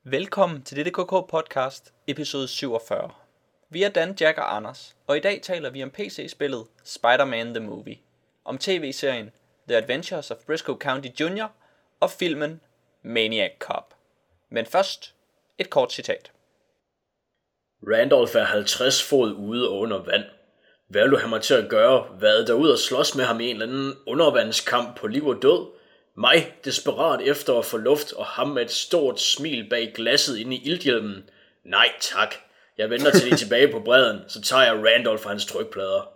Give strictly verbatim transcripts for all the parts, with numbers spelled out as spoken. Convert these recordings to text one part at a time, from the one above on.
Velkommen til dette K K podcast, episode syvogfyrre. Vi er Dan, Jack og Anders, og i dag taler vi om P C-spillet Spider-Man The Movie, om tv-serien The Adventures of Briscoe County junior og filmen Maniac Cop. Men først, et kort citat. Randolph er halvtreds fod ude og under vand. Hvad vil du have mig til at gøre? Hvad der ud og slås med ham i en eller anden undervandskamp på liv og død? Mig, desperat efter at få luft, og ham med et stort smil bag glasset inde i ildhjelmen. Nej tak. Jeg venter til de er tilbage på bredden, så tager jeg Randolph fra hans trykplader.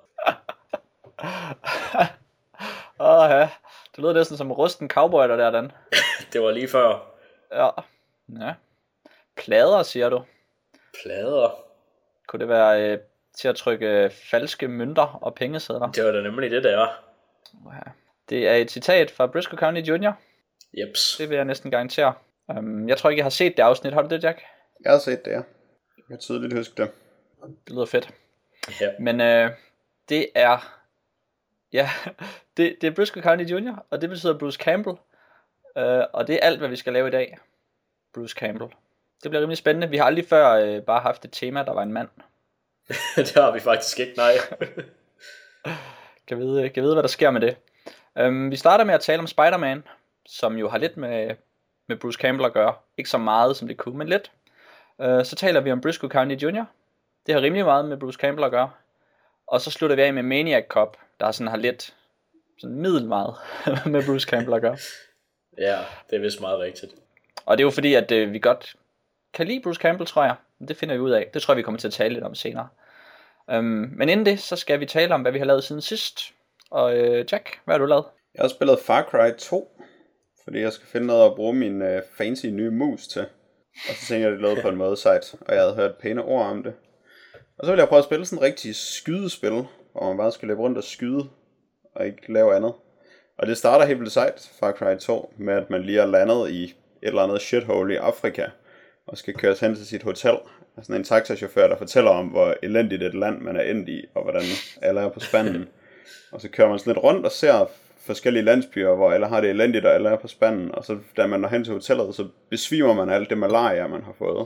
Åh ja, det lyder næsten som rusten cowboy der der, Dan. Det var lige før. Ja, ja. Plader, siger du. Plader? Kunne det være øh, til at trykke falske mønter og pengesedler? Det var da nemlig det, der er. Ja. Det er et citat fra Briscoe County junior Jeps. Det vil jeg næsten garantere. Um, jeg tror ikke, jeg har set det afsnit. Har du det, Jack? Jeg har set det, ja. Jeg kan tydeligt huske det. Det lyder fedt. Ja. Men øh, det er... Ja, det, det er Briscoe County junior og det betyder Bruce Campbell. Uh, og det er alt, hvad vi skal lave i dag. Bruce Campbell. Det bliver rimelig spændende. Vi har aldrig før øh, bare haft et tema, der var en mand. Det har vi faktisk ikke, nej. Kan vide, kan vide, hvad der sker med det. Um, vi starter med at tale om Spider-Man, som jo har lidt med, med Bruce Campbell at gøre. Ikke så meget, som det kunne, men lidt. Uh, så taler vi om Briscoe County junior Det har rimelig meget med Bruce Campbell at gøre. Og så slutter vi af med Maniac Cop, der sådan har lidt sådan middel meget med Bruce Campbell at gøre. Ja, det er vist meget rigtigt. Og det er jo fordi, at øh, vi godt kan lide Bruce Campbell, tror jeg. Det finder vi ud af. Det tror jeg, vi kommer til at tale lidt om senere. Um, men inden det, så skal vi tale om, hvad vi har lavet siden sidst. Og øh, Jack, hvad har du lavet? Jeg har spillet Far Cry to, fordi jeg skal finde noget at bruge min øh, fancy nye mus til. Og så tænkte jeg, at det lød på en måde sejt, og jeg havde hørt pæne ord om det. Og så ville jeg prøve at spille sådan en rigtig skydespil, hvor man bare skal løbe rundt og skyde, og ikke lave andet. Og det starter helt vildt sejt, Far Cry to, med at man lige er landet i et eller andet shithole i Afrika, og skal køres hen til sit hotel. Og sådan en taxachauffør, der fortæller om, hvor elendigt et land man er endt i, og hvordan alle er på spanden. Og så kører man sådan lidt rundt og ser forskellige landsbyer, hvor alle har det elendigt, og alle er på spanden. Og så da man når hen til hotellet, så besvimer man alt det malaria, man har fået.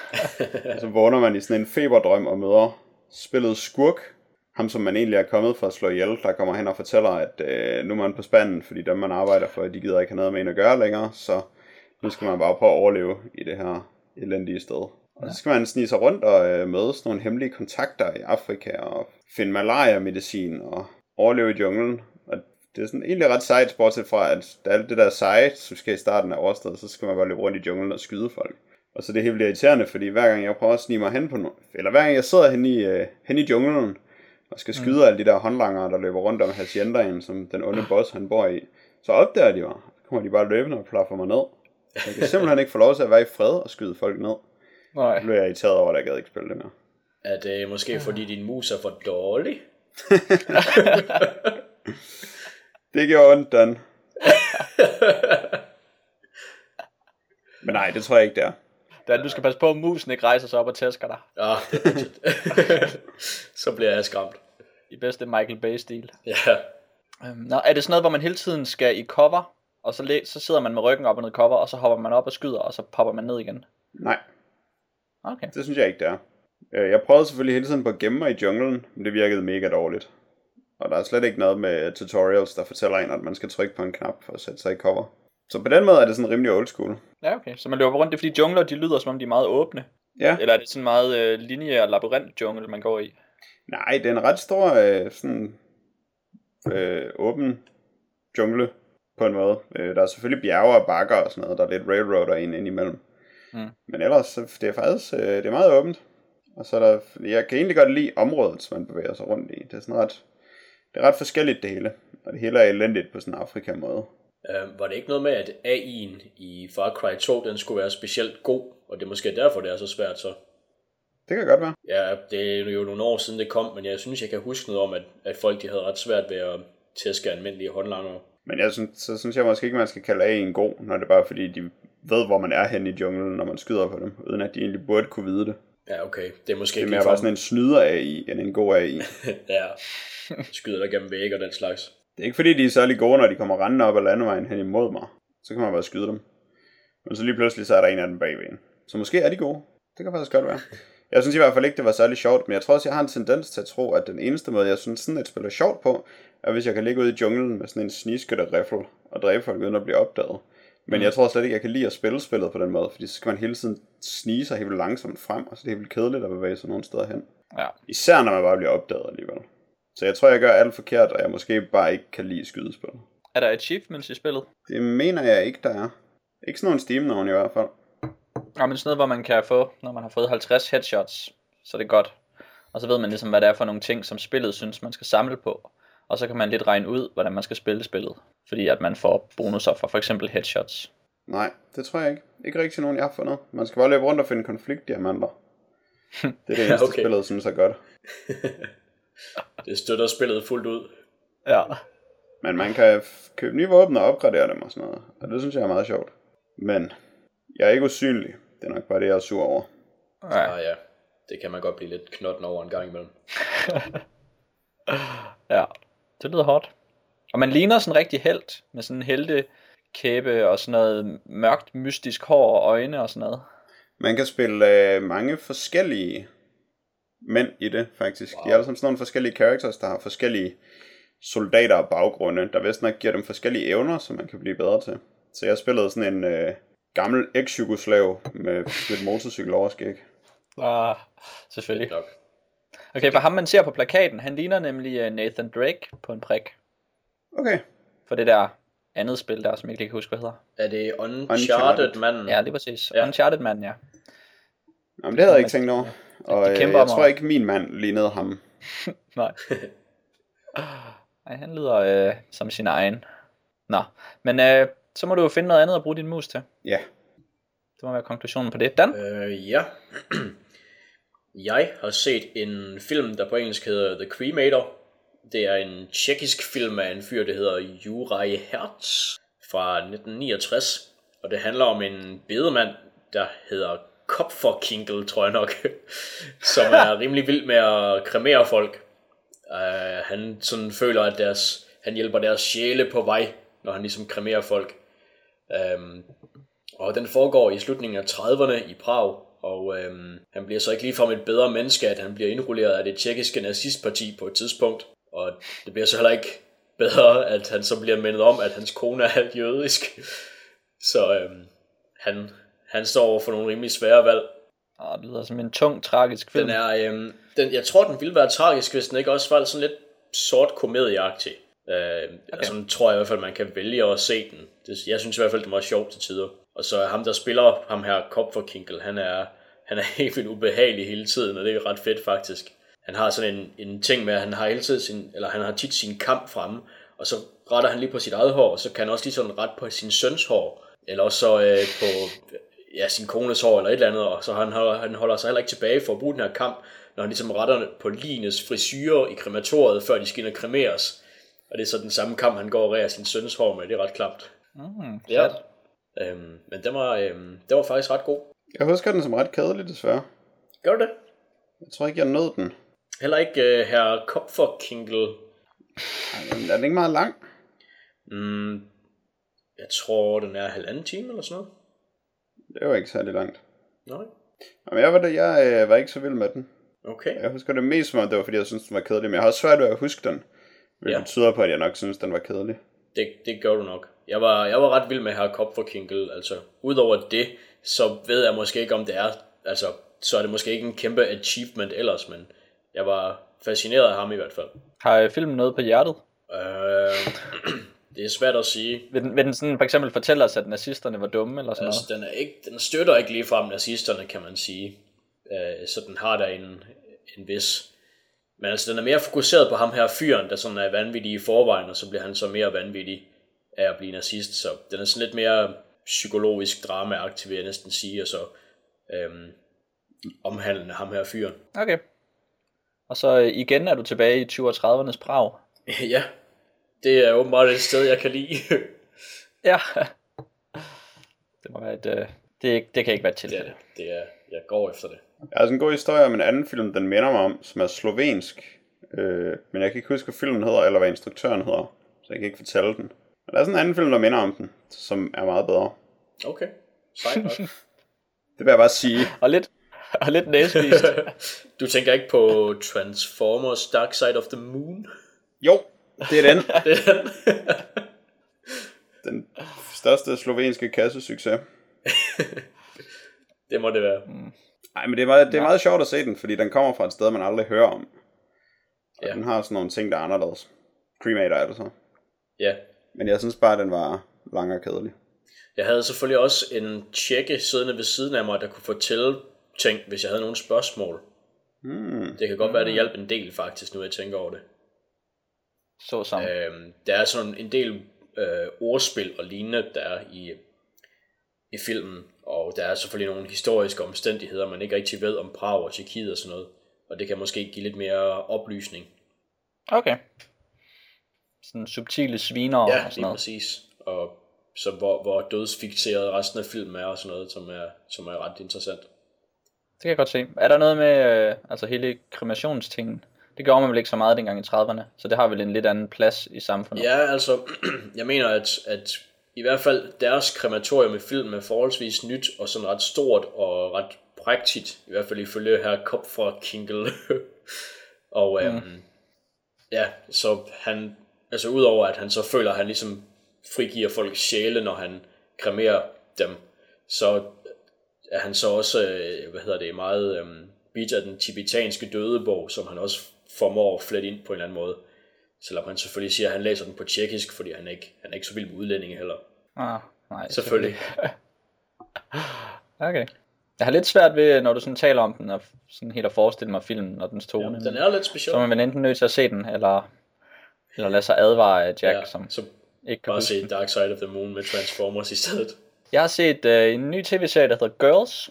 Og så vågner man i sådan en feberdrøm og møder spillet Skurk. Ham, som man egentlig er kommet for at slå ihjel, der kommer hen og fortæller, at øh, nu er man på spanden, fordi dem man arbejder for, de gider ikke have noget med en at gøre længere. Så nu skal man bare prøve at overleve i det her elendige sted. Og så skal man snige sig rundt og øh, møde sådan nogle hemmelige kontakter i Afrika, og finde malaria-medicin og overleve i junglen. Og det er sådan egentlig ret sejt, bortset fra, at der er alt det der seje, som skal i starten af overstedet, så skal man bare løbe rundt i junglen og skyde folk. Og så er det helt vildt irriterende, fordi hver gang jeg prøver at snige mig hen på noget, eller hver gang jeg sidder hen i, øh, hen i junglen, og skal skyde mm. alle de der håndlangere, der løber rundt om haciendaen, som den onde boss han bor i, så opdager de mig. Så kommer de bare løbende og plaffer mig ned. Jeg kan simpelthen ikke få lov til at være i fred og skyde folk ned. Nej. Så blev jeg irriteret over, at jeg gad ikke spille det mere. Er det måske fordi din mus er for dårlig? Det gjorde ondt, Dan. Men nej, det tror jeg ikke, det er. Dan, du skal passe på, at musen ikke rejser sig op og tæsker dig. Ja, det er rigtigt. Så bliver jeg skræmt. I bedste Michael Bay-stil. Ja. Øhm, nå, er det sådan noget, hvor man hele tiden skal i cover, og så, læ- så sidder man med ryggen op og ned i cover, og så hopper man op og skyder, og så popper man ned igen? Nej. Okay. Det synes jeg ikke, det er. Jeg prøvede selvfølgelig hele tiden på at gemme mig i junglen, men det virkede mega dårligt. Og der er slet ikke noget med tutorials, der fortæller en, at man skal trykke på en knap for at sætte sig i cover. Så på den måde er det sådan rimelig old school. Ja, okay. Så man løber rundt, det er fordi jungler, de lyder som om de er meget åbne? Ja. Eller er det sådan meget øh, lineær labyrint jungle, man går i? Nej, det er en ret stor øh, sådan øh, åben jungle på en måde. Øh, der er selvfølgelig bjerge og bakker og sådan noget, der er lidt railroader ind indimellem. Mm. Men ellers, så det er faktisk øh, det er meget åbent. Og så er der, jeg kan egentlig godt lide området, som man bevæger sig rundt i. Det er sådan ret, det er ret forskelligt det hele. Og det hele er elendigt på sådan en Afrika-måde. Uh, var det ikke noget med, at A I'en i Far Cry to, den skulle være specielt god, og det er måske derfor, det er så svært så? Det kan godt være. Ja, det er jo nogle år siden det kom, men jeg synes, jeg kan huske noget om, at, at folk de havde ret svært ved at tæske almindelige håndlanger. Men jeg synes, så synes jeg måske ikke, man skal kalde A I'en god, når det er bare fordi, de ved, hvor man er henne i junglen, når man skyder på dem, uden at de egentlig burde kunne vide det. Ja, okay. Det er måske det er mere bare sådan en snyder A I, end en god A I. Ja, skyder der gennem væg og den slags. Det er ikke fordi, de er særlig gode, når de kommer rendende op ad landevejen hen imod mig. Så kan man bare skyde dem. Men så lige pludselig, så er der en af dem bagved en. Så måske er de gode. Det kan faktisk godt være. Jeg synes i hvert fald ikke, det var særlig sjovt, men jeg tror også, jeg har en tendens til at tro, at den eneste måde, jeg synes sådan et spil er sjovt på, er hvis jeg kan ligge ude i junglen med sådan en snigskytterriffel og dræbe folk uden at blive opdaget. Men mm. jeg tror slet ikke, jeg kan lide at spille spillet på den måde, fordi så skal man hele tiden snige sig helt vildt langsomt frem, og så det er helt vildt kedeligt at bevæge sig nogle steder hen. Ja. Især når man bare bliver opdaget alligevel. Så jeg tror, jeg gør alt forkert, og jeg måske bare ikke kan lide skydespillet. Er der achievements i spillet? Det mener jeg ikke, der er. Ikke sådan nogle Steam-nogen i hvert fald. Ja, men sådan noget, hvor man kan få, når man har fået halvtreds headshots, så det er godt. Og så ved man ligesom, hvad det er for nogle ting, som spillet synes, man skal samle på. Og så kan man lidt regne ud, hvordan man skal spille spillet. Fordi at man får bonusser for for eksempel headshots. Nej, det tror jeg ikke. Ikke rigtig nogen, jeg har fundet. Man skal bare løbe rundt og finde konfliktdiamanter. Det er det eneste, ja, okay. Spillet synes er godt. Det støtter spillet fuldt ud. Ja. Men man kan købe nye våben og opgradere dem og sådan noget. Og det synes jeg er meget sjovt. Men jeg er ikke usynlig. Det er nok bare det, jeg er sur over. Ja, ja. Det kan man godt blive lidt knotten over en gang imellem. Ja, det lyder hårdt. Og man ligner sådan en rigtig helt med sådan en heltekæbe og sådan noget mørkt, mystisk hår og øjne og sådan noget. Man kan spille øh, mange forskellige mænd i det, faktisk. Wow. De er alle sammen sådan nogle forskellige characters, der har forskellige soldater og baggrunde, der vist nok giver dem forskellige evner, som man kan blive bedre til. Så jeg spillede sådan en øh, gammel eks-jugoslav med et motorcykeloverskæg. Ah, selvfølgelig. Okay, for ham man ser på plakaten, han ligner nemlig Nathan Drake på en prik. Okay. For det der andet spil der, som jeg ikke lige kan huske, hvad hedder. Er det Uncharted-manden? Ja, lige præcis. Ja. Uncharted-manden, ja. Jamen, det havde jeg ikke tænkt over. Og øh, jeg tror ikke, min mand lignede ham. Nej. Nej, han lyder øh, som sin egen. Nå, men øh, så må du jo finde noget andet at bruge din mus til. Ja. Det må være konklusionen på det. Dan? Øh, ja. Jeg har set en film, der på engelsk hedder The Cremator. Det er en tjekkisk film af en fyr, der hedder Juraj Herz fra nitten niogtres. Og det handler om en bedemand, der hedder Kopferkinkel, tror jeg nok, som er rimelig vild med at kremere folk. Uh, han sådan føler, at deres, han hjælper deres sjæle på vej, når han ligesom kremerer folk. Um, og den foregår i slutningen af trediverne i Prag. Og um, han bliver så ikke ligefrem et bedre menneske, at han bliver indrulleret af det tjekkiske nazistparti på et tidspunkt. Og det bliver så heller ikke bedre, at han så bliver mindet om, at hans kone er halvt jødisk. Så um, han, han står over for nogle rimelig svære valg. Åh, det lyder som en tung, tragisk film. Den er, øhm, den, jeg tror, den ville være tragisk, hvis den ikke også var sådan lidt sort komedieagtig. Øh, okay. Altså, tror jeg i hvert fald, man kan vælge at se den. Det, jeg synes i hvert fald, det var sjovt til tider. Og så ham, der spiller ham her, Kopferkinkel, han er, han er helt vildt ubehagelig hele tiden, og det er ret fedt faktisk. Han har sådan en, en ting med, at han har hele tiden sin, eller han har tit sin kamp fremme, og så retter han lige på sit eget hår, og så kan han også lige sådan rette på sin søns hår, eller også så øh, på ja, sin kones hår eller et eller andet, og så han holder, han holder sig heller ikke tilbage for at bruge den her kamp, når han ligesom retter på Lines frisyrer i krematoriet, før de skal ind og kremeres. Og det er så den samme kamp, han går og rærer sin søns hår med. Det er ret klamt. Mm, ja. Øhm, men den var, øhm, den var faktisk ret god. Jeg husker den som ret kedelig, desværre. Gør du det? Jeg tror ikke, jeg nød den. Heller ikke uh, herr Kopferkinkel. Er den ikke meget lang? Mm, jeg tror, den er halvanden time eller sådan noget. Det var ikke særlig langt. Nej. Jamen, jeg var, det, jeg øh, var ikke så vild med den. Okay. Jeg husker det mest som om, det var fordi, jeg synes den var kedelig. Men jeg har også svært ved at huske den. Hvilket ja. Betyder på, at jeg nok synes, den var kedelig. Det, det gør du nok. Jeg var, jeg var ret vild med herr Kopferkinkel. Altså, udover det, så ved jeg måske ikke, om det er... Altså, så er det måske ikke en kæmpe achievement ellers, men jeg var fascineret af ham i hvert fald. Har filmen noget på hjertet? Øh... Det er svært at sige. Vil den, vil den sådan for eksempel fortælle os, at nazisterne var dumme eller sådan altså, noget? Den, er ikke, den støtter ikke ligefrem nazisterne, kan man sige. Øh, så den har der en, en vis... Men altså, den er mere fokuseret på ham her fyren, der sådan er vanvittig i forvejen, og så bliver han så mere vanvittig af at blive nazist. Så den er sådan lidt mere psykologisk drama-agtig, vil jeg næsten sige, og så øhm, omhandlende ham her fyren. Okay. Og så igen er du tilbage i tyve- og tredivernes Prag. Ja. Det er åbenbart et sted, jeg kan lide. Ja. Det må være et... Øh, det, det kan ikke være et tilfælde. Det, det er, jeg går efter det. Jeg har sådan en god historie om en anden film, den minder mig om, som er slovensk. Øh, men jeg kan ikke huske, hvad filmen hedder, eller hvad instruktøren hedder. Så jeg kan ikke fortælle den. Men der er sådan en anden film, der minder om den, som er meget bedre. Okay. Sejt nok. Det vil jeg bare sige. og lidt, og lidt næsvist. Du tænker ikke på Transformers Dark Side of the Moon? Jo, det er den. Det er den. Den største slovenske kassesucces. Det må det være. Nej, men det er, meget, det er meget sjovt at se den, fordi den kommer fra et sted, man aldrig hører om. Og Ja. den har sådan nogle ting, der er anderledes. Cremator er det så. Ja. Men jeg synes bare, at den var lang og kedelig. Jeg havde selvfølgelig også en tjekke siddende ved siden af mig, der kunne fortælle ting, hvis jeg havde nogle spørgsmål. Hmm. Det kan godt være, det hjalp en del faktisk, nu jeg tænker over det. Så som. Øhm, der er sådan en del øh, ordspil og lignende, der er i, i filmen. Og der er selvfølgelig nogle historiske omstændigheder, man ikke rigtig ved om Prag og Tjekkiet og sådan noget. Og det kan måske give lidt mere oplysning. Okay. Sådan subtile sviner Ja, og sådan lige noget. præcis. Og så hvor, hvor dødsfikseret resten af filmen er og sådan noget, som er, som er ret interessant. Det kan jeg godt se. Er der noget med øh, altså hele kremationstingen? Det gjorde man vel ikke så meget dengang i trediverne, så det har vel en lidt anden plads i samfundet. Ja, altså, jeg mener, at, at i hvert fald deres krematorium i filmen er forholdsvis nyt og sådan ret stort og ret prægtigt, i hvert fald ifølge her Kop fra Kinkel. og øhm, mm. ja, så han, altså udover at han så føler, at han ligesom frigiver folks sjæle, når han kremerer dem, så er han så også, øh, hvad hedder det, meget øhm, bit af den tibetanske dødebog, som han også formår at flette ind på en eller anden måde. Selvom han selvfølgelig siger, at han læser den på tjekkisk, fordi han ikke, han er ikke så vild med udlændinge heller. Ah, nej, Selvfølgelig. Okay. Jeg har lidt svært ved, når du sådan taler om den, og sådan helt at forestille mig filmen og dens tone. Ja, den er lidt speciel. Så er man vel enten nødt til at se den, eller, eller lade sig advare af Jack, Ja, som så ikke kan bare huske se den. Dark Side of the Moon med Transformers i stedet. Jeg har set øh, en ny tv-serie, der hedder Girls,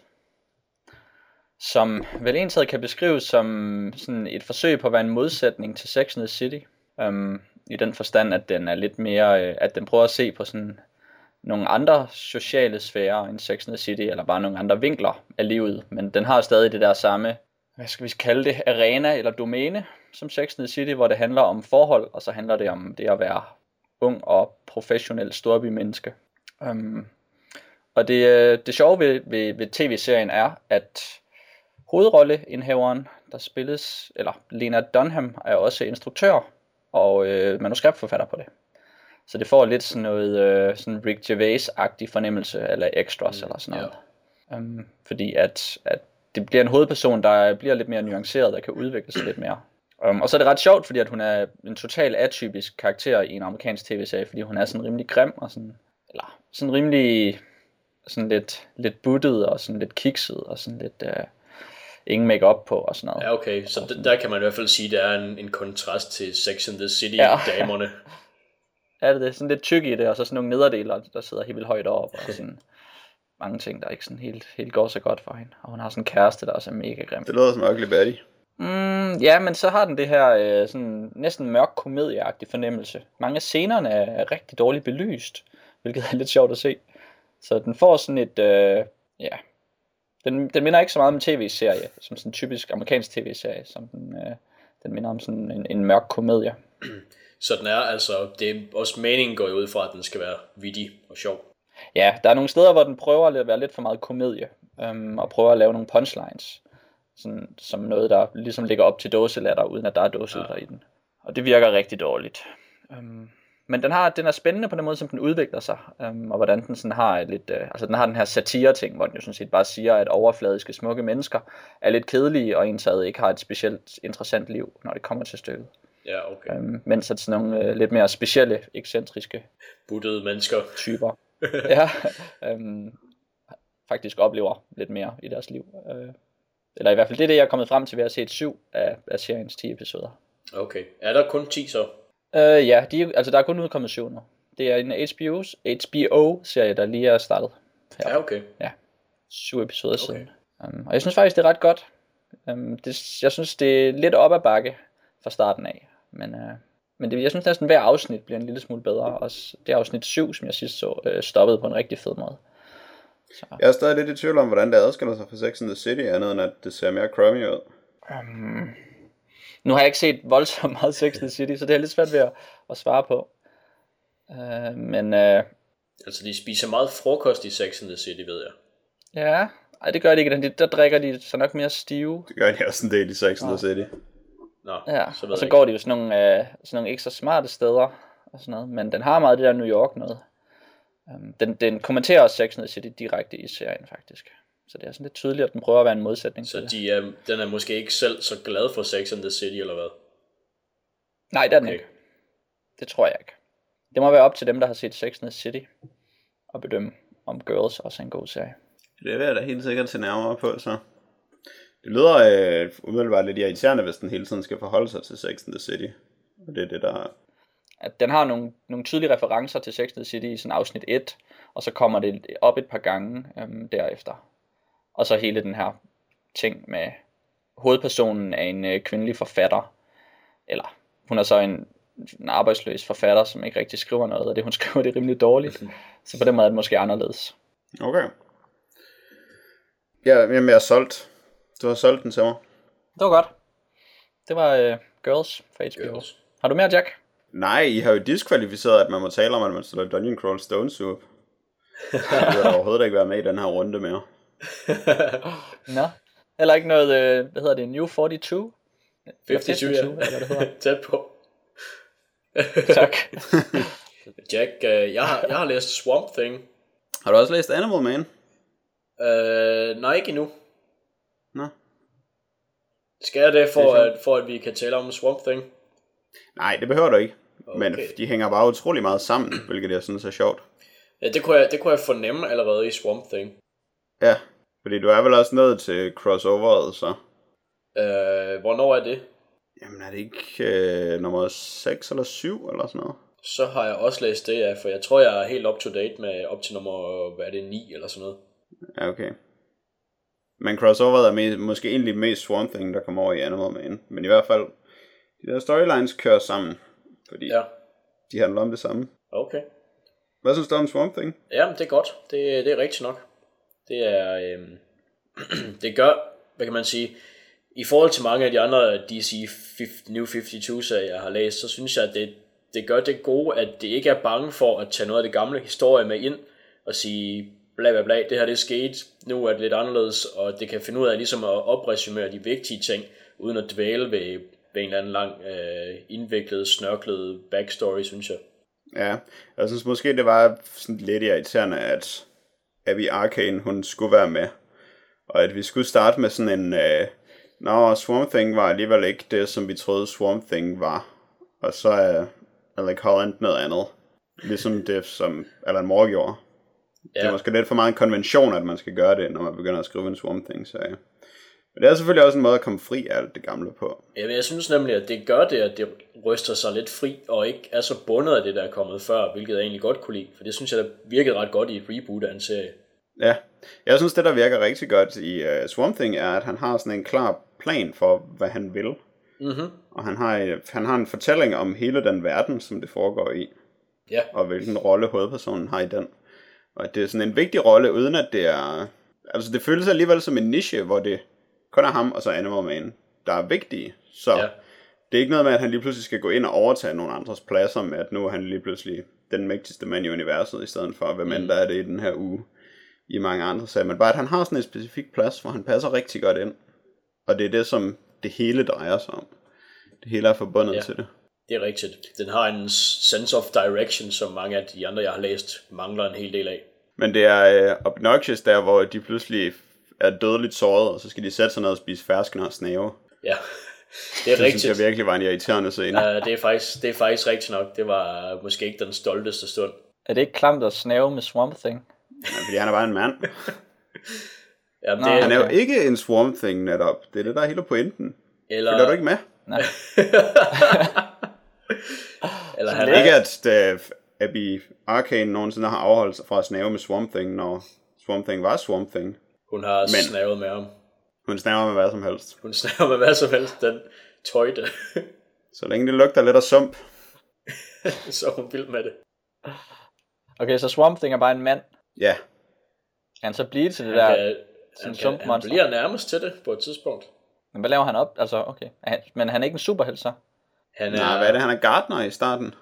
som vel egentlig kan beskrives som sådan et forsøg på at være en modsætning til Sex and the City. Um, I den forstand, at den er lidt mere, øh, at den prøver at se på sådan nogle andre sociale sfærer end Sex and the City, eller bare nogle andre vinkler af livet. Men den har stadig det der samme, hvad skal vi kalde det, arena eller domæne som Sex and the City, hvor det handler om forhold, og så handler det om det at være ung og professionel storbymenneske. Um, og det, det sjove ved, ved, ved tv-serien er, at hovedrolleindhaveren, der spilles, eller Lena Dunham, er også instruktør og øh, manuskriptforfatter på det. Så det får lidt sådan noget øh, sådan Rick Gervais-agtig fornemmelse, eller extras mm, eller sådan noget. Yeah. Um, fordi at, at det bliver en hovedperson, der bliver lidt mere nuanceret, der kan udvikle sig lidt mere. Um, og så er det ret sjovt, fordi at hun er en total atypisk karakter i en amerikansk tv-serie, fordi hun er sådan rimelig grim og sådan, eller sådan rimelig sådan lidt, lidt buttet og sådan lidt kikset og sådan lidt øh, ingen make-up på og sådan noget. Ja, okay, så d- der kan man i hvert fald sige, at der er en, en kontrast til Sex and the City, ja. damerne. Ja, det er sådan lidt tyk i det, og så sådan nogle nederdele, der sidder helt vildt højt op, og sådan mange ting, der ikke sådan helt, helt går så godt for hende. Og hun har sådan en kæreste, der også er mega grim. Det lyder som Ugly Betty. Mm, ja, men så har den det her øh, sådan næsten mørk komedieagtig fornemmelse. Mange af scenerne er rigtig dårligt belyst, hvilket er lidt sjovt at se. Så den får sådan et, øh, ja, den, den minder ikke så meget om en tv-serie, som sådan en typisk amerikansk tv-serie, som den, øh, den minder om sådan en, en mørk komedie. Så den er altså, det er også meningen går ud fra, at den skal være vittig og sjov. Ja, der er nogle steder, hvor den prøver at være lidt for meget komedie, øhm, og prøver at lave nogle punchlines, sådan, som noget, der ligesom ligger op til dåselatter, uden at der er dåselatter ja. i den. Og det virker rigtig dårligt. Øhm, men den, har, den er spændende på den måde, som den udvikler sig, øhm, og hvordan den sådan har et lidt, øh, altså den har den her satire-ting, hvor den jo sådan set bare siger, at overfladiske smukke mennesker er lidt kedelige, og ensad ikke har et specielt interessant liv, når det kommer til stykket. Ja, okay. Øhm, mens at sådan nogle øh, lidt mere specielle, ekscentriske buttede mennesker typer ja, øhm, faktisk oplever lidt mere i deres liv. Øh, eller i hvert fald det er det, jeg er kommet frem til ved at have set syv af, af seriens ti episoder. Okay, er der kun ti så? Øh, ja, de, altså der er kun udkommet syv nu. Det er en H B O's, H B O-serie, der lige er startet. Her. Ja, okay. Ja, syv episoder okay. siden. Um, og jeg synes faktisk, det er ret godt. Um, det, jeg synes, det er lidt op ad bakke fra starten af. Men, uh, men det, jeg synes næsten, hver afsnit bliver en lille smule bedre. Og det er afsnit syv, som jeg sidst så, uh, stoppede på en rigtig fed måde. Så. Jeg er stadig lidt i tvivl om, hvordan det adskiller sig fra Sex and the City, andet end at det ser mere crummy ud. Um, nu har jeg ikke set voldsomt meget Sex and the City, så det er lidt svært ved at, at svare på. Uh, men... Uh, altså, de spiser meget frokost i Sex and the City, ved jeg. Ja, Ej, det gør de ikke. Der drikker de så nok mere stive. Det gør de også en del i Sex and the City. Nå, Ja, så ved og så jeg går de jo sådan nogle, øh, sådan nogle ikke så smarte steder og sådan noget. Men den har meget det der New York noget. Um, den, den kommenterer også Sex and the City direkte i serien faktisk. Så det er sådan lidt tydeligt, at den prøver at være en modsætning Så til de er, den er måske ikke selv så glad for Sex and the City, eller hvad? Nej, det er den Okay. ikke. Det tror jeg ikke. Det må være op til dem, der har set Sex and the City, og bedømme, om Girls også er en god serie. Det vil jeg da helt sikkert se nærmere på, så. Det lyder øh, umiddelbart lidt irriterende, hvis den hele tiden skal forholde sig til Sex and the City. Og det er det, der... At den har nogle, nogle tydelige referencer til Sex and the City i sådan afsnit et, og så kommer det op et par gange øhm, derefter. Og så hele den her ting med hovedpersonen af en øh, kvindelig forfatter, eller hun er så en, en arbejdsløs forfatter, som ikke rigtig skriver noget, og det hun skriver, det er rimelig dårligt. Så på den måde er det måske anderledes. Okay. Ja, jamen jeg er solgt. Du har solgt den til mig. Det var godt. Det var øh, Girls for H B O. Girls. Har du mere, Jack? Nej, I har jo diskvalificeret, at man må tale om, at man spiller Dungeon Crawl Stone Soup. Jeg vil overhovedet ikke være med i den her runde mere. Nå. Eller ikke noget, øh, hvad hedder det, New fireogfyrre? femoghalvtreds, ja. eller hvad det hedder. Tæt på. Tak. Jack, øh, jeg, har, jeg har læst Swamp Thing. Har du også læst Animal Man? Øh, nej, ikke endnu. Nå. Skal jeg det, for, Det er at, for at vi kan tale om Swamp Thing? Nej, det behøver du ikke. Okay. Men de hænger bare utrolig meget sammen, hvilket jeg synes er sjovt. Ja, det kunne jeg, det kunne jeg fornemme allerede i Swamp Thing. Ja, fordi du er vel også nået til crossoveret, så. Øh, hvornår er det? Jamen er det ikke øh, nummer seks eller syv eller sådan noget? Så har jeg også læst det, ja, for jeg tror, jeg er helt up to date med op til nummer, hvad er det, ni eller sådan noget. Ja, okay. Men crossoveret er me- måske egentlig mest Swamp Thing, der kommer over i Animal Man. Men i hvert fald, de der storylines kører sammen, fordi Ja, de handler om det samme. okay. Hvad synes du om Swamp Thing? Jamen, det er godt. Det, det er rigtigt nok. Det er, øhm, det gør, hvad kan man sige, i forhold til mange af de andre D C New femoghalvtreds-serier, jeg har læst, så synes jeg, at det, det gør det gode, at det ikke er bange for at tage noget af det gamle historie med ind, og sige, bla bla bla, det her det er sket, nu er det lidt anderledes, og det kan finde ud af ligesom at opresumere de vigtige ting, uden at dvæle ved, ved en eller anden lang, øh, indviklet, snørklet backstory, synes jeg. Ja, jeg synes måske, det var sådan lidt irriterende, at Abby Arcane, hun skulle være med. Og at vi skulle starte med sådan en, øh, nå, Swamp Thing var alligevel ikke det, som vi troede Swamp Thing var. Og så er Alec Holland noget andet. Ligesom det, som Alan Moore gjorde. Ja. Det er måske lidt for meget en konvention, at man skal gøre det, når man begynder at skrive en Swamp Thing-serie. Men det er selvfølgelig også en måde at komme fri af alt det gamle på. Jamen, jeg synes nemlig, at det gør det, at det ryster sig lidt fri, og ikke er så bundet af det, der er kommet før, hvilket jeg egentlig godt kunne lide. For det synes jeg, der virkede ret godt i et reboot af en serie. Ja, jeg synes, det der virker rigtig godt i uh, Swamp Thing, er, at han har sådan en klar plan for, hvad han vil. Mhm. Og han har, han har en fortælling om hele den verden, som det foregår i. Ja. Og hvilken rolle hovedpersonen har i den. Og at det er sådan en vigtig rolle, uden at det er... Altså det føles alligevel som en niche, hvor det kun er ham og så Animal Man, der er vigtige. Så Ja. det er ikke noget med, at han lige pludselig skal gå ind og overtage nogle andres pladser, med at nu er han lige pludselig den mægtigste mand i universet, i stedet for hvem end der er det i den her uge i mange andre sager. Men bare at han har sådan en specifik plads, hvor han passer rigtig godt ind. Og det er det, som det hele drejer sig om. Det hele er forbundet Ja. til det. Det er rigtigt. Den har en sense of direction, som mange af de andre, jeg har læst, mangler en hel del af. Men det er øh, obnoxious der, hvor de pludselig er dødeligt såret, og så skal de sætte sig ned og spise ferskener og snave. Ja, det er Det rigtigt. synes jeg virkelig var en irriterende scene. Uh, det, er faktisk, det er faktisk rigtigt nok. Det var måske ikke den stolteste stund. Er det ikke klamt at snave med Swamp Thing? Ja, fordi han er bare en mand. Jamen, Nå, det, Han er jo Okay. ikke en Swamp Thing netop. Det er det, der er hele pointen. eller, Følger du ikke med? Nej. eller Så han det- er, Ikke at uh, Abby Arcane nogensinde har afholdt sig fra at snave med Swamp Thing, når Swamp Thing var Swamp Thing. hun har Men- snavet med ham. Hun snaver med hvad som helst. Hun snaver med hvad som helst, den tøjte. Så længe det lugter lidt af sump. Så er hun vild med det. Okay, så Swamp Thing er bare en mand. Ja, Kan han så blive til det Han, der? kan, han, sådan kan, han sumpmonster. bliver nærmest til det på et tidspunkt. Men hvad laver han op? Altså, okay. Er han, men han er ikke en superhelt så? Han er, nej, hvad er det? Han er gartner i starten.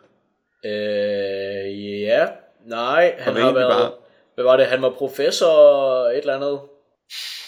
Øh, ja, nej, han var har egentlig været, bare- hvad var det, han var professor et eller andet.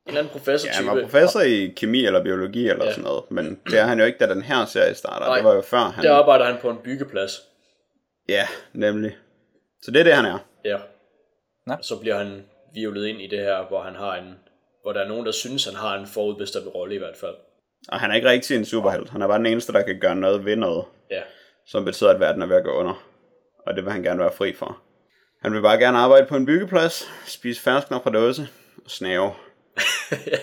eller anden professor Ja, type. han var professor i kemi eller biologi eller ja. sådan noget, men det er han jo ikke, da den her serie starter. Nej, det var jo før han... Der arbejder han på en byggeplads. Ja, nemlig. Så det er det, han er. Ja. Nå. Og så bliver han virvlet ind i det her, hvor han har en, hvor der er nogen, der synes, han har en forudbestemt rolle i hvert fald. Og han er ikke rigtig en superhelt. Han er bare den eneste, der kan gøre noget ved noget. Ja. Som betyder, at verden er ved at gå under. Og det vil han gerne være fri for. Han vil bare gerne arbejde på en byggeplads, spise ferskner fra dåse og snave. Ja.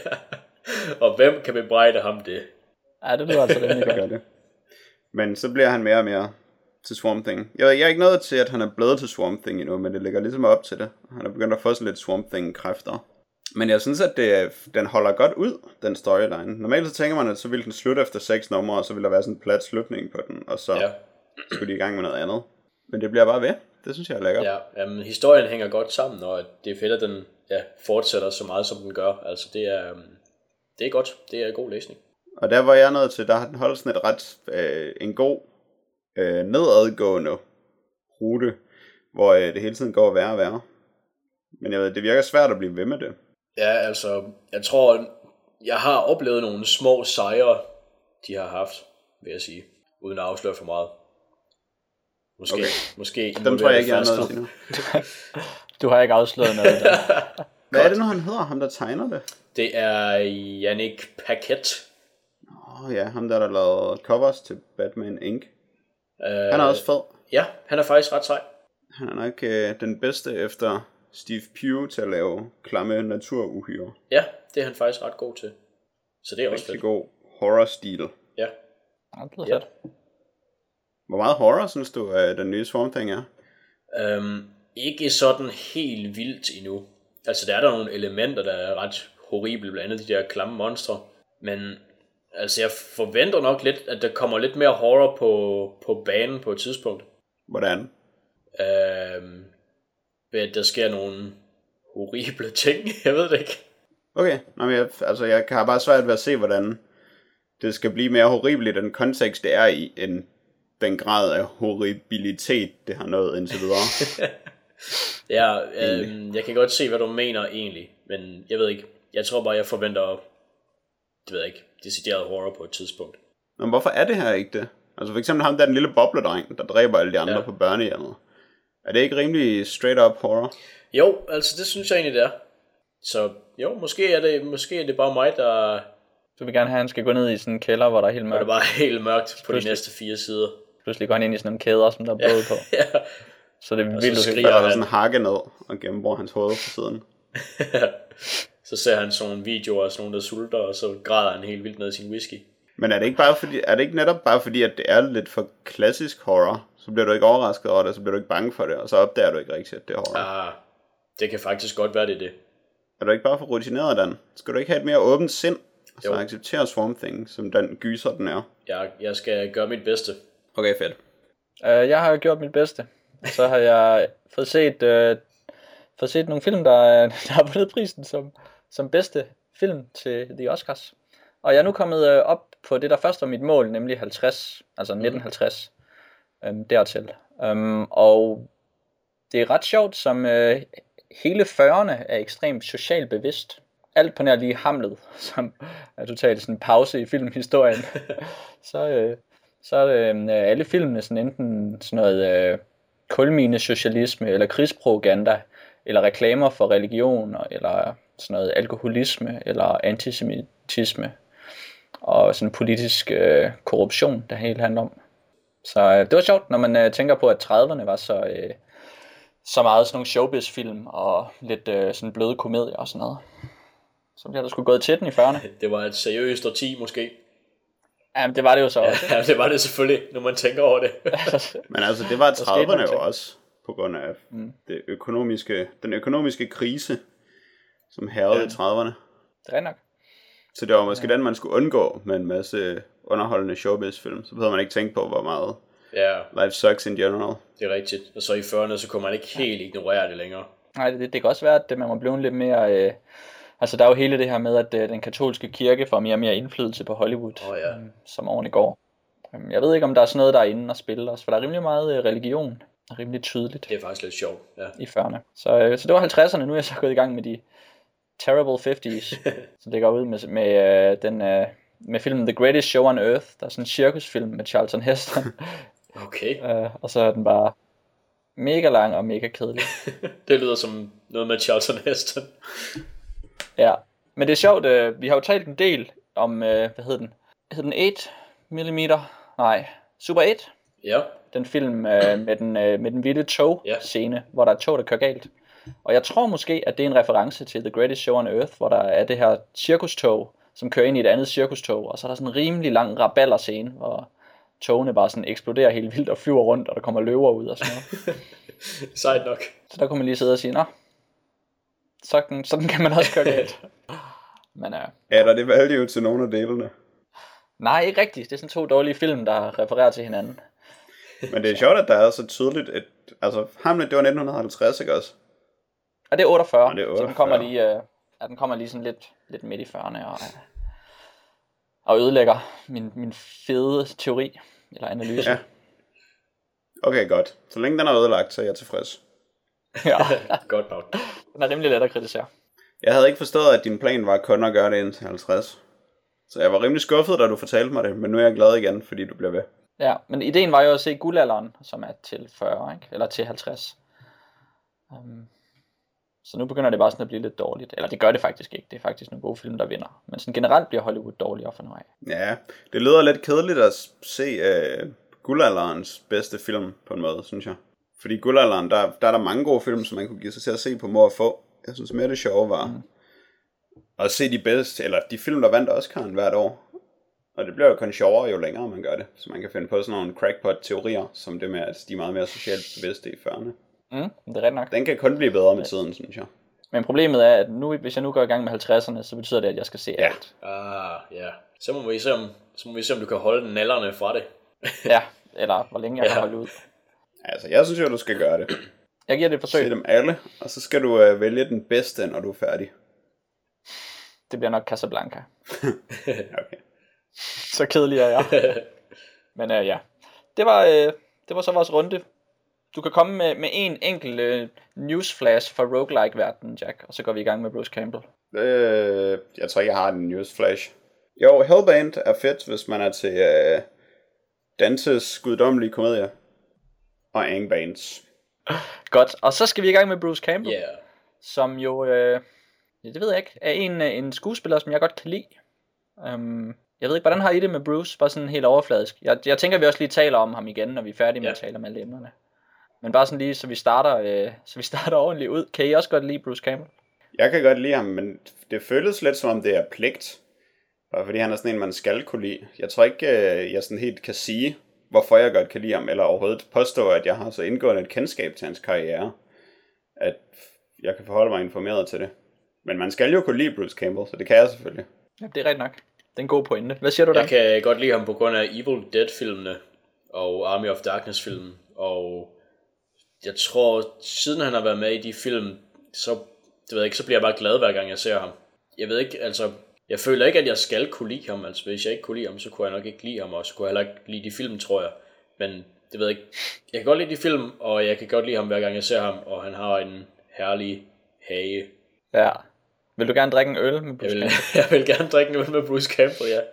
Og hvem kan bebrejde ham det? Ja, det lyder altså rimelig godt. Gør det. Men så bliver han mere og mere til Swamp Thing. Jeg, jeg er ikke nået til, at han er blevet til Swamp Thing endnu, men det ligger ligesom op til det. Han er begyndt at få sådan lidt Swamp Thing-kræfter. Men jeg synes, at det, den holder godt ud, den storyline. Normalt så tænker man, at så ville den slutte efter seks numre, og så ville der være sådan en plat slutning på den, og så ja. skulle de i gang med noget andet. Men det bliver bare ved. Det synes jeg er lækkert. Ja, jamen, historien hænger godt sammen, og det er fedt, at den ja, fortsætter så meget, som den gør. Altså, det er, det er godt. Det er god læsning. Og der var jeg nået til, der har den holdt sådan et ret, øh, en god øh, nedadgående rute, hvor øh, det hele tiden går værre og værre. Men jeg ved, det virker svært at blive ved med det. Ja, altså, jeg tror, jeg har oplevet nogle små sejre, de har haft, vil jeg sige, uden at afsløre for meget. Måske, okay. måske dem tror jeg ikke, jeg har noget til nu. Du har ikke afsløret noget der. Hvad er det nu, han hedder, ham der tegner det? Det er Yannick Paquet. Åh oh, ja, ham der, der lavede covers til Batman Incorporated. Uh, han er også fed. Ja, han er faktisk ret sej. Han er nok øh, den bedste efter Steve Pugh til at lave klamme naturuhyre. Ja, det er han faktisk ret god til. Så det er også fedt. Rigtig god horror-stil. Ja. Ja, det er fedt. Hvor meget horror synes du, at den nye Swamp Thing er? Um, ikke sådan helt vildt endnu. Altså der er der nogle elementer, der er ret horrible, blandt andet de der klamme monstre. Men altså jeg forventer nok lidt, at der kommer lidt mere horror på, på banen på et tidspunkt. Hvordan? Um, ved at der sker nogle horrible ting. Jeg ved det ikke. Okay, Nå, men jeg, altså jeg har bare svært ved at se, hvordan det skal blive mere horribelt i den kontekst, det er i, end den grad af horribilitet, det har nået indtil videre. Ja, øh, jeg kan godt se, hvad du mener egentlig, men jeg ved ikke. Jeg tror bare, jeg forventer, det ved jeg ikke, decideret horror på et tidspunkt. Men hvorfor er det her ikke det? Altså for eksempel ham der, den lille bobledreng, der dræber alle de andre ja. på børnehjemmet. Er det ikke rimelig straight up horror? Jo, altså det synes jeg egentlig, det er. Så jo, måske er det, måske er det bare mig, der... Så vil gerne have, at han skal gå ned i sådan en kælder, hvor der er helt mørkt. Og det er bare helt mørkt på de næste fire sider. Pludselig går han ind i sådan nogle kæder, som der er blod på. Ja. Så det er vildt så skriger der sådan en hakke ned og gennembruger hans hoved på siden. Så ser han sådan nogle videoer af sådan nogle, der sulter, og så græder han helt vildt ned i sin whisky. Men er det ikke bare fordi, er det ikke netop bare fordi, at det er lidt for klassisk horror? Så bliver du ikke overrasket over det, så bliver du ikke bange for det, og så opdager du ikke rigtigt, at det er horror. Ah, det kan faktisk godt være, det er det. Er du ikke bare for rutineret, Dan? Skal du ikke have et mere åbent sind, og så acceptere Swamp Thing, som den gyser, den er? Jeg, jeg skal gøre mit bedste. Okay, fedt. Uh, jeg har gjort mit bedste. Så har jeg fået set, uh, fået set nogle film, der, der har vundet prisen som, som bedste film til The Oscars. Og jeg er nu kommet uh, op på det, der først var mit mål, nemlig halvtreds, altså nitten halvtreds, um, dertil. Um, og det er ret sjovt, som uh, hele fyrrerne er ekstremt socialt bevidst. Alt på nær lige Hamlet, som er totalt sådan en pause i filmhistorien. så, øh, så er det øh, alle filmene sådan enten sådan noget øh, kulmine-socialisme, eller krigspropaganda, eller reklamer for religion, eller sådan noget alkoholisme, eller antisemitisme, og sådan politisk øh, korruption, der helt handler om. Så øh, det var sjovt, når man øh, tænker på, at trediverne var så, øh, så meget sådan nogle showbiz-film, og lidt øh, sådan bløde komedier og sådan noget. Så bliver der sgu gået til den i fyrrerne. Det var et seriøst årti måske. Jamen det var det jo så også. Ja, det var det selvfølgelig, når man tænker over det. Men altså det var trediverne jo også, på grund af mm. det økonomiske, den økonomiske krise, som hærgede ja. i trediverne. Det er nok. Så det var måske ja. den, man skulle undgå med en masse underholdende showbiz-film. Så behøver man ikke tænke på, hvor meget ja. life sucks in general. Det er rigtigt. Og så i fyrrerne, så kunne man ikke helt ignorere det længere. Nej, det, det kan også være, at man må blive lidt mere... Øh, altså der er jo hele det her med, at øh, den katolske kirke får mere og mere indflydelse på Hollywood, oh, ja. øh, som årene går. Jeg ved ikke, om der er sådan noget, der er inde og spille også, for der er rimelig meget øh, religion. Rimelig tydeligt. Det er faktisk lidt sjovt, ja. I fyrrerne. Så, øh, så det var halvtredserne, nu er jeg så gået i gang med de Terrible halvfemserne, som ligger ud med, med, uh, den, uh, med filmen The Greatest Show on Earth. Der er sådan en cirkusfilm med Charlton Heston. Okay. Uh, og så er den bare mega lang og mega kedelig. Det lyder som noget med Charlton Heston. Ja, men det er sjovt, uh, vi har jo talt en del om, uh, hvad hed den? Hed den otte millimeter? Nej, Super otte. Ja. Den film uh, med den, uh, med den vilde tog-scene, yeah. hvor der er et tog, der kører galt. Og jeg tror måske, at det er en reference til The Greatest Show on Earth, hvor der er det her cirkustog, som kører ind i et andet cirkustog, og så er der sådan en rimelig lang rabalder-scene, hvor togene bare sådan eksploderer helt vildt og flyver rundt, og der kommer løver ud og sådan noget. Sejt nok. Så der kunne man lige sidde og sige, nå, sådan, sådan kan man også køre galt. Men, uh, er der det value til nogle af delene? Nej, ikke rigtigt. Det er sådan to dårlige film, der refererer til hinanden. Men det er sjovt, at der er så tydeligt et... Altså, Hamlet, det var nitten halvtreds, ikke også? Og det er otteogfyrre, og det er otteogfyrre. Så den kommer lige, uh, ja, den kommer lige sådan lidt, lidt midt i fyrrerne og, uh, og ødelægger min, min fede teori, eller analyse. Ja. Okay, godt. Så længe den er ødelagt, så er jeg tilfreds. Ja, godt nok. Den er rimelig let at kritisere. Jeg havde ikke forstået, at din plan var kun at gøre det indtil halvtreds. Så jeg var rimelig skuffet, da du fortalte mig det, men nu er jeg glad igen, fordi du bliver ved. Ja, men ideen var jo at se guldalderen, som er til fyrre, ikke? Eller til halvtreds. Um, så nu begynder det bare sådan at blive lidt dårligt. Eller det gør det faktisk ikke. Det er faktisk nogle gode film, der vinder. Men sådan generelt bliver Hollywood dårligere for nu af. Ja, det lyder lidt kedeligt at se uh, guldalderens bedste film på en måde, synes jeg. Fordi guldalderen, der, der er der mange gode film, som man kunne give sig til at se på må og få. Jeg synes mere det sjove var mm. at se de bedste, eller de film, der vandt Oscar'en hvert år. Og det bliver jo kun sjovere, jo længere man gør det. Så man kan finde på sådan nogle crackpot-teorier, som det med, at de er meget mere socialt bevidste i fyrrerne. Mm, det er ret nok. Den kan kun blive bedre med tiden, synes jeg. Men problemet er, at nu, hvis jeg nu går i gang med halvtredserne, så betyder det, at jeg skal se ja. alt. Ah, ja. Så må vi se, om, så må vi se, om du kan holde nallerne fra det. Ja, eller hvor længe jeg ja. kan holde ud. Altså, jeg synes jo, du skal gøre det. Jeg giver det et forsøg. Se dem alle, og så skal du øh, vælge den bedste, når du er færdig. Det bliver nok Casablanca. Okay. Så kedelig er jeg. Men øh, ja, det var, øh, det var så vores runde. Du kan komme med, med en enkelt øh, newsflash fra roguelike-verdenen, Jack, og så går vi i gang med Bruce Campbell. Øh, jeg tror ikke, jeg har en newsflash. Jo, Hellbound er fedt, hvis man er til øh, Dantes guddommelige komedie. Og Angbands. Godt, og så skal vi i gang med Bruce Campbell, yeah. som jo, øh, ja, det ved jeg ikke, er en, en skuespiller, som jeg godt kan lide. Um, jeg ved ikke, hvordan har I det med Bruce? Bare sådan helt overfladisk. Jeg, jeg tænker, vi også lige taler om ham igen, når vi er færdige med yeah. at tale om alle emnerne. Men bare sådan lige, så vi starter, øh, så vi starter ordentligt ud. Kan I også godt lide Bruce Campbell? Jeg kan godt lide ham, men det føles lidt som om det er pligt. Bare fordi han er sådan en, man skal kunne lide. Jeg tror ikke, jeg sådan helt kan sige, hvorfor jeg godt kan lide ham, eller overhovedet påstå, at jeg har så indgående et kendskab til hans karriere, at jeg kan forholde mig informeret til det. Men man skal jo kunne lide Bruce Campbell, så det kan jeg selvfølgelig. Ja, det er rigtigt nok. Det er en god pointe. Hvad siger du der? Jeg kan godt lide ham på grund af Evil Dead-filmene og Army of Darkness-filmen, og jeg tror, siden han har været med i de film, så, det ved jeg ikke, så bliver jeg bare glad, hver gang jeg ser ham. Jeg ved ikke, altså, jeg føler ikke, at jeg skal kunne lide ham. Altså, hvis jeg ikke kunne lide ham, så kunne jeg nok ikke lide ham, og så kunne jeg heller ikke lide de film, tror jeg. Men det ved jeg ikke. Jeg kan godt lide de film, og jeg kan godt lide ham, hver gang jeg ser ham, og han har en herlig hage. Ja. Vil du gerne drikke en øl med Bruce jeg vil, Campbell? jeg vil gerne drikke en øl med Bruce Campbell, ja.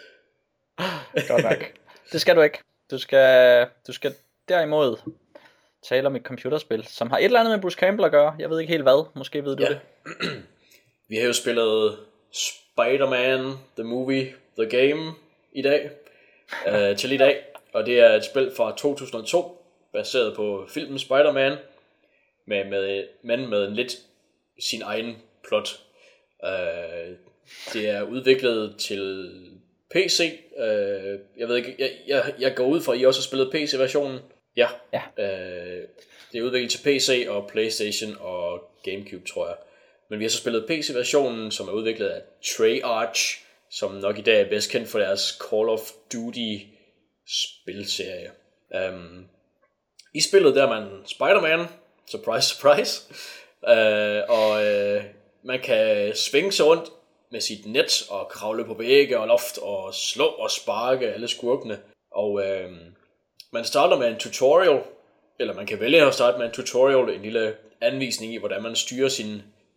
Godt nok. Det skal du ikke. Du skal, du skal derimod tale om et computerspil, som har et eller andet med Bruce Campbell at gøre. Jeg ved ikke helt hvad. Måske ved du ja. det. Vi har jo spillet Spider-Man, The Movie, The Game i dag. uh, til i dag. Og det er et spil fra to tusind og to, baseret på filmen Spider-Man, med, med, men med en lidt sin egen plot. Uh, det er udviklet til P C. Uh, jeg ved ikke, jeg, jeg, jeg går ud fra, at I også har spillet P C-versionen. Ja. ja. Uh, det er udviklet til P C og PlayStation og Gamecube, tror jeg. Men vi har så spillet P C-versionen, som er udviklet af Treyarch, som nok i dag er bedst kendt for deres Call of Duty spilserie. Um, I spillet der er man Spider-Man, surprise, surprise, uh, og uh, man kan svinge sig rundt med sit net og kravle på vægge og loft og slå og sparke alle skurkene. Og uh, man starter med en tutorial, eller man kan vælge at starte med en tutorial, en lille anvisning i, hvordan man styrer sin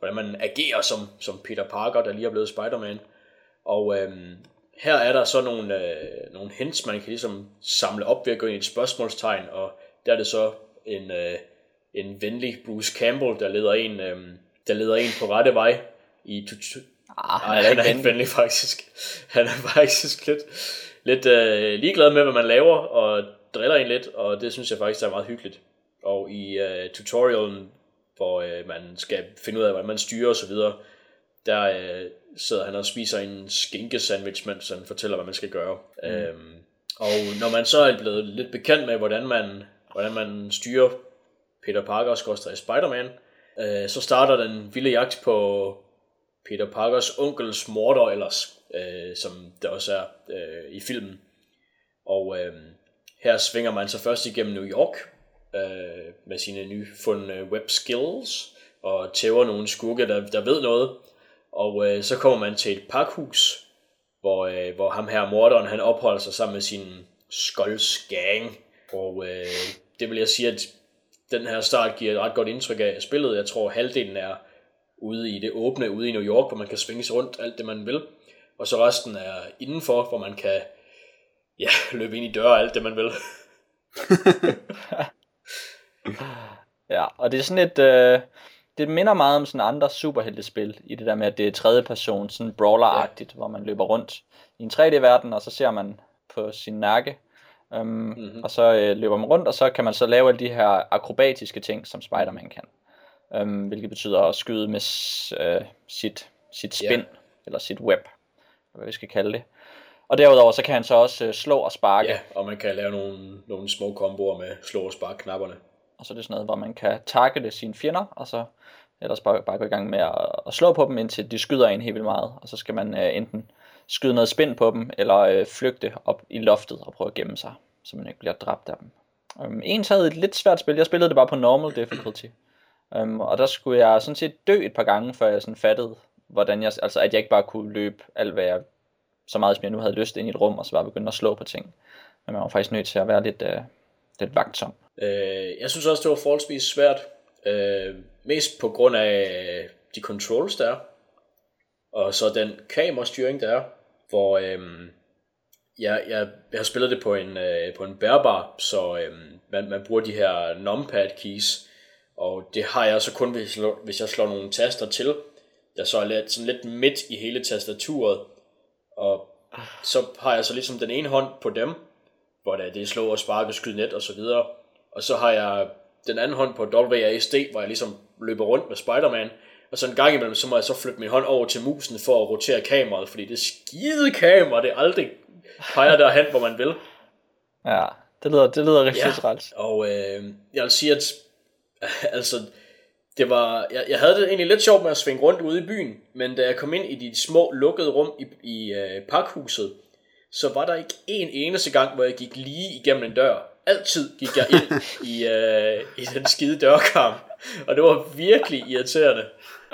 hvordan man agerer som, som Peter Parker, der lige er blevet Spider-Man. Og øhm, her er der så nogle, øh, nogle hints, man kan ligesom samle op ved at gå ind i et spørgsmålstegn, og der er det så en, øh, en venlig Bruce Campbell, der leder en, øh, der leder en på rette vej. I tu- ah, han, er han er ikke venlig faktisk. Han er faktisk lidt, lidt øh, ligeglad med, hvad man laver, og driller en lidt, og det synes jeg faktisk er meget hyggeligt. Og i øh, tutorialen, hvor øh, man skal finde ud af, hvordan man styrer og så videre, der øh, sidder han og spiser en skinkesandwich, mens han fortæller, hvad man skal gøre. Mm. Øhm, og når man så er blevet lidt bekendt med, hvordan man, hvordan man styrer Peter Parker skorstræk Spider-Man, øh, så starter den vilde jagt på Peter Parkers onkels morder ellers, øh, som der også er øh, i filmen. Og øh, her svinger man så først igennem New York øh, med sine nyfundne web skills og tæver nogle skurke, der, der ved noget. Og øh, så kommer man til et pakhus, hvor, øh, hvor ham her morderen, han opholder sig sammen med sin Skulls gang. Og øh, det vil jeg sige, at den her start giver et ret godt indtryk af spillet. Jeg tror halvdelen er ude i det åbne, ude i New York, hvor man kan svinge sig rundt alt det man vil. Og så resten er indenfor, hvor man kan ja, løbe ind i døre alt det man vil. Ja, og det er sådan et... Øh... Det minder meget om sådan andre superheltespil, i det der med, at det er tredje person, sådan brawler-agtigt, ja. Hvor man løber rundt i en tre D-verden, og så ser man på sin nakke, um, mm-hmm. og så øh, løber man rundt, og så kan man så lave alle de her akrobatiske ting, som Spider-Man kan. Um, hvilket betyder at skyde med øh, sit, sit spin, yeah. eller sit web, hvad vi skal kalde det. Og derudover så kan han så også øh, slå og sparke. Ja, og man kan lave nogle, nogle små komboer med slå og sparke knapperne. Og så er det sådan noget, hvor man kan targete sine fjender, og så ellers bare, bare gå i gang med at, at slå på dem, indtil de skyder en helt vildt meget. Og så skal man øh, enten skyde noget spin på dem, eller øh, flygte op i loftet og prøve at gemme sig, så man ikke bliver dræbt af dem. Um, en havde et lidt svært spil. Jeg spillede det bare på normal difficulty. Um, og der skulle jeg sådan set dø et par gange, før jeg sådan fattede, hvordan jeg, altså at jeg ikke bare kunne løbe alt, hvad jeg, så meget som jeg nu havde lyst ind i et rum, og så bare begynde at slå på ting. Men man var faktisk nødt til at være lidt, øh, lidt vagtsom. Øh, jeg synes også, det var forholdsvis svært. Øh, mest på grund af de controls, der er. Og så den kamerastyring, der er. Hvor øh, jeg, jeg, jeg har spillet det på en, øh, på en bærbar, så øh, man, man bruger de her numpad keys. Og det har jeg så kun, hvis jeg, hvis jeg slår nogle taster til, der så er lidt, sådan lidt midt i hele tastaturet. Og så har jeg så ligesom den ene hånd på dem, hvor det er slå og sparke, skyde net og så videre. Og så har jeg den anden hånd på W A S D, hvor jeg ligesom løber rundt med Spider-Man. Og så en gang imellem, så må jeg så flytte min hånd over til musen for at rotere kameraet, fordi det skide kamera, det aldrig peger derhen, hvor man vil. Ja, det lyder, det lyder rigtig ja, træls. og øh, jeg vil sige, at altså, det var, jeg, jeg havde det egentlig lidt sjovt med at svinge rundt ude i byen, men da jeg kom ind i de små lukkede rum i, i øh, pakhuset, så var der ikke en eneste gang, hvor jeg gik lige igennem en dør. Altid gik jeg ind i, øh, i den skide dørkarm, og det var virkelig irriterende.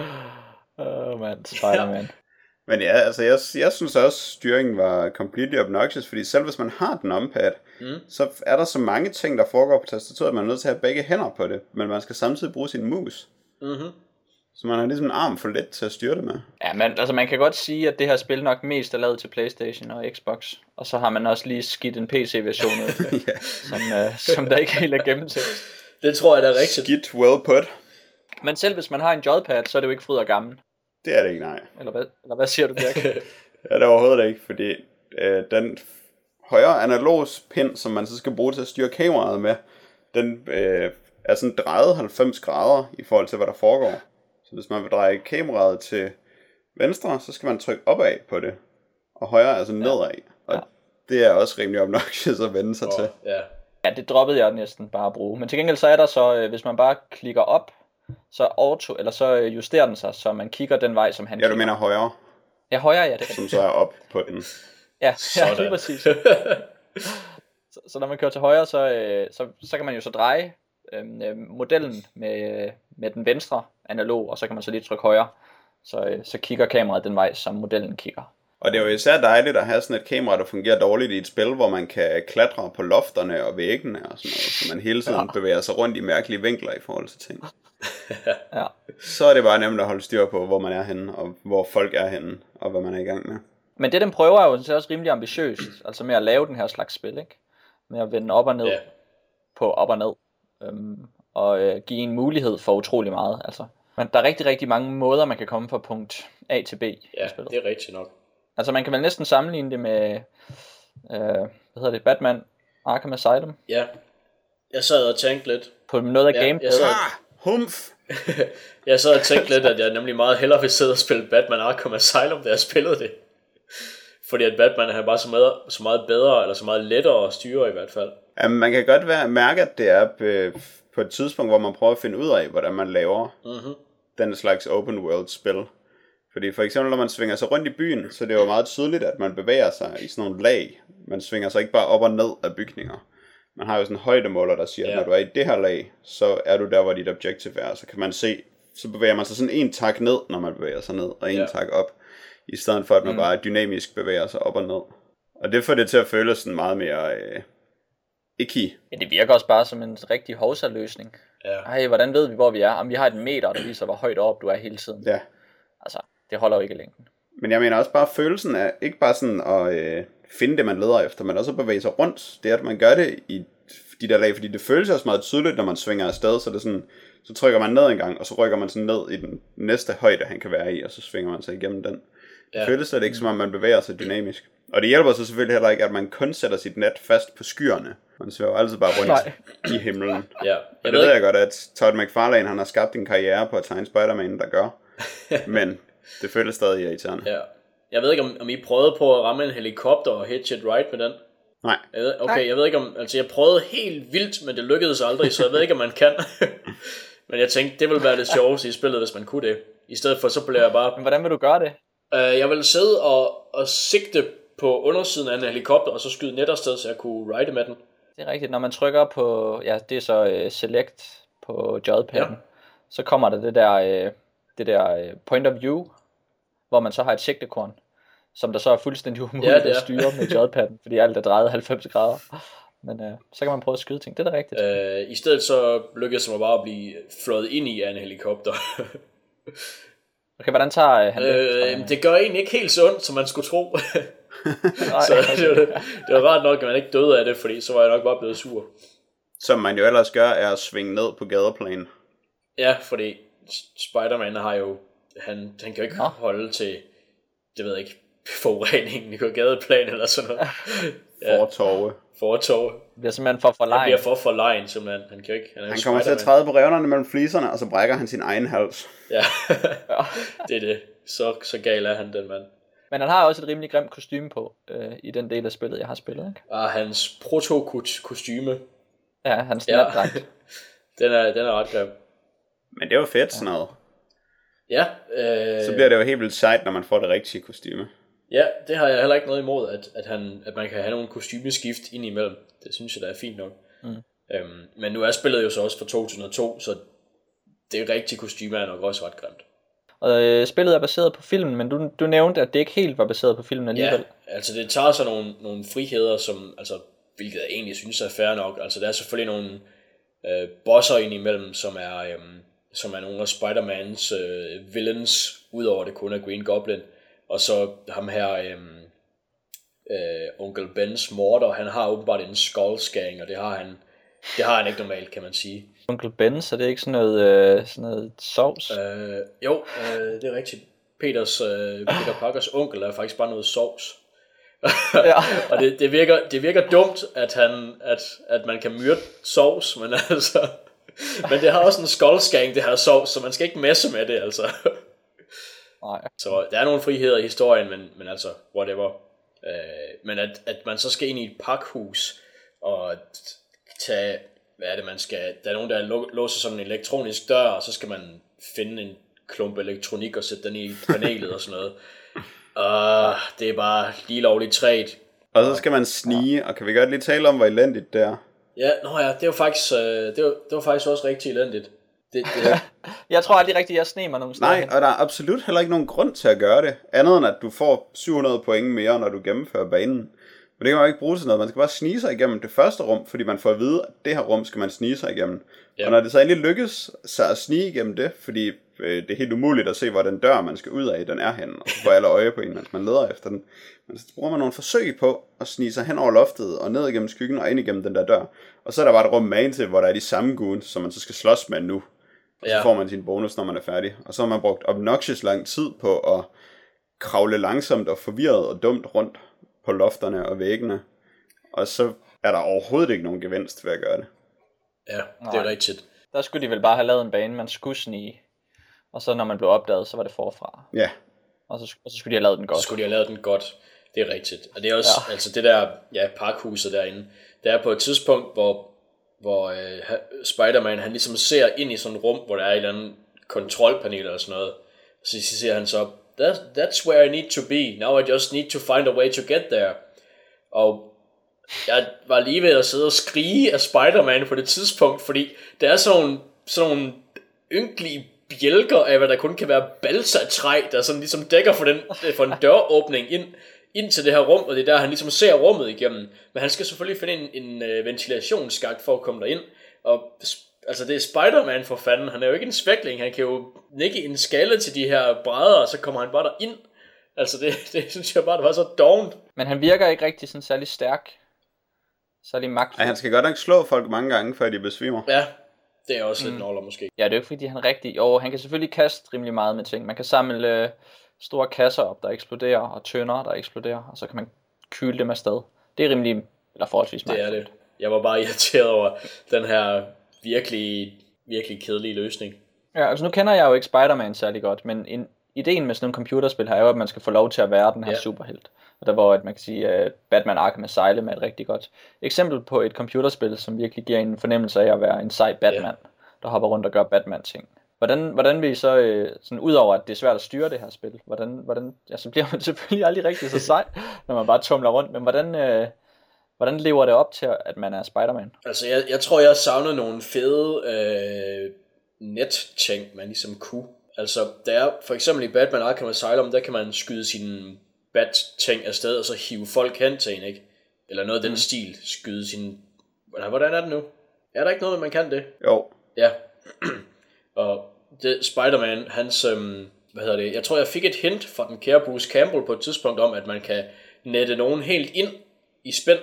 Åh oh, man, Spider-Man. Ja. Men ja, altså jeg, jeg synes også, styringen var completely obnoxious, fordi selv hvis man har den numpad, mm. så er der så mange ting, der foregår på tastaturet, at man er nødt til at have begge hænder på det, men man skal samtidig bruge sin mus. Mm-hmm. Så man har ligesom en arm for let til at styre det med. Ja, men altså man kan godt sige, at det her spil nok mest er lavet til PlayStation og Xbox, og så har man også lige skidt en P C-version ud, ja. som, øh, som der ikke helt er gennemtænkt. Det tror jeg, der er rigtigt. Skidt well put. Men selv hvis man har en joypad, så er det jo ikke fryd og gammel. Det er det ikke, nej. Eller hvad, eller hvad siger du, Dirk? Ja, det er overhovedet ikke, fordi øh, den højre analogs pind, som man så skal bruge til at styre kameraet med, den øh, er sådan drejet halvfems grader i forhold til, hvad der foregår. Så hvis man vil dreje kameraet til venstre, så skal man trykke opad på det, og højre altså nedad. Og ja. Det er også rimelig obnoxious at vende sig oh, til. Ja. ja, det droppede jeg næsten bare at bruge. Men til gengæld så er der så, øh, hvis man bare klikker op, så auto, eller så justerer den sig, så man kigger den vej, som han Ja, du kigger. mener højre? Ja, højre, ja. Det er som så er op på den. Ja, ja lige præcis. så, så når man kører til højre, så, øh, så, så kan man jo så dreje øh, modellen med, med den venstre analog, og så kan man så lige trykke højre, så, øh, så kigger kameraet den vej, som modellen kigger. Og det er jo især dejligt at have sådan et kamera, der fungerer dårligt i et spil, hvor man kan klatre på lofterne og væggene og sådan noget, så man hele tiden ja. bevæger sig rundt i mærkelige vinkler i forhold til ting. Ja. Så er det bare nemt at holde styr på, hvor man er henne, og hvor folk er henne, og hvad man er i gang med. Men det den prøver er jo så også rimelig ambitiøst, altså med at lave den her slags spil, ikke? Med at vende op og ned Ja. på op og ned, øhm, og øh, give en mulighed for utrolig meget, altså. Men der er rigtig, rigtig mange måder, man kan komme fra punkt A til B i Ja, spillet. det er rigtigt nok. Altså man kan vel næsten sammenligne det med, øh, hvad hedder det, Batman Arkham Asylum, Ja, jeg sad og tænkte lidt. på noget af Ja, gameplay. jeg sad- Ah, humf! Jeg sad og tænkte lidt, at jeg nemlig meget hellere vil sidde og spille Batman Arkham Asylum, da jeg spillede det. Fordi at Batman er bare så meget, så meget bedre, eller så meget lettere at styre i hvert fald. Jamen, man kan godt være, mærke, at det er på, på et tidspunkt, hvor man prøver at finde ud af, hvordan man laver Mm-hmm. den slags open world spil. Fordi for eksempel, når man svinger sig rundt i byen, så det er jo meget tydeligt, at man bevæger sig i sådan nogle lag. Man svinger sig ikke bare op og ned af bygninger. Man har jo sådan en højdemåler, der siger, at Ja. når du er i det her lag, så er du der, hvor dit objective er. Så kan man se, så bevæger man sig sådan en tak ned, når man bevæger sig ned, og en Ja. tak op. I stedet for, at man Mm. bare dynamisk bevæger sig op og ned. Og det får det til at føles sådan meget mere øh, icky. Ja, det virker også bare som en rigtig hovsaløsning. Ja. Ej, hvordan ved vi, hvor vi er? Om vi har et meter, der viser, hvor højt op du er hele tiden. Ja. Altså, det holder jo ikke i længden. Men jeg mener også bare følelsen af, ikke bare sådan at øh, finde det, man leder efter, men også at bevæge sig rundt. Det er, at man gør det i de der lag, fordi det føles også meget tydeligt, når man svinger afsted, så det er sådan, så trykker man ned en gang, og så rykker man sådan ned i den næste højde, han kan være i, og så svinger man sig igennem den. Det Ja. føles det ikke, som om man bevæger sig dynamisk. Og det hjælper så selvfølgelig heller ikke, at man kun sætter sit net fast på skyerne. Man svæver altid bare rundt Nej. i himlen. Ja. Og Jeg det ved ved jeg ikke, godt, at Todd McFarlane, han har skabt en karriere på at tegne Spider-Man, der gør. Men det føles stadig irriterende. ja. Jeg ved ikke om, om I prøvede på at ramme en helikopter og hit it right med den. Nej. Jeg ved, okay, Nej. jeg ved ikke om, altså jeg prøvede helt vildt, men det lykkedes aldrig, så jeg ved ikke om man kan. Men jeg tænkte, det ville være det sjoveste i spillet, hvis man kunne det. I stedet for, så blev jeg bare, Men hvordan vil du gøre det? øh, jeg ville sidde og, og sigte på undersiden af en helikopter, og så skyde net afsted, så jeg kunne ride med den. Det er rigtigt, når man trykker på, ja, det er så uh, select på joypadden, Ja. så kommer der det der, uh, det der uh, point of view, hvor man så har et sigtekorn, som der så er fuldstændig umuligt Ja, det at er. styre med joypadden, fordi alt er drejet halvfems grader. Men uh, så kan man prøve at skyde ting, det er da rigtigt. Øh, I stedet så lykkedes det mig bare at blive fløjet ind i af en helikopter. Okay, hvordan tager uh, han det? øh, det gør egentlig ikke helt så ondt, som man skulle tro. Nej, Så det var, det var rart nok, at man ikke døde af det, fordi så var jeg nok bare blevet sur. Som man jo ellers gør, er at svinge ned på gadeplan. Ja, fordi Spider-Man har jo, han, han kan jo ikke Nå. holde til, det ved jeg ikke, forureningen på gadeplan eller sådan noget. Ja, Fortorve. fortov. det bliver simpelthen for for Han lejn. bliver for for lejen, simpelthen. Han kan jo ikke, han, er jo Han kommer til at Spider-Man. træde på revnerne mellem fliserne, og så brækker han sin egen hals. Ja, det er det. Så, så gal er han, den mand. Men han har også et rimelig grimt kostume på, øh, i den del af spillet, jeg har spillet, ikke? Og hans proto-kostyme, Ja, hans ja, natdragt. den er, den er ret grim. Men det er jo fedt sådan noget. Ja, øh, Så bliver det jo helt vildt sejt, når man får det rigtige kostyme. ja, det har jeg heller ikke noget imod, at, at, han, at man kan have nogle kostymeskift ind imellem. Det synes jeg, der er fint nok. Mm. Øhm, men nu er spillet jo så også fra to tusind og to, så det rigtige kostyme er nok også ret grimt. Og øh, spillet er baseret på filmen, men du, du nævnte, at det ikke helt var baseret på filmen alligevel. Ja, altså det tager så nogle, nogle friheder, som, altså, hvilket jeg egentlig synes er fair nok. Altså der er selvfølgelig nogle øh, bosser indimellem, som er, øh, som er nogle af Spider-Mans øh, villains, udover det kun er Green Goblin. Og så ham her, øh, øh, onkel Bens morder, han har åbenbart en skullsgang, og det har han, det har han ikke normalt, kan man sige. Onkel Ben, så det er ikke sådan noget, øh, sådan noget sovs. Øh, jo, øh, det er rigtigt. Peters, øh, Peter Parkers onkel er faktisk bare noget sovs. Ja. Og det, det, virker, det virker dumt, at, han, at, at man kan myrde sovs, men altså... Men det har også en skullsgang, det her sovs, så man skal ikke messe med det, altså. Nej. Så der er nogle friheder i historien, men, men altså, whatever. Øh, men at, at man så skal ind i et pakhus og tage... Hvad er det, man skal... Der er nogen, der lå- låser sådan en elektronisk dør, og så skal man finde en klump elektronik og sætte den i panelet og sådan noget. Og det er bare lige lovligt træt. Og så skal man snige, og kan vi godt lige tale om, hvor elendigt det er? Ja, nå ja, det var faktisk, øh, det var, det var faktisk også rigtig elendigt. Det, det, Jeg tror aldrig rigtigt, jeg sne mig nogen steder. Nej, og der er absolut heller ikke nogen grund til at gøre det, andet end at du får syv hundrede point mere, når du gennemfører banen. Men det kan man ikke bruge til noget. Man skal bare snige sig igennem det første rum, fordi man får at vide, at det her rum skal man snige sig igennem. Ja. Og når det så endelig lykkes sig at snige igennem det, fordi øh, det er helt umuligt at se, hvor den dør, man skal ud af, den er henne, og så får alle øje på en, mens man leder efter den. Men så bruger man nogle forsøg på at snige sig hen over loftet, og ned igennem skyggen, og ind igennem den der dør. Og så er der bare et rum magen til, hvor der er de samme goons, som man så skal slås med nu. Og så ja. får man sin bonus, når man er færdig. Og så har man brugt obnoxious lang tid på at kravle langsomt og forvirret og dumt rundt på lofterne og væggene. Og så er der overhovedet ikke nogen gevinst ved at gøre det. Ja, det er rigtigt. Der skulle de vel bare have lavet en bane, man skulle snige. Og så når man blev opdaget, så var det forfra. Ja. Og så, og så skulle de have lavet den godt. Så skulle de have lavet den godt. Det er rigtigt. Og det er også, ja. altså det der, ja, parkhuset derinde. Der er på et tidspunkt, hvor, hvor øh, Spider-Man, han ligesom ser ind i sådan et rum, hvor der er et eller andet kontrolpanel eller sådan noget. Så siger han så, That, that's where I need to be. Now I just need to find a way to get there. Og jeg var lige ved at sidde og skrige af Spider-Man på det tidspunkt, fordi der er sådan nogle, sådan nogle ynkelige bjælker af, hvad der kun kan være balsatræ, der sådan ligesom dækker for, den, for en døråbning ind, ind til det her rum, og det er der, han ligesom ser rummet igennem. Men han skal selvfølgelig finde en, en uh, ventilationsskakt for at komme derind, og altså det er Spider-Man for fanden, han er jo ikke en svækling, han kan jo nikke en skalle til de her brædder, og så kommer han bare derind. Altså det, det synes jeg bare, det var så dovent. Men han virker ikke rigtig sådan særlig stærk, særlig magtfuld. Ej, han skal godt nok slå folk mange gange, før de besvimer. Ja, det er også lidt mm. nåler måske. Ja, det er jo ikke fordi han rigtig, jo han kan selvfølgelig kaste rimelig meget med ting. Man kan samle øh, store kasser op, der eksploderer, og tønder, der eksploderer, og så kan man kyle dem afsted. Det er rimelig, eller forholdsvis magtfuldt. Det er det. Jeg var bare irriteret over den her virkelig, virkelig kedelige løsning. Ja, altså nu kender jeg jo ikke Spider-Man særlig godt, men en, ideen med sådan nogle computerspil her er jo, at man skal få lov til at være den her ja. superhelt. Og der hvor at man kan sige, at Batman Arkham Asylum er et rigtig godt eksempel på et computerspil, som virkelig giver en fornemmelse af at være en sej Batman, ja. der hopper rundt og gør Batman-ting. Hvordan, hvordan vil I så, øh, sådan udover at det er svært at styre det her spil, hvordan, hvordan, ja, så bliver man selvfølgelig aldrig rigtig så sej, når man bare tumler rundt, men hvordan... Øh, Hvordan lever det op til, at man er Spider-Man? Altså, jeg, jeg tror, jeg savner nogle fede øh, net-ting, man ligesom kunne. Altså, der er for eksempel i Batman Arkham Asylum, der kan man skyde sine bat-ting afsted, og så hive folk hen til en, ikke? Eller noget af den mm. stil, skyde sin... Hvordan er det nu? Er der ikke noget, man kan det? Jo. Ja. Og det, Spider-Man, hans... Øhm, hvad hedder det? Jeg tror, jeg fik et hint fra den kære Bruce Campbell på et tidspunkt om, at man kan nette nogen helt ind i spænd.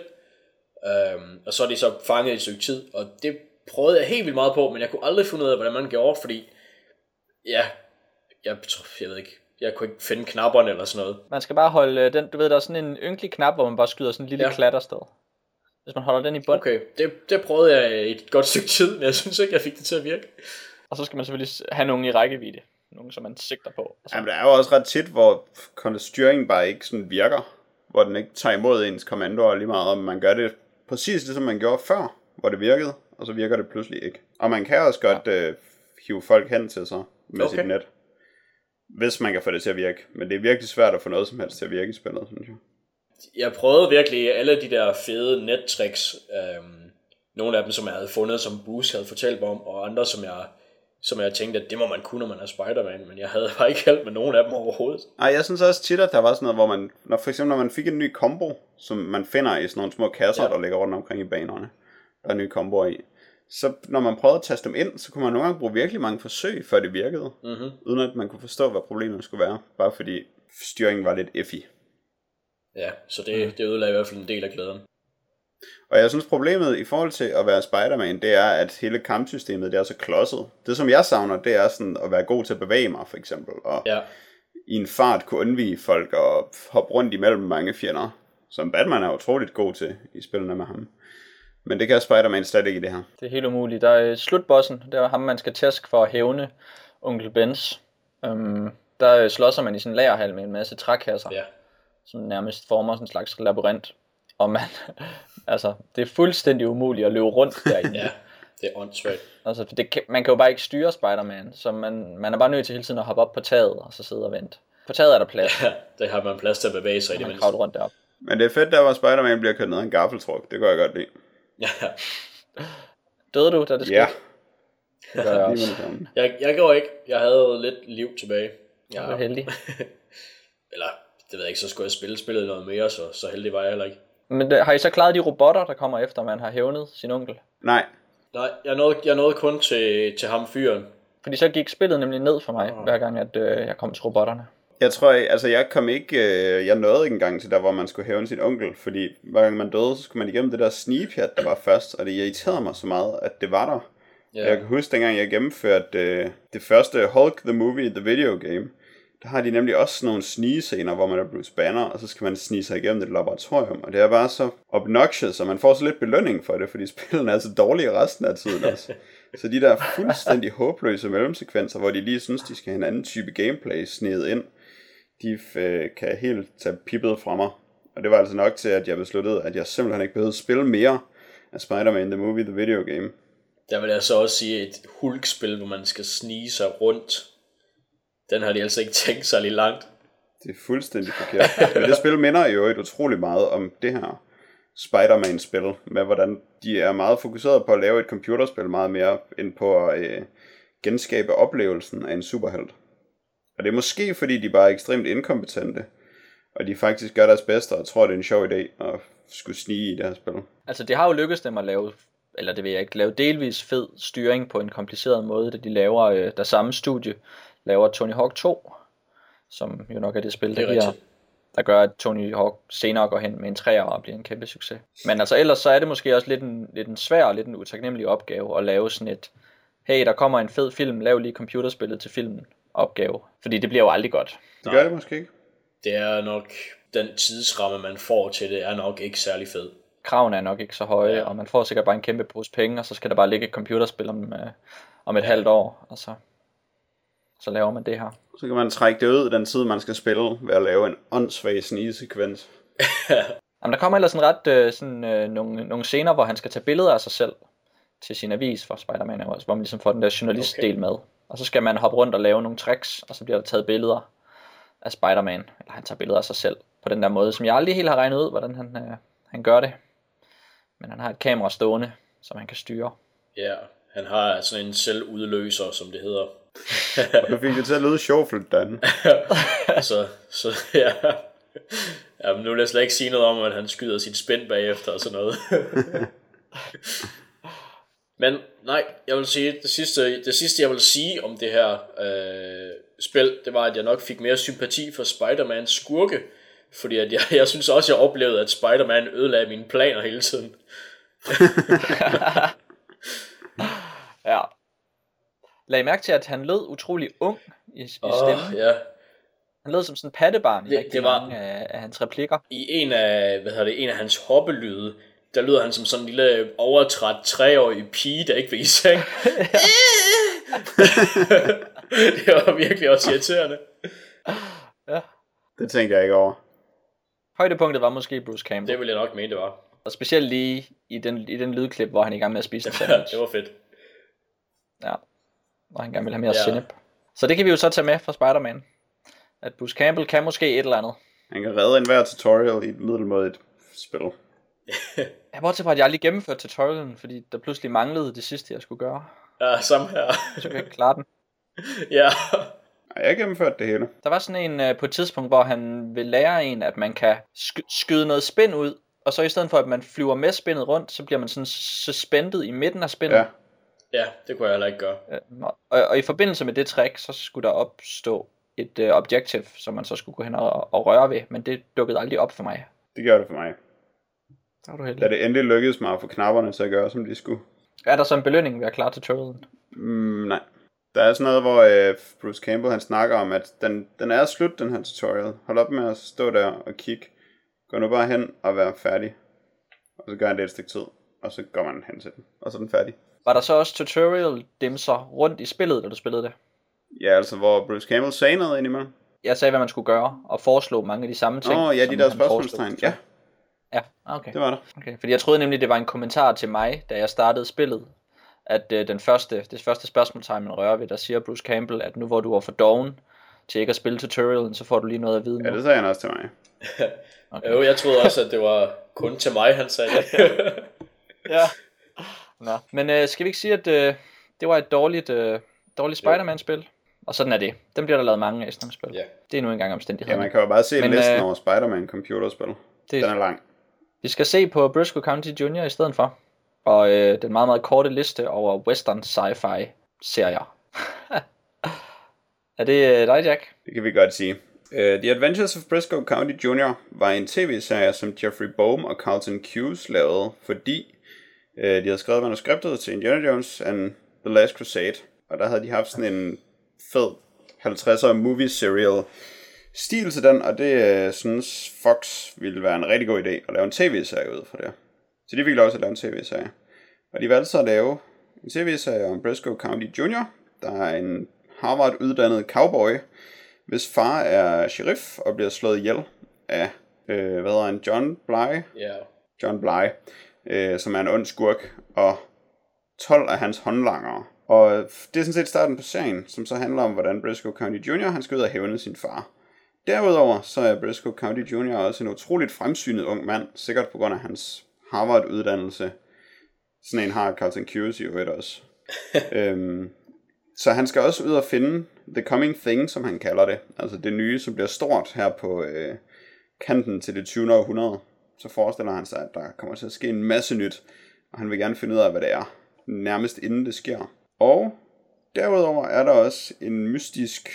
Øhm, og så er de så fanget i et stykke tid, og det prøvede jeg helt vildt meget på, men jeg kunne aldrig finde ud af, hvordan man gjorde, fordi ja, jeg, jeg ved ikke, jeg kunne ikke finde knapperne eller sådan noget. Man skal bare holde den, du ved, der er sådan en ynkelig knap, hvor man bare skyder sådan en lille ja. klattersted. Hvis man holder den i bund. Okay, det, det prøvede jeg et godt stykke tid, men jeg synes ikke, jeg fik det til at virke. Og så skal man selvfølgelig have nogen i rækkevidde, nogen som man sigter på. Jamen der er jo også ret tit, hvor styringen bare ikke sådan virker, hvor den ikke tager imod ens kommandoer lige meget, om man gør det præcis det, som man gjorde før, hvor det virkede, og så virker det pludselig ikke. Og man kan også godt ja. øh, hive folk hen til sig med okay. sit net, hvis man kan få det til at virke. Men det er virkelig svært at få noget som helst til at virke i spillet, synes jeg. Jeg prøvede virkelig alle de der fede net-tricks. Øhm, nogle af dem, som jeg havde fundet, som Bruce havde fortalt mig om, og andre, som jeg, som jeg tænkte, at det må man kunne, når man er Spider-Man, men jeg havde bare ikke hjælp med nogen af dem overhovedet. Ej, jeg synes også tit, at der var sådan noget, hvor man, når, for eksempel når man fik en ny combo, som man finder i sådan nogle små kasser, ja. der ligger rundt omkring i banerne, der er nye komboer i, så når man prøvede at taste dem ind, så kunne man nogle gange bruge virkelig mange forsøg, før det virkede, mm-hmm. uden at man kunne forstå, hvad problemet skulle være, bare fordi styringen var lidt iffy. Ja, så det, det ødelagde i hvert fald en del af glæden. Og jeg synes problemet i forhold til at være Spider-Man, det er, at hele kampsystemet det er så klodset. Det som jeg savner, det er sådan at være god til at bevæge mig, for eksempel. Og ja. i en fart kunne undvige folk og hoppe rundt imellem mange fjender. Som Batman er utroligt god til i spillene med ham. Men det kan Spider-Man slet ikke i det her. Det er helt umuligt. Der er slutbossen, det er ham man skal tæske for at hævne Onkel Bens. Um, der slåsser man i sin lagerhal med en masse trækasser. Ja. Som nærmest former sådan en slags labyrint. Og man, altså, det er fuldstændig umuligt at løbe rundt derinde. Ja, det er åndssvagt. Altså, det kan, man kan jo bare ikke styre Spider-Man, så man, man er bare nødt til hele tiden at hoppe op på taget, og så sidde og vente. På taget er der plads. Ja, det har man plads til at bevæge sig i det mindste. Rundt derop. Men det er fedt, der hvor Spider-Man bliver kørt ned af en gaffeltruck. Det går jeg godt lide. Ja. Døde du, da det skete? Ja. Det gør jeg også. Jeg, jeg gjorde ikke. Jeg havde lidt liv tilbage. Jeg var heldig. Eller, det ved jeg ikke, så skulle jeg spille spillet noget mere, så, så heldig var jeg heller ikke. Men det, har I så klaret de robotter, der kommer efter, man har hævnet sin onkel? Nej. Nej, jeg nåede, jeg nåede kun til, til ham fyren. Fordi så gik spillet nemlig ned for mig, oh. hver gang at øh, jeg kom til robotterne. Jeg tror, jeg, altså jeg kom ikke, øh, jeg nåede ikke engang til der, hvor man skulle hævne sin onkel, fordi hver gang man døde, så skulle man igennem det der snigepjat, der var først, og det irriterede mig så meget, at det var der. Yeah. Jeg kan huske, dengang jeg gennemførte øh, det første Hulk the Movie, the video game, der har de nemlig også sådan nogle snigescener, hvor man er blevet Banner, og så skal man snige sig igennem et laboratorium, og det er bare så obnoxious, og man får så lidt belønning for det, fordi spillene er så dårlige resten af tiden også. Så de der fuldstændig håbløse mellemsekvenser, hvor de lige synes, de skal have en anden type gameplay snedet ind, de øh, kan helt tage pippet fra mig. Og det var altså nok til, at jeg besluttede, at jeg simpelthen ikke behøvede spille mere af Spider-Man The Movie, The Video Game. Der vil jeg så også sige et Hulk-spil, hvor man skal snige sig rundt. Den har de altså ikke tænkt sig lige langt. Det er fuldstændig forkert. Men det spil minder jo et utroligt meget om det her Spider-Man-spil, med hvordan de er meget fokuseret på at lave et computerspil meget mere, end på at øh, genskabe oplevelsen af en superhelt. Og det er måske fordi, de bare er ekstremt inkompetente, og de faktisk gør deres bedste, og tror, det er en sjov idé at skulle snige i det her spil. Altså, det har jo lykkedes dem at lave, eller det vil jeg ikke, lave delvis fed styring på en kompliceret måde, da de laver, øh, der samme studie, laver Tony Hawk to, som jo nok er det spil, der, giver, der gør, at Tony Hawk senere går hen med en træer og bliver en kæmpe succes. Men altså, ellers så er det måske også lidt en, lidt en svær og lidt en utaknemmelig opgave at lave sådan et, hey, der kommer en fed film, lav lige computerspillet til filmen. Opgave, fordi det bliver jo aldrig godt. Det gør det måske ikke. Det er nok, den tidsramme man får til det, er nok ikke særlig fed. Kravene er nok ikke så høje, ja. Og man får sikkert bare en kæmpe pose penge, og så skal der bare ligge et computerspil om, øh, om et ja. halvt år, og så, så laver man det her. Så kan man trække det ud den tid, man skal spille, ved at lave en åndssvag snigesekvens. Jamen, der kommer ellers sådan ret øh, sådan, øh, nogle, nogle scener, hvor han skal tage billeder af sig selv til sin avis for Spider-Man, hvor man ligesom får den der journalistdel okay. med. Og så skal man hoppe rundt og lave nogle tricks, og så bliver der taget billeder af Spider-Man, eller han tager billeder af sig selv, på den der måde, som jeg aldrig helt har regnet ud, hvordan han, øh, han gør det. Men han har et kamera stående, som han kan styre. Ja, han har sådan en selvudløser, som det hedder. Og du fik det til at lyde sjovt, Dan. så, så ja. Jamen, nu vil jeg slet ikke sige noget om, at han skyder sit spænd bagefter og sådan noget. Men nej, jeg vil sige, det sidste, det sidste jeg vil sige om det her øh, spil, det var, at jeg nok fik mere sympati for Spider-Mans skurke, fordi at jeg, jeg synes også, jeg oplevede, at Spider-Man ødelagde mine planer hele tiden. Ja. Lag I mærke til, at han lød utrolig ung i, i oh, stemmen? Ja. Han lød som sådan en pattebarn i det, rigtig det var, mange af, af hans replikker. I en af, hvad hedder det, en af hans hoppelyde, der lyder han som sådan en lille overtræt treårig pige, der ikke vil i seng. Det var virkelig også irriterende. Ja. Det tænkte jeg ikke over. Højdepunktet var måske Bruce Campbell. Det ville jeg nok mene, det var. Og specielt lige i den, i den lydklip, hvor han er i gang med at spise en sandwich. Det var fedt. Ja, hvor han gerne vil have mere ja. sennep. Så det kan vi jo så tage med fra Spider-Man. At Bruce Campbell kan måske et eller andet. Han kan redde enhver tutorial i et middelmådigt spil. Jeg bortset fra, at jeg aldrig gennemførte tutorialen, fordi der pludselig manglede det sidste, jeg skulle gøre. Ja, samme her. Så kunne jeg ikke klare den. Ja. Jeg gennemførte det hele. Der var sådan en uh, på et tidspunkt, hvor han vil lære en, at man kan sk- skyde noget spind ud, og så i stedet for, at man flyver med spindet rundt, så bliver man sådan suspendet i midten af spindet. Ja. Ja, det kunne jeg heller ikke gøre. Og, og i forbindelse med det trick, så skulle der opstå et uh, objective, som man så skulle gå hen og, og røre ved, men det dukkede aldrig op for mig. Det gjorde det for mig. Så var du heldig. Da det endelig lykkedes mig at få knapperne til at gøre, som de skulle. Er der så en belønning ved at klare tutorialen? Mm, nej. Der er sådan noget, hvor øh, Bruce Campbell han snakker om, at den, den er slut, den her tutorial. Hold op med at stå der og kigge. Gå nu bare hen og vær færdig. Og så gør han det et stykke tid. Og så går man hen til den. Og så er den færdig. Var der så også tutorial-dimser rundt i spillet, da du spillede det? Ja, altså hvor Bruce Campbell sagde noget indimellem. Jeg sagde, hvad man skulle gøre, og foreslog mange af de samme ting. Åh, oh, ja, de der spørgsmålstegn. Ja. Ja, okay. Det var der. Okay, fordi jeg troede nemlig, det var en kommentar til mig, da jeg startede spillet. At øh, den første, det første spørgsmålstegn, man rører ved, der siger Bruce Campbell, at nu hvor du var for doven til ikke at spille tutorialen, så får du lige noget at vide nu. Ja, det sagde han også til mig. Okay. Jo, jeg troede også, at det var kun til mig, han sagde det. Ja. Nå. Men øh, skal vi ikke sige, at øh, det var et dårligt, øh, dårligt Spider-Man-spil? Og sådan er det. Den bliver der lavet mange af sådan nogle spil. Ja. Det er nu engang omstændigheden. Ja, man kan jo bare se Men, listen øh, over Spider-Man computerspil. Det... Den er lang. Vi skal se på Briscoe County junior i stedet for. Og øh, den meget, meget korte liste over western sci-fi serier. Er det øh, dig, Jack? Det kan vi godt sige. Uh, The Adventures of Briscoe County junior var en tv-serie, som Jeffrey Boehm og Carlton Cuse lavede, fordi uh, de havde skrevet manuskriptet til Indiana Jones and The Last Crusade. Og der havde de haft sådan en fed halvtredser movie serial stil til den, og det uh, synes Fox ville være en rigtig god idé at lave en tv-serie ud fra det. Så de fik lov til at lave en tv-serie. Og de valgte så at lave en tv-serie om Briscoe County junior, der er en Harvard-uddannet cowboy, hvis far er sheriff og bliver slået ihjel af, øh, hvad hedder han, John Bly? Yeah. John Bly, øh, som er en ond skurk, og tolv af hans håndlangere. Og det er sådan set starten på serien, som så handler om, hvordan Briscoe County junior han skal ud og hævne sin far. Derudover så er Briscoe County junior også en utroligt fremsynet ung mand, sikkert på grund af hans Harvard-uddannelse. Sådan en har Carlton Cuse i øvrigt også. øhm, så han skal også ud og finde The Coming Thing, som han kalder det. Altså det nye, som bliver stort her på øh, kanten til det tyvende århundrede. Så forestiller han sig, at der kommer til at ske en masse nyt, og han vil gerne finde ud af, hvad det er, nærmest inden det sker. Og derudover er der også en mystisk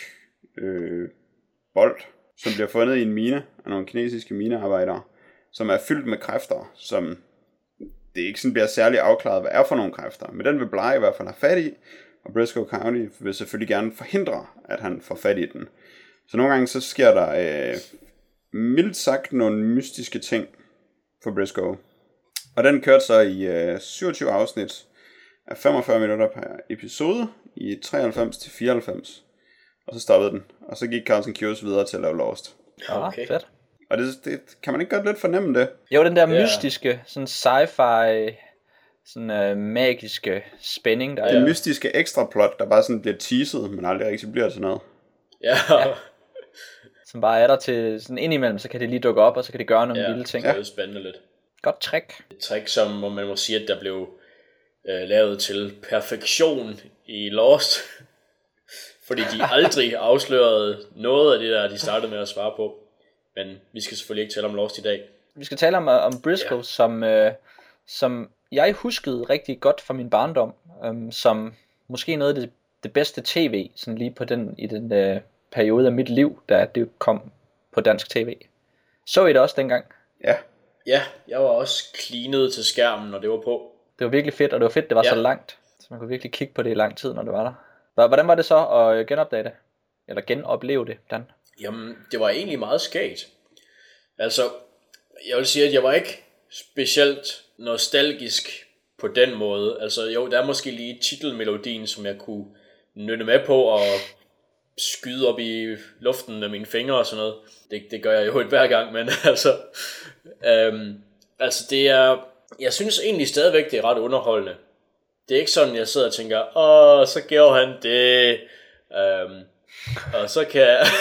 øh, bold, som bliver fundet i en mine af nogle kinesiske minearbejdere, som er fyldt med kræfter, som det ikke sådan bliver særlig afklaret, hvad er for nogle kræfter. Men den vil Bly i hvert fald have fat i, og Briscoe County vil selvfølgelig gerne forhindre, at han får fat i den. Så nogle gange så sker der øh, mildt sagt nogle mystiske ting for Briscoe. Og den kørte så i øh, syvogtyve afsnit af femogfyrre minutter per episode i treoghalvfems til fireoghalvfems. Og så stoppede den. Og så gik Carlton Cuse videre til at lave Lost. Okay. Ah, fedt. Og det, det kan man ikke godt lidt fornemme det? Jo, den der Yeah. mystiske, sådan sci-fi, sådan øh, magiske spænding, der Det er. mystiske ekstra plot, der bare sådan bliver teaset, men aldrig rigtig bliver til noget. Ja, Ja. Som bare er der til sådan indimellem, så kan det lige dukke op, og så kan det gøre nogle ja, vilde ting. det er jo spændende lidt. Godt trick. Et trick, som man må sige, at der blev øh, lavet til perfektion i Lost. Fordi de aldrig afslørede noget af det der, de startede med at svare på. Men vi skal selvfølgelig ikke tale om Lost i dag. Vi skal tale om, om Briscoe, Ja. som, øh, som jeg huskede rigtig godt fra min barndom, øh, som måske noget af det, det bedste tv, sådan lige på den, i den øh, periode af mit liv, da det kom på dansk tv. Så I det også dengang? Ja, Ja, jeg var også cleanet til skærmen, når det var på. Det var virkelig fedt, og det var fedt, det var Ja. så langt. Så man kunne virkelig kigge på det i lang tid, når det var der. Hva- Hvordan var det så at genopdage det? Eller genopleve det, Dan? Jamen, det var egentlig meget skægt. Altså, jeg vil sige, at jeg var ikke specielt nostalgisk på den måde. Altså, jo, der er måske lige titelmelodien, som jeg kunne nynne med på og skyde op i luften med mine fingre og sådan noget. Det, det gør jeg jo ikke hver gang, men altså... Øhm, altså, det er... Jeg synes egentlig stadigvæk, det er ret underholdende. Det er ikke sådan, jeg sidder og tænker, åh, så gjorde han det... Øhm, og så kan jeg...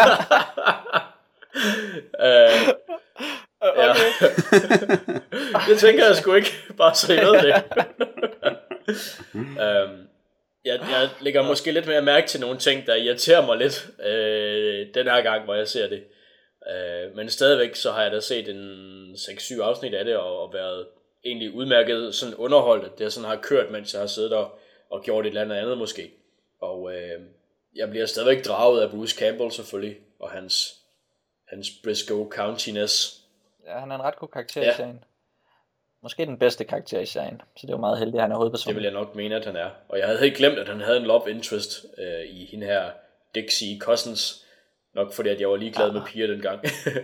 øh, ja. Det tænker jeg sgu ikke. Bare så I ved det. øhm, jeg, jeg lægger måske lidt mere mærke til nogle ting, der irriterer mig lidt øh, den her gang, hvor jeg ser det. Øh, men stadigvæk så har jeg da set en seks syv afsnit af det, og, og været egentlig udmærket sådan underholdt. Det er sådan har kørt, mens jeg har siddet og, og gjort et eller andet andet måske. Og øh, jeg bliver stadigvæk draget af Bruce Campbell selvfølgelig, og hans, hans Briscoe County-ness. Ja, han er en ret god karakter Ja. i serien. Måske den bedste karakter i serien. Så det er jo meget heldigt, at han er Det hovedperson. vil jeg nok mene, at han er. Og jeg havde ikke glemt, at han havde en love interest øh, i hende her Dixie Cousins. Nok fordi, at jeg var ligeglad ah. med piger dengang.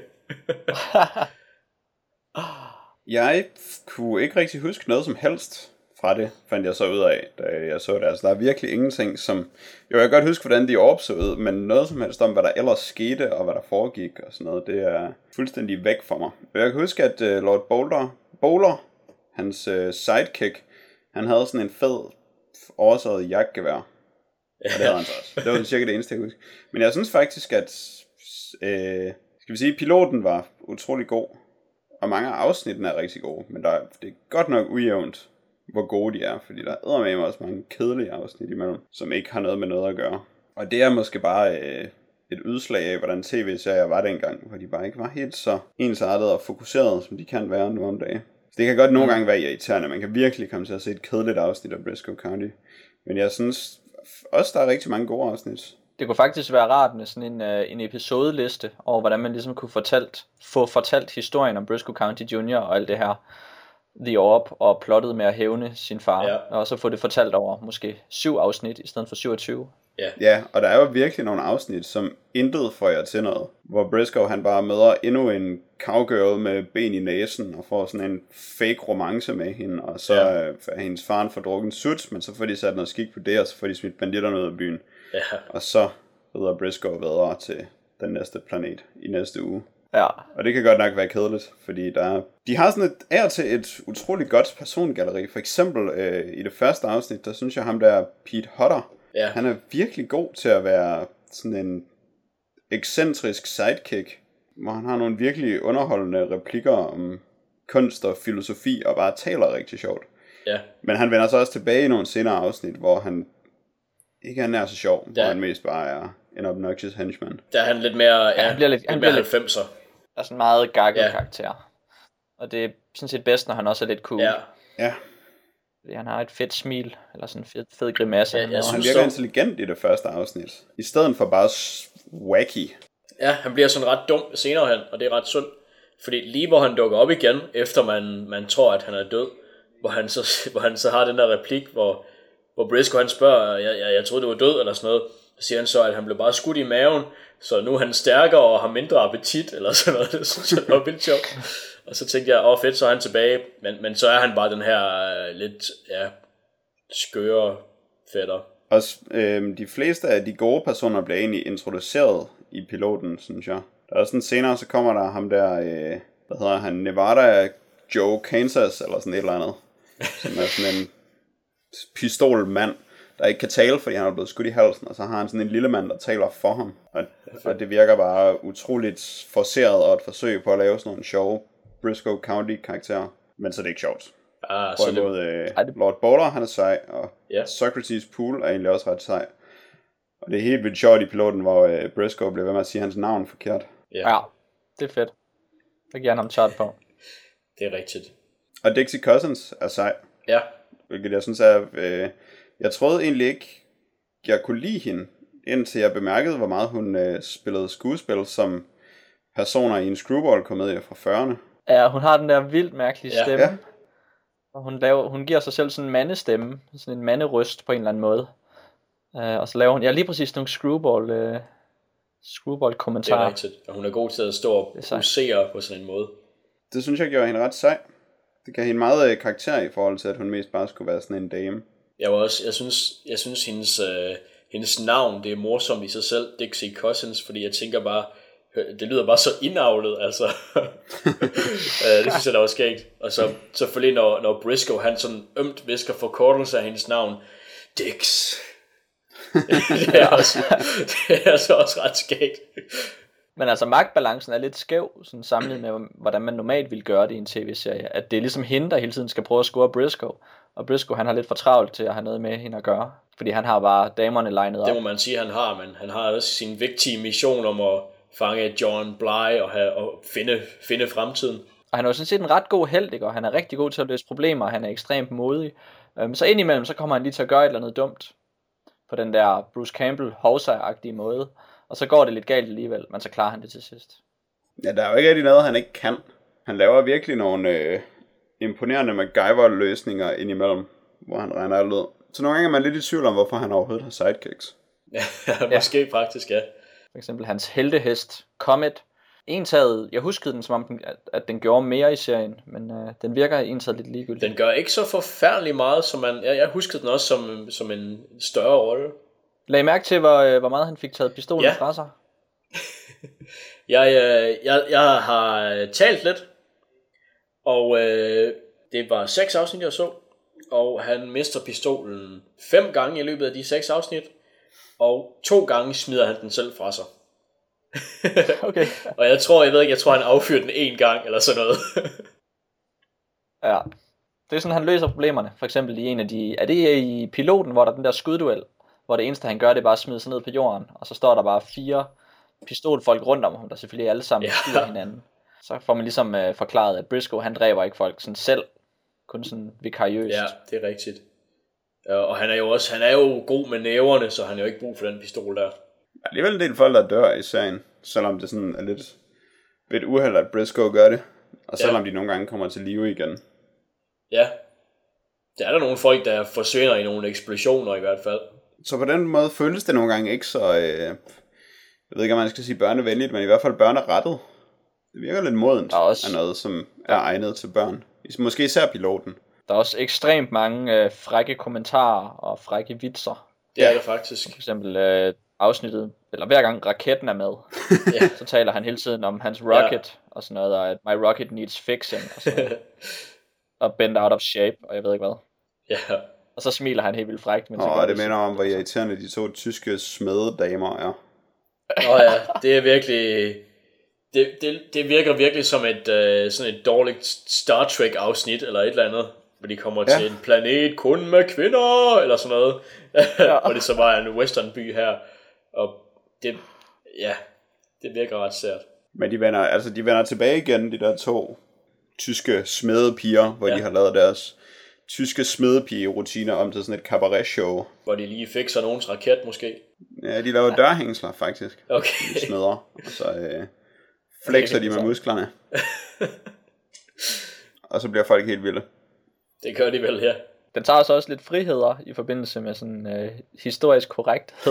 jeg kunne ikke rigtig huske noget som helst fra det, fandt jeg så ud af, da jeg så det. Altså, der er virkelig ingenting, som... Jo, jeg kan godt huske, hvordan de Orb så ud, men noget som helst om, hvad der ellers skete, og hvad der foregik, og sådan noget, det er fuldstændig væk for mig. Jeg kan huske, at uh, Lord Boulder, Bowler, hans uh, sidekick, han havde sådan en fed, oversaget jagtgevær. Og det havde han så også. Det var sådan cirka det eneste, jeg husker. Men jeg synes faktisk, at... Øh, skal vi sige, piloten var utrolig god, og mange af afsnittene er rigtig gode, men der er, det er godt nok ujævnt, hvor gode de er, fordi der er eddermame også mange kedelige afsnit imellem, som ikke har noget med noget at gøre. Og det er måske bare øh, et udslag af, hvordan tv-serier var dengang, hvor de bare ikke var helt så ensartet og fokuseret, som de kan være nu om dagen. Det kan godt nogle gange være irriterende. Man kan virkelig komme til at se et kedeligt afsnit af Briscoe County. Men jeg synes også, der er rigtig mange gode afsnit. Det kunne faktisk være rart med sådan en, uh, en episodeliste over, hvordan man ligesom kunne fortalt, få fortalt historien om Briscoe County junior og alt det her The Orb og plottet med at hævne sin far. Ja. Og så få det fortalt over måske syv afsnit i stedet for syvogtyve. Ja. ja, og der er jo virkelig nogle afsnit, som intet får jer til noget. Hvor Briscoe han bare møder endnu en cowgirl med ben i næsen og får sådan en fake romance med hende. Og så ja. er hendes faren får drukket en sut, men så får de sat noget skik på det, og så får de smidt banditterne ud af byen. Ja. Og så rider Briscoe videre til den næste planet i næste uge. Ja. Og det kan godt nok være kedeligt, fordi der de har sådan et er til et utroligt godt persongalleri. For eksempel øh, i det første afsnit, der synes jeg ham der Pete Hodder, ja. Han er virkelig god til at være sådan en ekscentrisk sidekick, hvor han har nogle virkelig underholdende replikker om kunst og filosofi og bare taler rigtig sjovt. Ja. Men han vender så også tilbage i nogle senere afsnit, hvor han ikke er nær så sjov, ja. Hvor han mest bare er en obnoxious henchman. Der er han lidt mere, ja, ja han bliver lidt, han bliver lidt halvfemser. Altså en meget gakket ja. karakter. Og det er sådan set bedst, når han også er lidt cool. Ja. Ja. Fordi han har et fedt smil, eller sådan en fed, fed grimasse. Ja, han virker så intelligent i det første afsnit, i stedet for bare wacky. Ja, han bliver sådan ret dum senere hen, og det er ret sundt. Fordi lige hvor han dukker op igen, efter man, man tror, at han er død, hvor han så, hvor han så har den der replik, hvor, hvor Briscoe han spørger, jeg, jeg, jeg troede du var død, eller sådan noget. Så siger han så, at han blev bare skudt i maven, så nu er han stærkere og har mindre appetit, eller sådan noget. Det synes jeg var vildt sjovt. Og så tænkte jeg, åh fedt, så er han tilbage. Men, men så er han bare den her uh, lidt, ja, skøre fætter. Og øh, de fleste af de gode personer bliver egentlig introduceret i piloten, synes jeg. Der er sådan senere, så kommer der ham der, øh, hvad hedder han, Nevada Joe Kansas, eller sådan et eller andet. Som er sådan en pistolmand, der ikke kan tale, fordi han er blevet skudt i halsen, og så har han sådan en lille mand, der taler for ham. Og, og det virker bare utroligt forceret og et forsøg på at lave sådan nogle sjove Briscoe County-karakterer. Men så er det ikke sjovt. Ah, så det... øh, Lord Boulder, han er sej, og yeah. Socrates Pool er egentlig også ret sej. Og det er helt vildt sjovt i piloten, hvor øh, Briscoe bliver ved med at sige hans navn forkert. Yeah. Ja, det er fedt. Det giver han ham tørt på. Det er rigtigt. Og Dixie Cousins er sej. Ja. Yeah. Hvilket jeg synes er... Øh, jeg troede egentlig ikke, jeg kunne lide hende, indtil jeg bemærkede, hvor meget hun øh, spillede skuespil som personer i en screwball-komedie fra fyrrerne. Ja, hun har den der vildt mærkelige ja. stemme. Ja. Og hun, laver, hun giver sig selv sådan en mandestemme, sådan en manderøst på en eller anden måde. Uh, og så laver hun, ja, lige præcis nogle screwball, uh, screwball-kommentarer. Det er rigtigt, og hun er god til at stå og posere på sådan en måde. Det synes jeg gjorde hende ret sej. Det gav hende meget øh, karakter i forhold til, at hun mest bare skulle være sådan en dame. Jeg var også, jeg synes, jeg synes hendes, øh, hendes navn, det er morsomt i sig selv, Dixie Cousins, fordi jeg tænker bare, det lyder bare så indavlet, altså. Det synes jeg da var skægt. Og så selvfølgelig når, når Briscoe han sådan ømt visker forkortelse af hendes navn, Dix. Det er, også, det er altså også ret skægt. Men altså magtbalancen er lidt skæv, sådan sammenlignet med hvordan man normalt ville gøre det i en tv-serie. At det er ligesom hende, der hele tiden skal prøve at score Briscoe. Og Briscoe han har lidt for travlt til at have noget med hende at gøre, fordi han har bare damerne legnet op. Det må man sige han har, men han har også sin vigtige mission om at fange John Bly og, have, og finde, finde fremtiden. Og han er jo sådan set en ret god helt, ikke? Og han er rigtig god til at løse problemer, han er ekstremt modig. Um, så indimellem, så kommer han lige til at gøre et eller andet dumt, på den der Bruce Campbell hovsej-agtige måde. Og så går det lidt galt alligevel, men så klarer han det til sidst. Ja, der er jo ikke rigtig noget, han ikke kan. Han laver virkelig nogle øh, imponerende MacGyver-løsninger indimellem, hvor han regner alt ud. Så nogle gange er man lidt i tvivl om, hvorfor han overhovedet har sidekicks. Ja, måske ja. Faktisk, ja. For eksempel hans heltehest, Comet. Entaget, jeg huskede den som om, den, at, at den gjorde mere i serien, men øh, den virker entaget lidt ligegyldigt. Den gør ikke så forfærdelig meget, som man... Jeg, jeg huskede den også som, som en større rolle. Lag mærke til, hvor, øh, hvor meget han fik taget pistolen ja. fra sig. jeg, øh, jeg, jeg har talt lidt, og øh, det var seks afsnit, jeg så, og han mister pistolen fem gange i løbet af de seks afsnit, og to gange smider han den selv fra sig. Okay. Og jeg tror, jeg ved ikke, jeg tror han affyrer den en gang eller sådan noget. Ja. Det er sådan han løser problemerne. For eksempel i en af de, er det i piloten, hvor der er den der skudduel, hvor det eneste han gør, det er bare at smide sig ned på jorden, og så står der bare fire pistolfolk rundt om ham, der selvfølgelig alle sammen skyder Ja. hinanden. Så får man ligesom øh, forklaret, at Briscoe, han dræber ikke folk sådan selv, kun sådan vikariøst. Ja, det er rigtigt. Ja, og han er jo også, han er jo god med næverne, så han har jo ikke brug for den pistol der. Alligevel en del folk, der dør i serien, selvom det sådan er lidt, lidt uheld, at Briscoe gør det. Og selvom ja. de nogle gange kommer til live igen. Ja, der er der nogle folk, der forsvinder i nogle eksplosioner i hvert fald. Så på den måde føles det nogle gange ikke så, øh, jeg ved ikke om man skal sige børnevenligt, men i hvert fald børnerettet. Det virker lidt modent også... af noget, som er egnet til børn. Måske især piloten. Der er også ekstremt mange øh, frække kommentarer og frække vitser. Det er ja. det faktisk. For eksempel øh, afsnittet, eller hver gang raketten er med, ja. så taler han hele tiden om hans rocket, ja. og sådan noget, og at my rocket needs fixing, og sådan noget. Og bent out of shape, og jeg ved ikke hvad. Ja. Og så smiler han helt vildt frækt. Åh, oh, det minder om, hvor irriterende de to tyske smededamer er. Åh oh, ja, det er virkelig... Det, det, det virker virkelig som et, uh, sådan et dårligt Star Trek afsnit, eller et eller andet. Hvor de kommer ja. til en planet kun med kvinder, eller sådan noget. Ja. Og det så bare en westernby her. Og det, ja, det virker ret sært. Men de vender, altså de vender tilbage igen, de der to tyske smedepiger, hvor ja. de har lavet deres tyske smedepige-rutiner om til sådan et cabaret-show. Hvor de lige fikser nogens raket, måske. Ja, de laver ja. dørhængsler, faktisk. Okay. De smeder, og så øh, flexer de med musklerne. Og så bliver folk helt vilde. Det gør de vel, ja. Den tager så også lidt friheder i forbindelse med sådan øh, historisk korrekthed.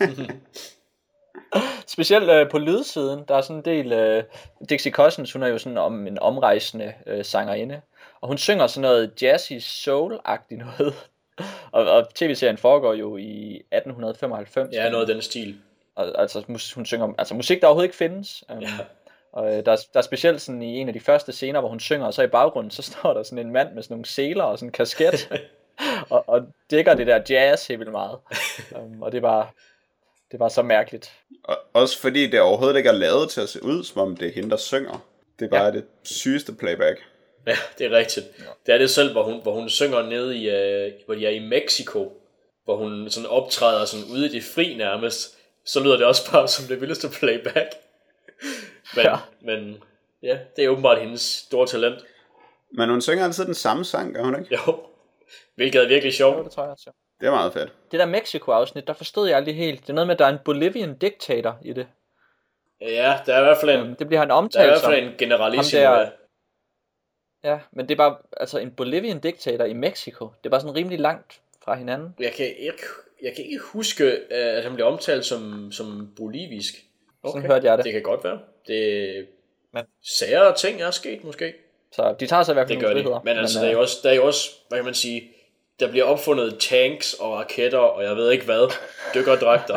Specielt øh, på lydsiden, der er sådan en del, øh, Dixie Cousins, hun er jo sådan om en omrejsende øh, sangerinde, og hun synger sådan noget jazzy soul-agtigt noget, og, og tv-serien foregår jo i atten femoghalvfems. Ja, noget af den stil. Og, altså, hun synger, altså musik, der overhovedet ikke findes. Um, ja. Og øh, der, er, der er specielt sådan i en af de første scener, hvor hun synger, og så i baggrunden, så står der sådan en mand med sådan nogle seler og sådan en kasket, og, og dækker det der jazz helt vildt meget. Um, og det var... Det var så mærkeligt. Og, også fordi det overhovedet ikke er lavet til at se ud, som om det er hende, der synger. Det er bare ja. det sygeste playback. Ja, det er rigtigt. Ja. Det er det selv, hvor hun, hvor hun synger nede i, uh, hvor de er i Mexico, hvor hun sådan optræder sådan ude i det fri nærmest. Så lyder det også bare som det vildeste playback. men, ja. men ja, det er åbenbart hendes store talent. Men hun synger altid den samme sang, gør hun ikke? Jo, hvilket er virkelig sjovt. Jo, det tror jeg også. Det er meget fedt. Det der Mexico-afsnit, der forstod jeg aldrig helt. Det er noget med, at der er en Bolivian dictator i det. Ja, der er i hvert fald en, um, det bliver han omtalt der er i hvert fald en generalissimo. Der... Ja, men det er bare altså en Bolivian dictator i Mexico. Det er bare sådan rimelig langt fra hinanden. Jeg kan ikke, jeg kan ikke huske, at han bliver omtalt som, som bolivisk. Okay. Sådan hørte jeg det. Det kan godt være. Det men... sære ting er sket måske. Så de tager sig i hvert fald nogle friheder. De. Men altså, men, der, er jo også, der er jo også, hvad kan man sige... Der bliver opfundet tanks og raketter, og jeg ved ikke hvad, dykkerdragter.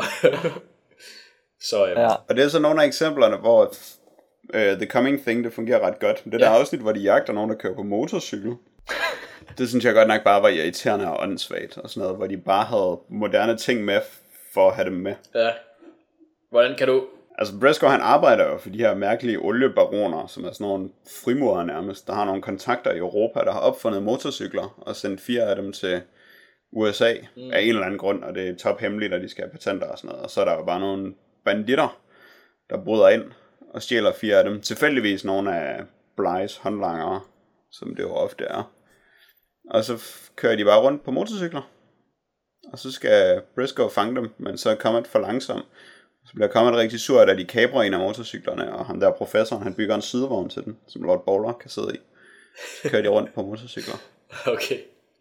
så ja. ja. Og det er så nogle af eksemplerne, hvor uh, The Coming Thing, det fungerer ret godt. Det der ja. afsnit, hvor de jagter nogen, der kører på motorcykel. Det synes jeg godt nok bare var irriterende og åndssvagt, og sådan noget, hvor de bare havde moderne ting med, for at have dem med. Ja. Hvordan kan du... Altså Briscoe, han arbejder jo for de her mærkelige oliebaroner, som er sådan nogle frimurere nærmest, der har nogle kontakter i Europa, der har opfundet motorcykler, og sendt fire af dem til U S A mm. af en eller anden grund, og det er top hemmeligt, at de skal have patenter og sådan noget. Og så er der jo bare nogle banditter, der bryder ind og stjæler fire af dem. Tilfældigvis nogle af Bly's håndlangere, som det jo ofte er. Og så kører de bare rundt på motorcykler. Og så skal Briscoe fange dem, men så er Comet for langsom. Så bliver Comet rigtig sur, da de kaprer en af motorcyklerne, og ham der professoren, han bygger en sidevogn til den, som Lord Bowler kan sidde i. Så kører de rundt på motorcykler. Okay.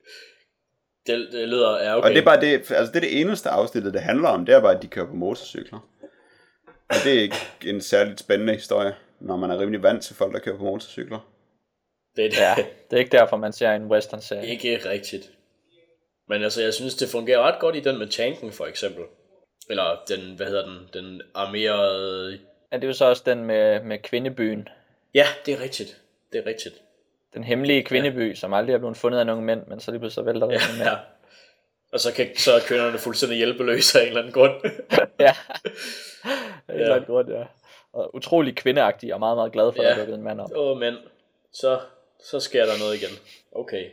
Det, det lyder, ja okay. Og det er bare det, altså det er det eneste afsnittet, det handler om, det er bare, at de kører på motorcykler. Og det er ikke en særligt spændende historie, når man er rimelig vant til folk, der kører på motorcykler. Det er, det. Ja, det er ikke derfor, man ser en western-serie. Ikke rigtigt. Men altså, jeg synes, det fungerer ret godt i den med tanken, for eksempel. Eller den, hvad hedder den, den armerede... Ja, det er jo så også den med, med kvindebyen. Ja, det er rigtigt. Det er rigtigt. Den hemmelige kvindeby, ja. Som aldrig er blevet fundet af nogle mænd, men så lige pludselig vælter det. Ja, ja. Og så, kan, så er kvinderne fuldstændig hjælpeløse af en eller anden grund. Ja, en eller anden grund, ja. Og utrolig kvindeagtig og meget, meget glad for, ja. At der dukkede en mand op. Åh, men så, så sker der noget igen. Okay.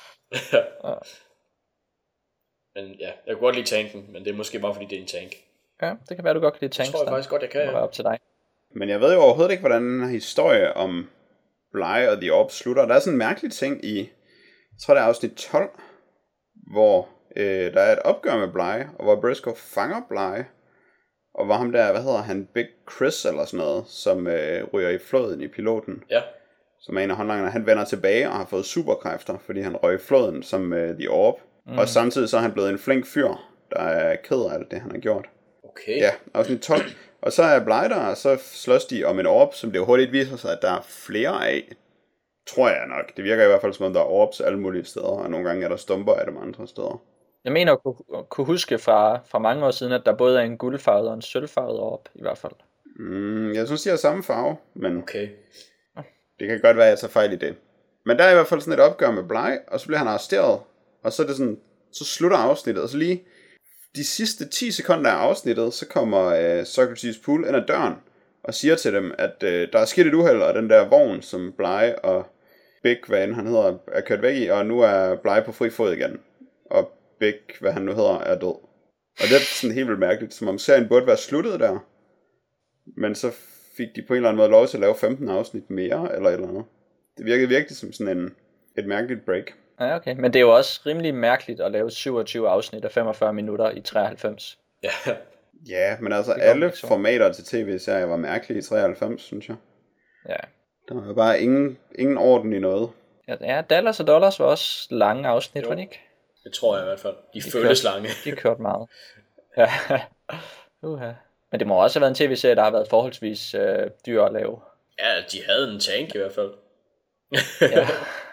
Ja. Men ja, jeg kunne godt lide tanken, men det er måske bare fordi det er en tank. Ja, det kan være, du godt kan lide Tanks. Det tror jeg faktisk godt, jeg kan. Det må være op til dig. Men jeg ved jo overhovedet ikke, hvordan den her historie om Bly og The Orb slutter. Der er sådan en mærkelig ting i, jeg tror det er afsnit tolv, hvor øh, der er et opgør med Bly, og hvor Briscoe fanger Bly, og hvor ham der, hvad hedder han, Big Chris eller sådan noget, som øh, ryger i floden i piloten. Ja. Som er en af håndlangerne, han vender tilbage og har fået superkræfter, fordi han røg i floden som øh, The Orb. Mm. Og samtidig så er han blevet en flink fyr, der er ked af alt det, han har gjort. Okay. Ja, afsnit tolv. Og så er Bly der, og så slås de om en orb, som det jo hurtigt viser sig, at der er flere af. Tror jeg nok. Det virker i hvert fald som om, der er orbs alle mulige steder, og nogle gange er der stumper af dem andre steder. Jeg mener at kunne, kunne huske fra, fra mange år siden, at der både er en guldfarvet og en sølvfarvet orb, i hvert fald. Mm, jeg synes, de har samme farve, men Okay. det kan godt være, at jeg tager fejl i det. Men der er i hvert fald sådan et opgør med Bly, og så bliver han arresteret, og så er det sådan, så slutter afsnittet, og så lige de sidste ti sekunder af afsnittet, så kommer øh, Socrates Pool ind ad døren, og siger til dem, at øh, der er sket et uheld, og den der vogn, som Bly og Big, hvad end han hedder, er kørt væk i, og nu er Bly på fri fod igen. Og Big, hvad han nu hedder, er død. Og det er sådan helt vildt mærkeligt, som om serien burde være sluttet der. Men så fik de på en eller anden måde lov til at lave femten afsnit mere, eller et eller andet. Det virkede virkelig som sådan en, et mærkeligt break. Ja, okay. Men det er jo også rimelig mærkeligt at lave syvogtyve afsnit af femogfyrre minutter i treoghalvfems. Ja. Ja, men altså Det går alle ikke så. formater til tv-serier var mærkelige i treoghalvfems, synes jeg. Ja. Der var jo bare ingen, ingen orden i noget. Ja, Dallas og Dollars var også lange afsnit, Jo. var det ikke? Det tror jeg i hvert fald. De, De føles kørte- lange. De har kørt meget. Ja. Uha. Men det må også have været en tv-serie, der har været forholdsvis øh, dyr at lave. Ja, de havde en tank i hvert fald. Ja.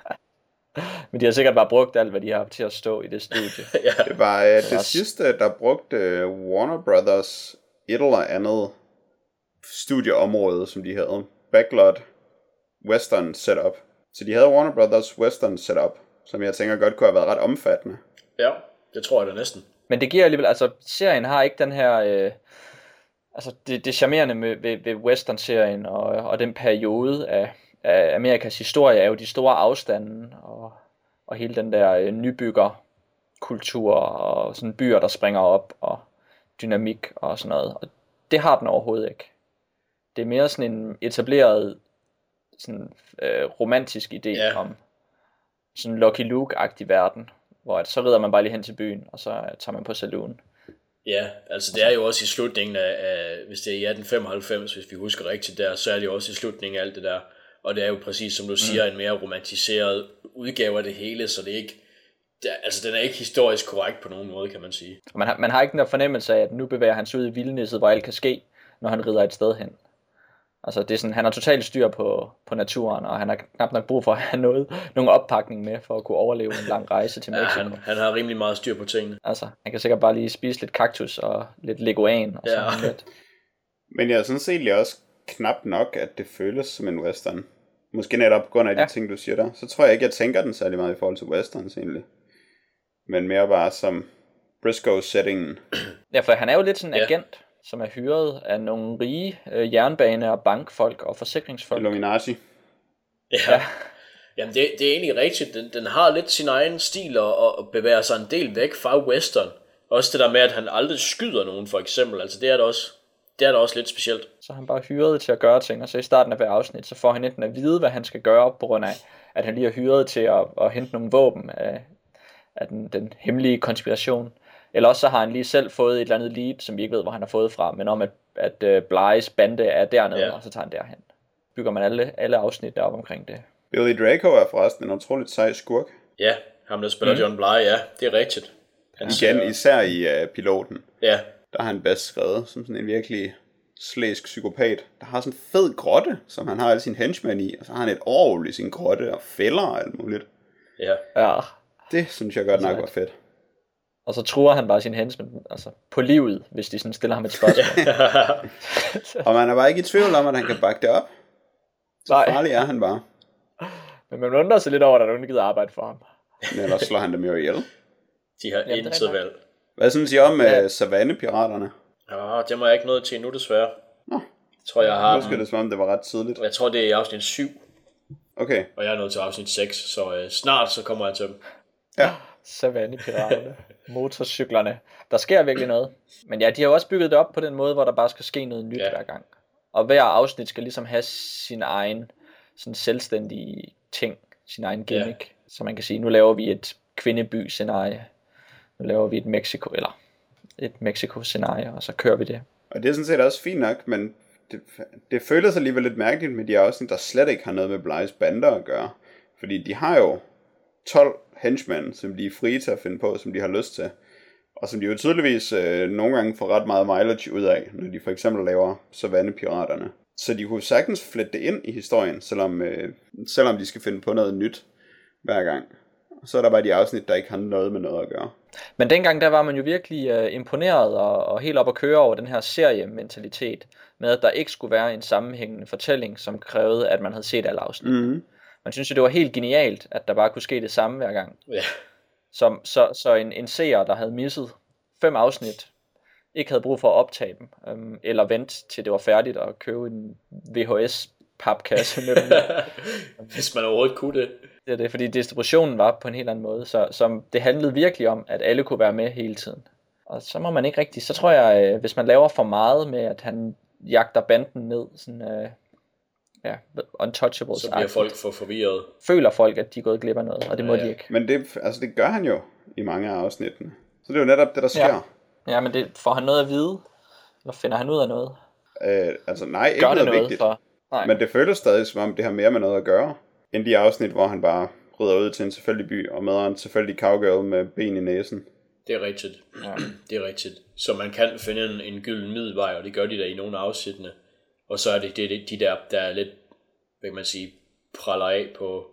Men de har sikkert bare brugt alt, hvad de har haft til at stå i det studie. Ja. Det var øh, det også- sidste, der brugte øh, Warner Brothers et eller andet studieområde, som de havde. Backlot Western Setup. Så de havde Warner Brothers Western Setup, som jeg tænker godt kunne have været ret omfattende. Ja, det tror jeg da næsten. Men det giver alligevel, altså serien har ikke den her, øh, altså det, det charmerende med, ved, ved western-serien og, og den periode af, af Amerikas historie er jo de store afstande og, og hele den der øh, nybyggerkultur og sådan byer, der springer op og dynamik og sådan noget. Og det har den overhovedet ikke. Det er mere sådan en etableret sådan, øh, romantisk idé Ja. om sådan en Lucky Luke-agtig verden, hvor at så rider man bare lige hen til byen, og så øh, tager man på saloon. Ja, altså det er jo også i slutningen af, af hvis det er i atten femoghalvfems, hvis vi husker rigtigt der, så er det jo også i slutningen af alt det der. Og det er jo præcis som du siger, en mere romantiseret udgave af det hele, så det er ikke, det er, altså den er ikke historisk korrekt på nogen måde, kan man sige. Og Man har, man har ikke den der fornemmelse af, at nu bevæger han sig ud i vildnisset, hvor alt kan ske, når han rider et sted hen. Altså det er sådan, han har totalt styr på, på naturen, og han har knap nok brug for at have noget, nogen oppakning med, for at kunne overleve en lang rejse til Ja, Mexico. han, han har rimelig meget styr på tingene. Altså, han kan sikkert bare lige spise lidt kaktus og lidt leguan og sådan Ja. lidt. Men jeg synes egentlig også knap nok, at det føles som en western. Måske netop på grund af de Ja. ting, du siger der. Så tror jeg ikke, jeg tænker den særlig meget i forhold til westerns egentlig. Men mere bare som Briscoe-settingen. Ja, for han er jo lidt sådan en Ja. agent, som er hyret af nogle rige øh, jernbane- og bankfolk og forsikringsfolk. Illuminati. Ja. Jamen det, det er egentlig rigtigt. Den, den har lidt sin egen stil og, og bevæger sig en del væk fra western. Også det der med, at han aldrig skyder nogen, for eksempel. Altså det er da også, det er da også lidt specielt. Så er han bare hyret til at gøre ting, og så i starten af hver afsnit, så får han enten at vide, hvad han skal gøre, på grund af, at han lige er hyret til at, at hente nogle våben af, af den, den hemmelige konspiration. Eller også så har han lige selv fået et eller andet lead, som vi ikke ved, hvor han har fået fra, men om at, at uh, Blys bande er dernede, Ja. ja. Og så tager han derhen. Bygger man alle, alle afsnit deroppe omkring det. Billy Draco er forresten en utroligt sej skurk. Ja, ham der spiller mm. John Bly, ja, det er rigtigt. Han Igen, ser- især i uh, piloten. Ja, Der er han bedst skrevet som sådan en virkelig slæsk psykopat. Der har sådan en fed grotte, som han har alle sine henchmen i. Og så har han et orgel i sin grotte og fælder og alt muligt. ja. Ja. Det synes jeg godt nok var fedt. Og så truer han bare sin hensmænd, altså på livet, hvis de sådan stiller ham et spørgsmål. Og man er bare ikke i tvivl om, at han kan bakke det op. Så Nej. farlig er han bare. Men man undrer sig lidt over, at der er nogen, der gider arbejde for ham. Men ellers slår han dem jo ihjel. De har det er intet rigtigt. valg. Hvad synes I om Ja. uh, savannepiraterne? Ja, det må jeg ikke noget til nu, desværre. Nå. Jeg tror, jeg Jeg har husker det som om, det var ret tidligt. Jeg tror, det er i afsnit syv, Okay, og jeg er nået til afsnit seks, så øh, snart så kommer jeg til dem. ja. Savannepiraterne, motorcyklerne. Der sker virkelig noget. Men ja, de har jo også bygget det op på den måde, hvor der bare skal ske noget nyt Ja. hver gang. Og hver afsnit skal ligesom have sin egen sådan selvstændige ting, sin egen gimmick. Ja. Så man kan sige, nu laver vi et kvindeby-scenarie. Nu laver vi et Mexico, eller et Mexico-scenarie, og så kører vi det. Og det er sådan set også fint nok, men det, det føles alligevel lidt mærkeligt med de afsnit, der slet ikke har noget med Bly's bander at gøre. Fordi de har jo tolv henchmen, som de er frie til at finde på, som de har lyst til. Og som de jo tydeligvis øh, nogle gange får ret meget mileage ud af, når de for eksempel laver Savannepiraterne. Så de kunne sagtens flette det ind i historien, selvom, øh, selvom de skal finde på noget nyt hver gang. Så er der bare de afsnit, der ikke har noget med noget at gøre. Men dengang der var man jo virkelig øh, imponeret og, og helt op at køre over den her seriementalitet, med at der ikke skulle være en sammenhængende fortælling, som krævede, at man havde set alle afsnit. Mm-hmm. Man synes jo, det var helt genialt, at der bare kunne ske det samme hver gang. Ja. Som, så så en, en seer, der havde misset fem afsnit, ikke havde brug for at optage dem, øhm, eller vente til det var færdigt og købe en V H S-papkasse med dem. Hvis man overhovedet kunne det. Det er det, fordi distributionen var på en helt anden måde, så som det handlede virkelig om, at alle kunne være med hele tiden. Og så må man ikke rigtig, så tror jeg, hvis man laver for meget med, at han jagter banden ned, sådan, øh, ja, untouchables, så bliver folk for forvirret. Føler folk, at de er gået glip af noget, og det må Ja, ja. de ikke. Men det, altså det gør han jo i mange af afsnittene. Så det er jo netop det, der sker. Ja. Ja, men det får han noget at vide, eller finder han ud af noget? Øh, altså nej, ikke Gør det noget, noget vigtigt. for? Nej. Men det føles stadig som om, det har mere med noget at gøre, end de afsnit, hvor han bare rydder ud til en tilfældig by, og møder en tilfældig cowgirl med ben i næsen. Det er rigtigt. Ja. Det er rigtigt. Så man kan finde en, en gylden middelvej, og det gør de der i nogle afsnittene. Og så er det, det, det de der, der er lidt, hvad kan man sige, praller af på,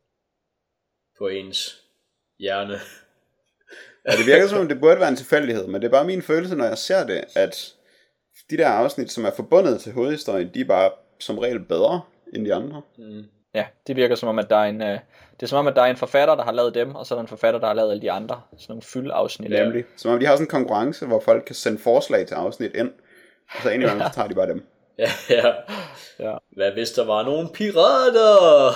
på ens hjerne. Ja, det virker som om, det burde være en tilfældighed, men det er bare min følelse, når jeg ser det, at de der afsnit, som er forbundet til hovedhistorien, de er bare som regel bedre end de andre. Mm. Ja, det virker som om, at der er en, øh, det er som om, at der er en forfatter, der har lavet dem, og så er der en forfatter, der har lavet alle de andre. Sådan nogle fyldafsnit. Nemlig. Som om de har sådan en konkurrence, hvor folk kan sende forslag til afsnit ind, og så indimellem så tager de bare dem. Ja, ja. Ja. Hvad hvis der var nogle pirater?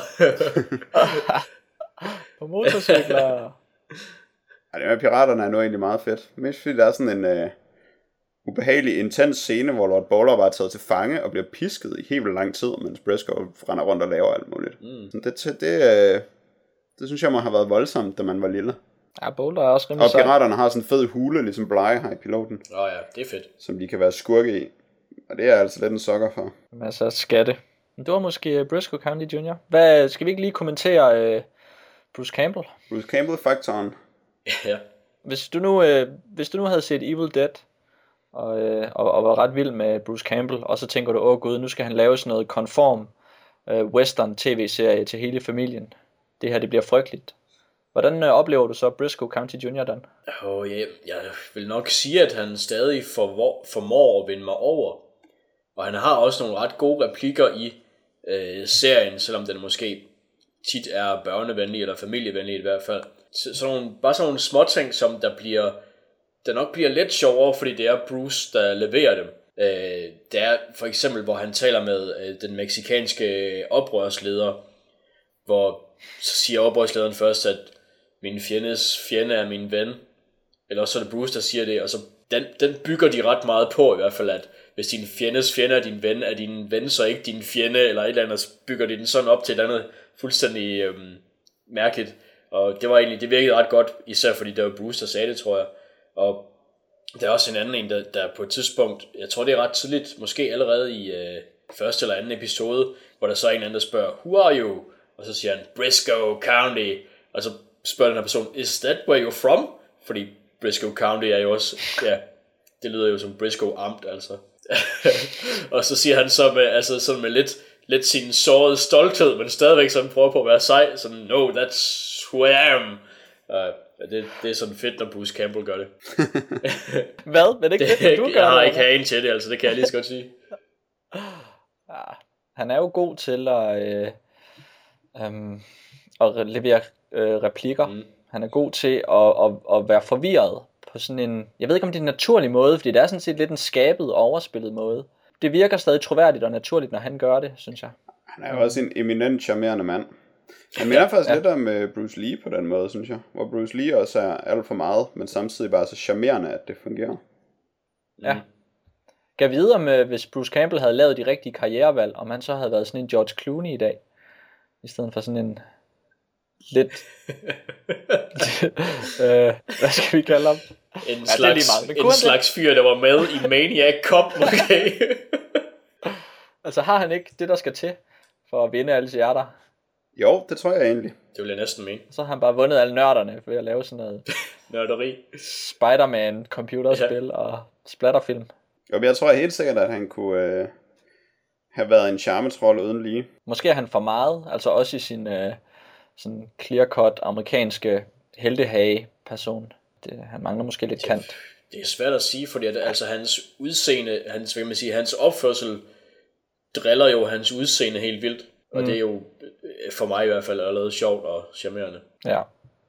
På motorcykler. Ja, det med piraterne er nu egentlig meget fedt. Mest fordi der er sådan en uh, ubehagelig, intens scene, hvor Lord Bowler bare er taget til fange og bliver pisket i helt vildt lang tid, mens Briscoe render rundt og laver alt muligt. Mm. Så det, det, uh, det synes jeg må have været voldsomt, da man var lille. Ja, Boulder er også rimelig Og sej. piraterne har sådan en fed hule, ligesom Bly har i piloten, Åh oh, ja, det er fedt. som de kan være skurke i. Og det er jeg altså lidt en sokker for. Masser af skatte. Det var måske Briscoe County junior Hvad, skal vi ikke lige kommentere uh, Bruce Campbell? Bruce Campbell-faktoren. Ja. Hvis du nu, øh, hvis du nu havde set Evil Dead, og, øh, og, og var ret vild med Bruce Campbell, og så tænker du, åh gud, nu skal han lave sådan noget konform øh, western tv-serie til hele familien. Det her, det bliver frygteligt. Hvordan øh, oplever du så Briscoe County junior, Dan? Oh, yeah. Jeg vil nok sige, at han stadig formår, formår at vinde mig over. Og han har også nogle ret gode replikker i øh, serien, selvom den måske tit er børnevenlig eller familievenlig i hvert fald. Så, sådan nogle, bare sådan nogle småting, som der bliver, der nok bliver lidt sjovere, fordi det er Bruce, der leverer dem. Øh, det er for eksempel, hvor han taler med øh, den meksikanske oprørsleder, hvor så siger oprørslederen først, at min fjendes fjende er min ven. Eller så er det Bruce, der siger det, og så den, den bygger de ret meget på i hvert fald, at hvis din fjendes fjende er din ven, er din ven så ikke din fjende, eller et eller andet, så bygger de den sådan op til et andet fuldstændig øhm, mærkeligt. Og det var egentlig, det virkede ret godt, især fordi det var Bruce, der sagde det, tror jeg. Og der er også en anden en, der, der på et tidspunkt, jeg tror det er ret tidligt, måske allerede i øh, første eller anden episode, hvor der så er en anden, der spørger, who are you? Og så siger han, Briscoe County. Og så spørger den her person, is that where you're from? Fordi Briscoe County er jo også, ja, det lyder jo som Briscoe Amt, altså. Og så siger han så med, altså sådan med lidt, lidt sin sårede stolthed, men stadigvæk sådan prøver på at være sej, sådan, no, that's who I am. Uh, det, det er sådan fedt, når Bruce Campbell gør det. Hvad? Men det ikke det, du gør? Jeg har det, ikke hagen til det, altså det kan jeg lige så godt sige. Ja, han er jo god til at, øh, øh, at levere øh, replikker. Mm. Han er god til at, at, at være forvirret på sådan en, jeg ved ikke om det er en naturlig måde, fordi det er sådan set lidt en skabet, overspillet måde. Det virker stadig troværdigt og naturligt, når han gør det, synes jeg. Han er jo også en eminent charmerende mand. Han minder faktisk ja. lidt om uh, Bruce Lee på den måde, synes jeg. Hvor Bruce Lee også er alt for meget, men samtidig bare så charmerende, at det fungerer. Ja. Kan jeg vide, om uh, hvis Bruce Campbell havde lavet de rigtige karrierevalg, om han så havde været sådan en George Clooney i dag, i stedet for sådan en lidt... øh, hvad skal vi kalde ham? En ja, slags, en slags fyr, der var med i Maniac Cop, okay? Altså har han ikke det, der skal til for at vinde alle hjerter? Jo, det tror jeg egentlig. Det vil jeg næsten mene. Så har han bare vundet alle nørderne ved at lave sådan noget nørderi, Spider-Man computerspil ja. og splatterfilm. Jo, men jeg tror helt sikkert, at han kunne øh, have været en charmetrol uden lige. Måske er han for meget, altså også i sin øh, sådan clear-cut amerikanske heltehage-person. Det, han mangler måske lidt kant. Det er svært at sige, fordi at, altså hans udseende, hans, hvad kan man sige, hans opførsel driller jo hans udseende helt vildt. Og mm. det er jo for mig i hvert fald allerede sjovt og charmerende. Ja.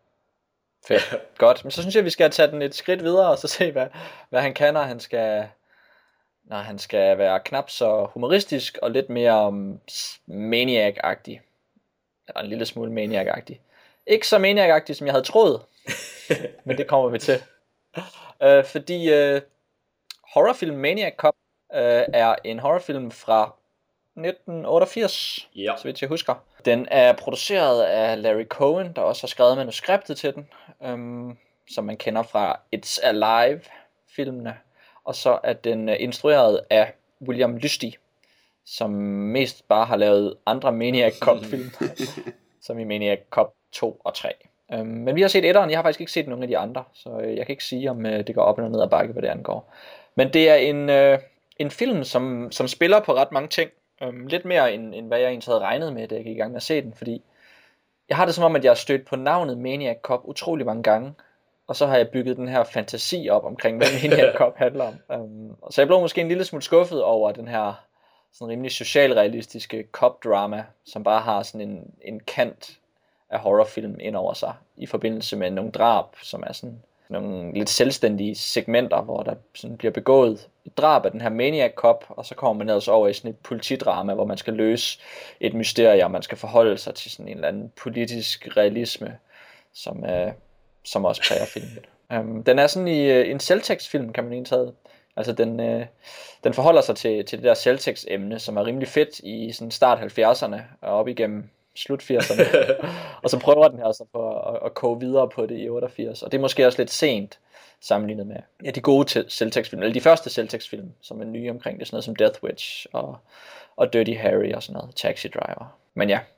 Fedt. Godt. Men så synes jeg, vi skal tage den et skridt videre og så se, hvad, hvad han kan, når han skal, når han skal være knap så humoristisk og lidt mere um, maniac-agtig. Eller en lille smule maniac-agtig. Ikke så maniac-agtig, som jeg havde troet. Men det kommer vi til. Uh, fordi uh, horrorfilm Maniac Cop uh, er en horrorfilm fra nitten otteogfirs, ja. Så vidt jeg husker. Den er produceret af Larry Cohen, der også har skrevet manuskriptet til den, um, som man kender fra It's Alive-filmene. Og så er den instrueret af William Lysty, som mest bare har lavet andre Maniac Cop-film, som i Maniac Cop to og tre. Um, men vi har set etteren, jeg har faktisk ikke set nogen af de andre, så jeg kan ikke sige, om uh, det går op eller ned ad bakke, hvad det angår. Men det er en, uh, en film, som, som spiller på ret mange ting. Um, lidt mere end, end hvad jeg egentlig havde regnet med, da jeg gik i gang med at se den, fordi jeg har det som om, at jeg har stødt på navnet Maniac Cop utrolig mange gange, og så har jeg bygget den her fantasi op omkring, hvad Maniac Cop handler om. Um, så jeg blev måske en lille smule skuffet over den her sådan rimelig socialrealistiske cop-drama, som bare har sådan en, en kant af horrorfilm ind over sig, i forbindelse med nogle drab, som er sådan nogle lidt selvstændige segmenter, hvor der sådan bliver begået et drab af den her Maniac Cop, og så kommer man ellers over i sådan et politidrama, hvor man skal løse et mysterie, og man skal forholde sig til sådan en eller anden politisk realisme, som, øh, som også præger filmen. Um, den er sådan i øh, en selvtekstfilm, kan man egentlig tage. Altså den, øh, den forholder sig til, til det der selvtekst-emne, som er rimelig fedt i sådan start halvfjerdserne og op igennem slut firserne. Og så prøver den her så på at, at koge videre på det i otteogfirs. Og det er måske også lidt sent sammenlignet med ja, de gode selvtekstfilm, eller de første selvtekstfilm, som er nye omkring det, sådan noget som Death Wish og, og Dirty Harry og sådan noget, Taxi Driver. Men ja,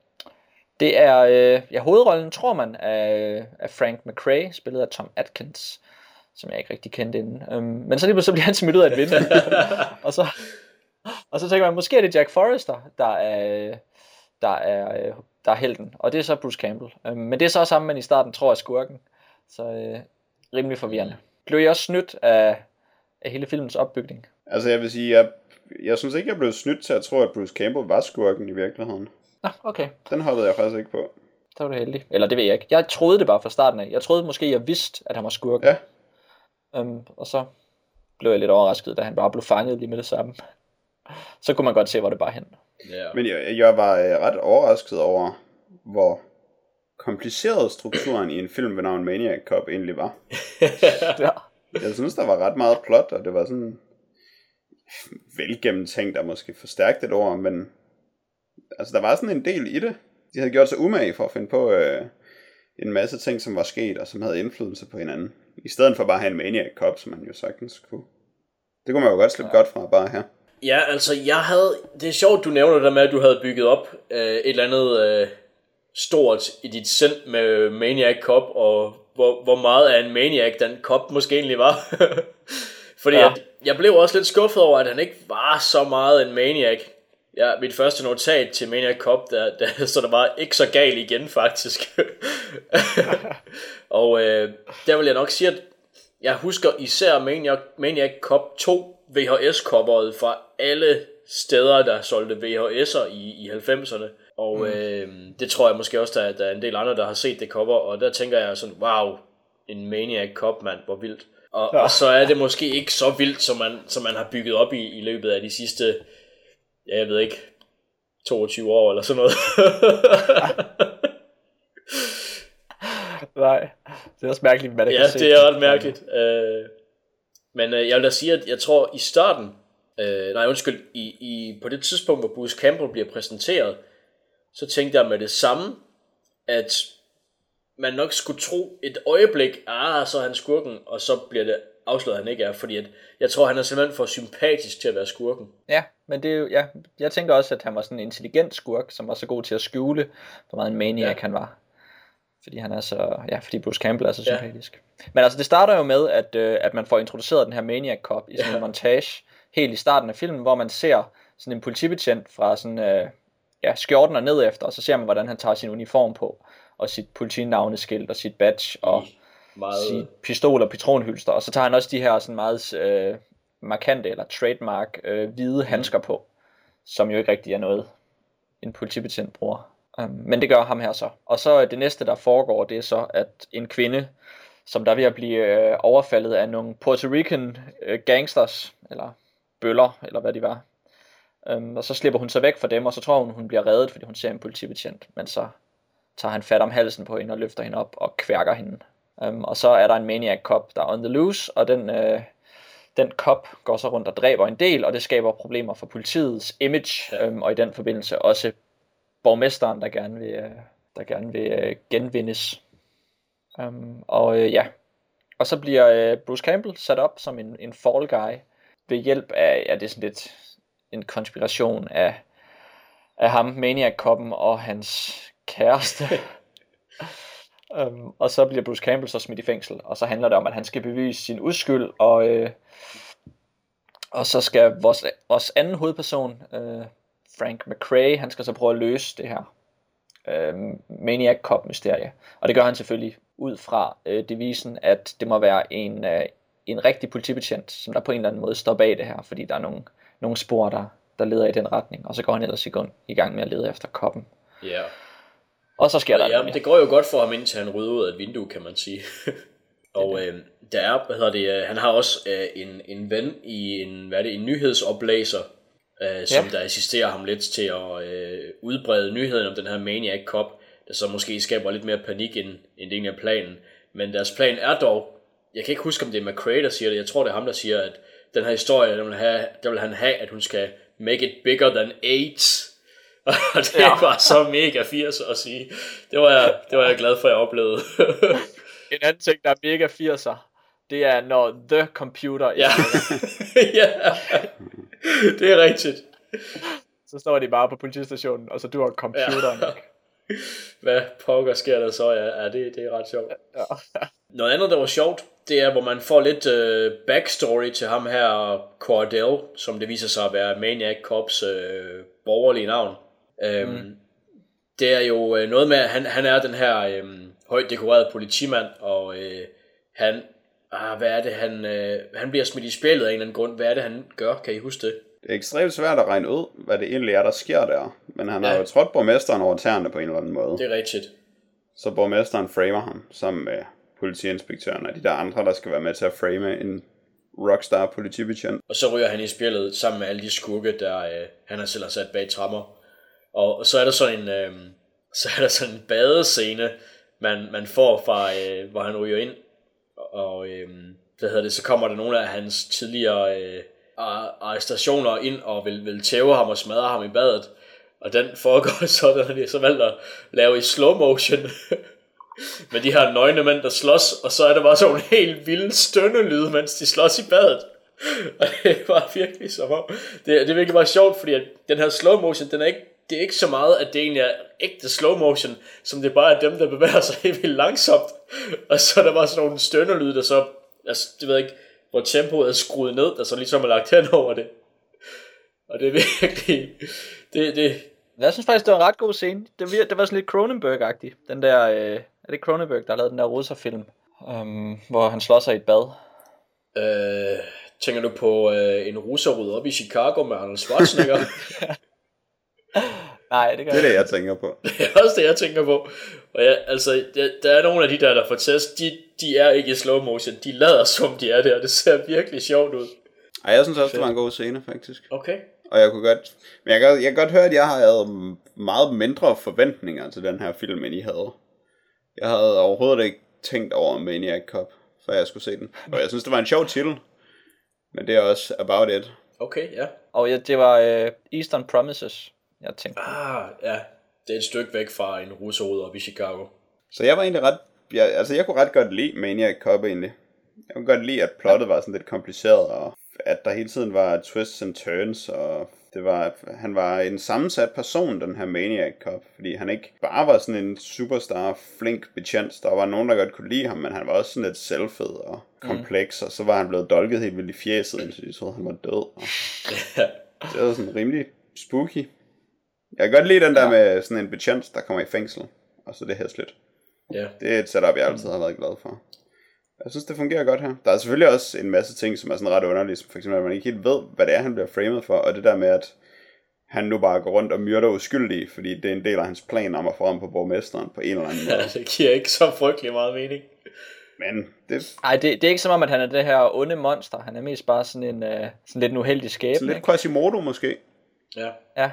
det er øh, ja, hovedrollen, tror man, af, af Frank McRae, spillet af Tom Atkins, som jeg ikke rigtig kendte inden. Um, men så lige så bliver han smidt ud af et vindue. og, så, og så tænker man, måske er det Jack Forrester, der er, der er, der er helten. Og det er så Bruce Campbell. Um, men det er så også ham, man i starten tror er skurken. Så uh, rimelig forvirrende. Blev I også snydt af, af hele filmens opbygning? Altså jeg vil sige, jeg, jeg synes ikke, jeg blev snydt til at tro, at Bruce Campbell var skurken i virkeligheden. Ah, okay. Den hoppede jeg faktisk ikke på. Så var det heldigt. Eller det ved jeg ikke. Jeg troede det bare fra starten af. Jeg troede måske, jeg vidste, at han var skurken. Ja. Um, og så blev jeg lidt overrasket, da han bare blev fanget lige med det samme. Så kunne man godt se, hvor det bare hen. Yeah. Men jeg, jeg var øh, ret overrasket over, hvor kompliceret strukturen i en film ved navn Maniac Cop egentlig var. Ja. Jeg synes, der var ret meget plot, og det var sådan velgennemtænkt og måske forstærkt et ord, men altså, der var sådan en del i det. De havde gjort sig umage for at finde på øh, en masse ting, som var sket, og som havde indflydelse på hinanden. I stedet for bare at have en Maniac Cop, som man jo sagtens kunne. Det kunne man jo godt slippe ja. godt fra bare her. Ja, altså jeg havde... Det er sjovt, du nævner det der med, at du havde bygget op øh, et eller andet øh, stort i dit sind med Maniac Cop, og hvor, hvor meget af en Maniac den Cop måske egentlig var. Fordi ja. at, jeg blev også lidt skuffet over, at han ikke var så meget en Maniac. Ja, mit første notat til Maniac Cop, der, der, så der var ikke så galt igen faktisk. Og øh, der vil jeg nok sige, at jeg husker især Maniac, Maniac Cop to V H S-coveret fra alle steder, der solgte V H S'er i, i halvfemserne. Og mm. øh, det tror jeg måske også, der, der er en del andre, der har set det cover. Og der tænker jeg sådan, wow, en Maniac Cop, mand, hvor vildt. Og, ja. og så er det måske ikke så vildt, som man, som man har bygget op i, i løbet af de sidste... Ja, jeg ved ikke, toogtyve år eller sådan noget. Nej, det er også mærkeligt, hvad det ja, kan se. det er ret mærkeligt. Øh, men øh, jeg vil da sige, at jeg tror i starten, øh, nej undskyld, i, i, på det tidspunkt, hvor Bruce Campbell bliver præsenteret, så tænkte jeg med det samme, at man nok skulle tro et øjeblik, ah, så er han skurken, og så bliver det afsløret, at han ikke er, fordi at jeg tror, han er simpelthen for sympatisk til at være skurken. Ja, men det er jo, ja, jeg tænker også, at han var sådan en intelligent skurk, som var så god til at skjule, hvor meget en maniac ja. han var. Fordi han er så, ja, fordi Bruce Campbell er så ja. sympatisk. Men altså, det starter jo med, at, øh, at man får introduceret den her Maniac Cop i sådan ja. en montage, helt i starten af filmen, hvor man ser sådan en politibetjent fra sådan, øh, ja, skjorten og ned efter, og så ser man, hvordan han tager sin uniform på, og sit politinavneskilt, og sit badge, og meget... sit pistol og patronhylster, og så tager han også de her sådan meget øh, markante, eller trademark, øh, hvide handsker på, som jo ikke rigtig er noget, en politibetjent bruger. Um, men det gør ham her så. Og så det næste, der foregår, det er så, at en kvinde, som der er ved at blive øh, overfaldet af nogle Puerto Rican øh, gangsters, eller bøller, eller hvad de var. Um, og så slipper hun sig væk fra dem, og så tror hun, hun bliver reddet, fordi hun ser en politibetjent. Men så tager han fat om halsen på hende og løfter hende op og kværker hende. Um, og så er der en Maniac Cop, der er on the loose, og den, øh, den cop går så rundt og dræber en del, og det skaber problemer for politiets image, um, og i den forbindelse også borgmesteren, der gerne vil, der gerne vil uh, genvindes. Um, og uh, ja, og så bliver uh, Bruce Campbell sat op som en, en fall guy ved hjælp af, ja, det er sådan lidt en konspiration af, af ham, Maniac-koppen og hans kæreste. um, og så bliver Bruce Campbell så smidt i fængsel, og så handler det om, at han skal bevise sin uskyld, og, uh, og så skal vores, vores anden hovedperson, uh, Frank McRae, han skal så prøve at løse det her øh, Maniac Cop mysterie. Og det gør han selvfølgelig ud fra øh, devisen, at det må være en, øh, en rigtig politibetjent, som der på en eller anden måde står bag det her, fordi der er nogle, nogle spor, der, der leder i den retning. Og så går han ellers i, i gang med at lede efter koppen. Ja. Yeah. Og så sker og der ja, noget mere. Det går jo godt for ham, indtil han rydder ud af et vindue, kan man sige. Og øh, der er, hvad hedder det, øh, han har også øh, en, en ven i en, hvad er det, en nyhedsoplæser, Uh, som ja. der assisterer ham lidt til at uh, udbrede nyheden om den her Maniac Cop, der så måske skaber lidt mere panik end, end det egentlig er planen. Men deres plan er dog, jeg kan ikke huske om det er McRae der siger det, jeg tror det er ham der siger, at den her historie, der vil, have, der vil han have, at hun skal make it bigger than AIDS. Og det ja. var så mega firs at sige. Det var jeg, det var jeg glad for at jeg oplevede. En anden ting der er mega firser, det er når The Computer ja. ja. Det er rigtigt. Så står de bare på politistationen, og så du har computeren. Ja. Hvad pokker sker der så? Ja, ja det, det er ret sjovt. Ja. Noget andet, der var sjovt, det er, hvor man får lidt uh, backstory til ham her, Cordell, som det viser sig at være Maniac Cops uh, borgerlige navn. Um, mm. Det er jo uh, noget med, at han, han er den her um, højt dekorerede politimand, og uh, han... Ah, hvad er det, han, øh, han bliver smidt i spjældet af en eller anden grund. Hvad er det, han gør? Kan I huske det? Det er ekstremt svært at regne ud, hvad det egentlig er, der sker der. Men han ja. har jo trådt borgmesteren over tæerne på en eller anden måde. Det er rigtigt. Så borgmesteren framer ham sammen med politiinspektøren og de der andre, der skal være med til at frame en rockstar politibetjent. Og så ryger han i spjældet sammen med alle de skurke, der øh, han har selv har sat bag tremmer. Og, og så er der sådan en, øh, så er der sådan en badescene, man, man får fra, øh, hvor han ryger ind. Og øhm, hvad hedder det, så kommer der nogle af hans tidligere øh, arrestationer ind og vil, vil tæve ham og smadre ham i badet. Og den foregår sådan, at de så valgt at lave i slow motion med de her nøgne mænd, der slås. Og så er der bare sådan en helt vild stønnelyd, mens de slås i badet. Og det var virkelig så meget. Det, det er virkelig bare sjovt, fordi at den her slow motion, den er ikke, det er ikke så meget, at det egentlig er ægte slow motion, som det bare er dem, der bevæger sig helt vildt langsomt. Og så er der bare sådan nogle stønnerlyd, der så, altså, det ved jeg ikke, hvor tempoet er skruet ned, der så ligesom er lagt hen over det. Og det er virkelig, det, det... Jeg synes faktisk, det var en ret god scene. Det var, det var sådan lidt Cronenberg-agtigt. Den der, øh, er det Cronenberg, der har lavet den der russerfilm, um, hvor han slår sig i et bad? Øh, tænker du på øh, en russer rydder op i Chicago med Arnold Schwarzenegger? Nej, det gør det er det, jeg tænker på. Det er også det, jeg tænker på. Og ja, altså, der, der er nogle af de der, der får test, de, de er ikke i slow motion. De lader som de er der, og det ser virkelig sjovt ud. Ej, jeg synes også, det var en god scene, faktisk. Okay. Og jeg kunne godt, men jeg kan, jeg kan godt høre, at jeg havde meget mindre forventninger til den her film, end I havde. Jeg havde overhovedet ikke tænkt over Maniac Cop, før jeg skulle se den. Og jeg synes, det var en sjov titel, men det er også about it. Okay, ja. Og ja, det var uh, Eastern Promises, jeg tænkte. Ah, ja. Det er et stykke væk fra en russerode oppe i Chicago. Så jeg var egentlig ret, jeg, altså jeg kunne ret godt lide Maniac Cop egentlig. Jeg kunne godt lide, at plottet var sådan lidt kompliceret, og at der hele tiden var twists and turns, og det var, han var en sammensat person, den her Maniac Cop, fordi han ikke bare var sådan en superstar, flink betjent. Der var nogen, der godt kunne lide ham, men han var også sådan lidt selvfed og kompleks, mm. og så var han blevet dolket helt vildt i fjeset, indtil de troede, han var død. Og det var sådan rimelig spooky. Jeg kan godt lide den der ja. med sådan en betjent, der kommer i fængsel, og så det hæsligt. Ja. Det er et setup, jeg altid har været glad for. Jeg synes, det fungerer godt her. Der er selvfølgelig også en masse ting, som er sådan ret underlige, som for eksempel, at man ikke helt ved, hvad det er, han bliver framed for, og det der med, at han nu bare går rundt og myrder uskyldige, fordi det er en del af hans plan om at få ham på borgmesteren på en eller anden måde. Ja, det giver ikke så frygtelig meget mening. Men det... Ej, det, det er ikke som om, at han er det her onde monster. Han er mest bare sådan en uh, sådan lidt en uheldig skæbne. Sådan lidt Quasimodo måske. Ja. Ja.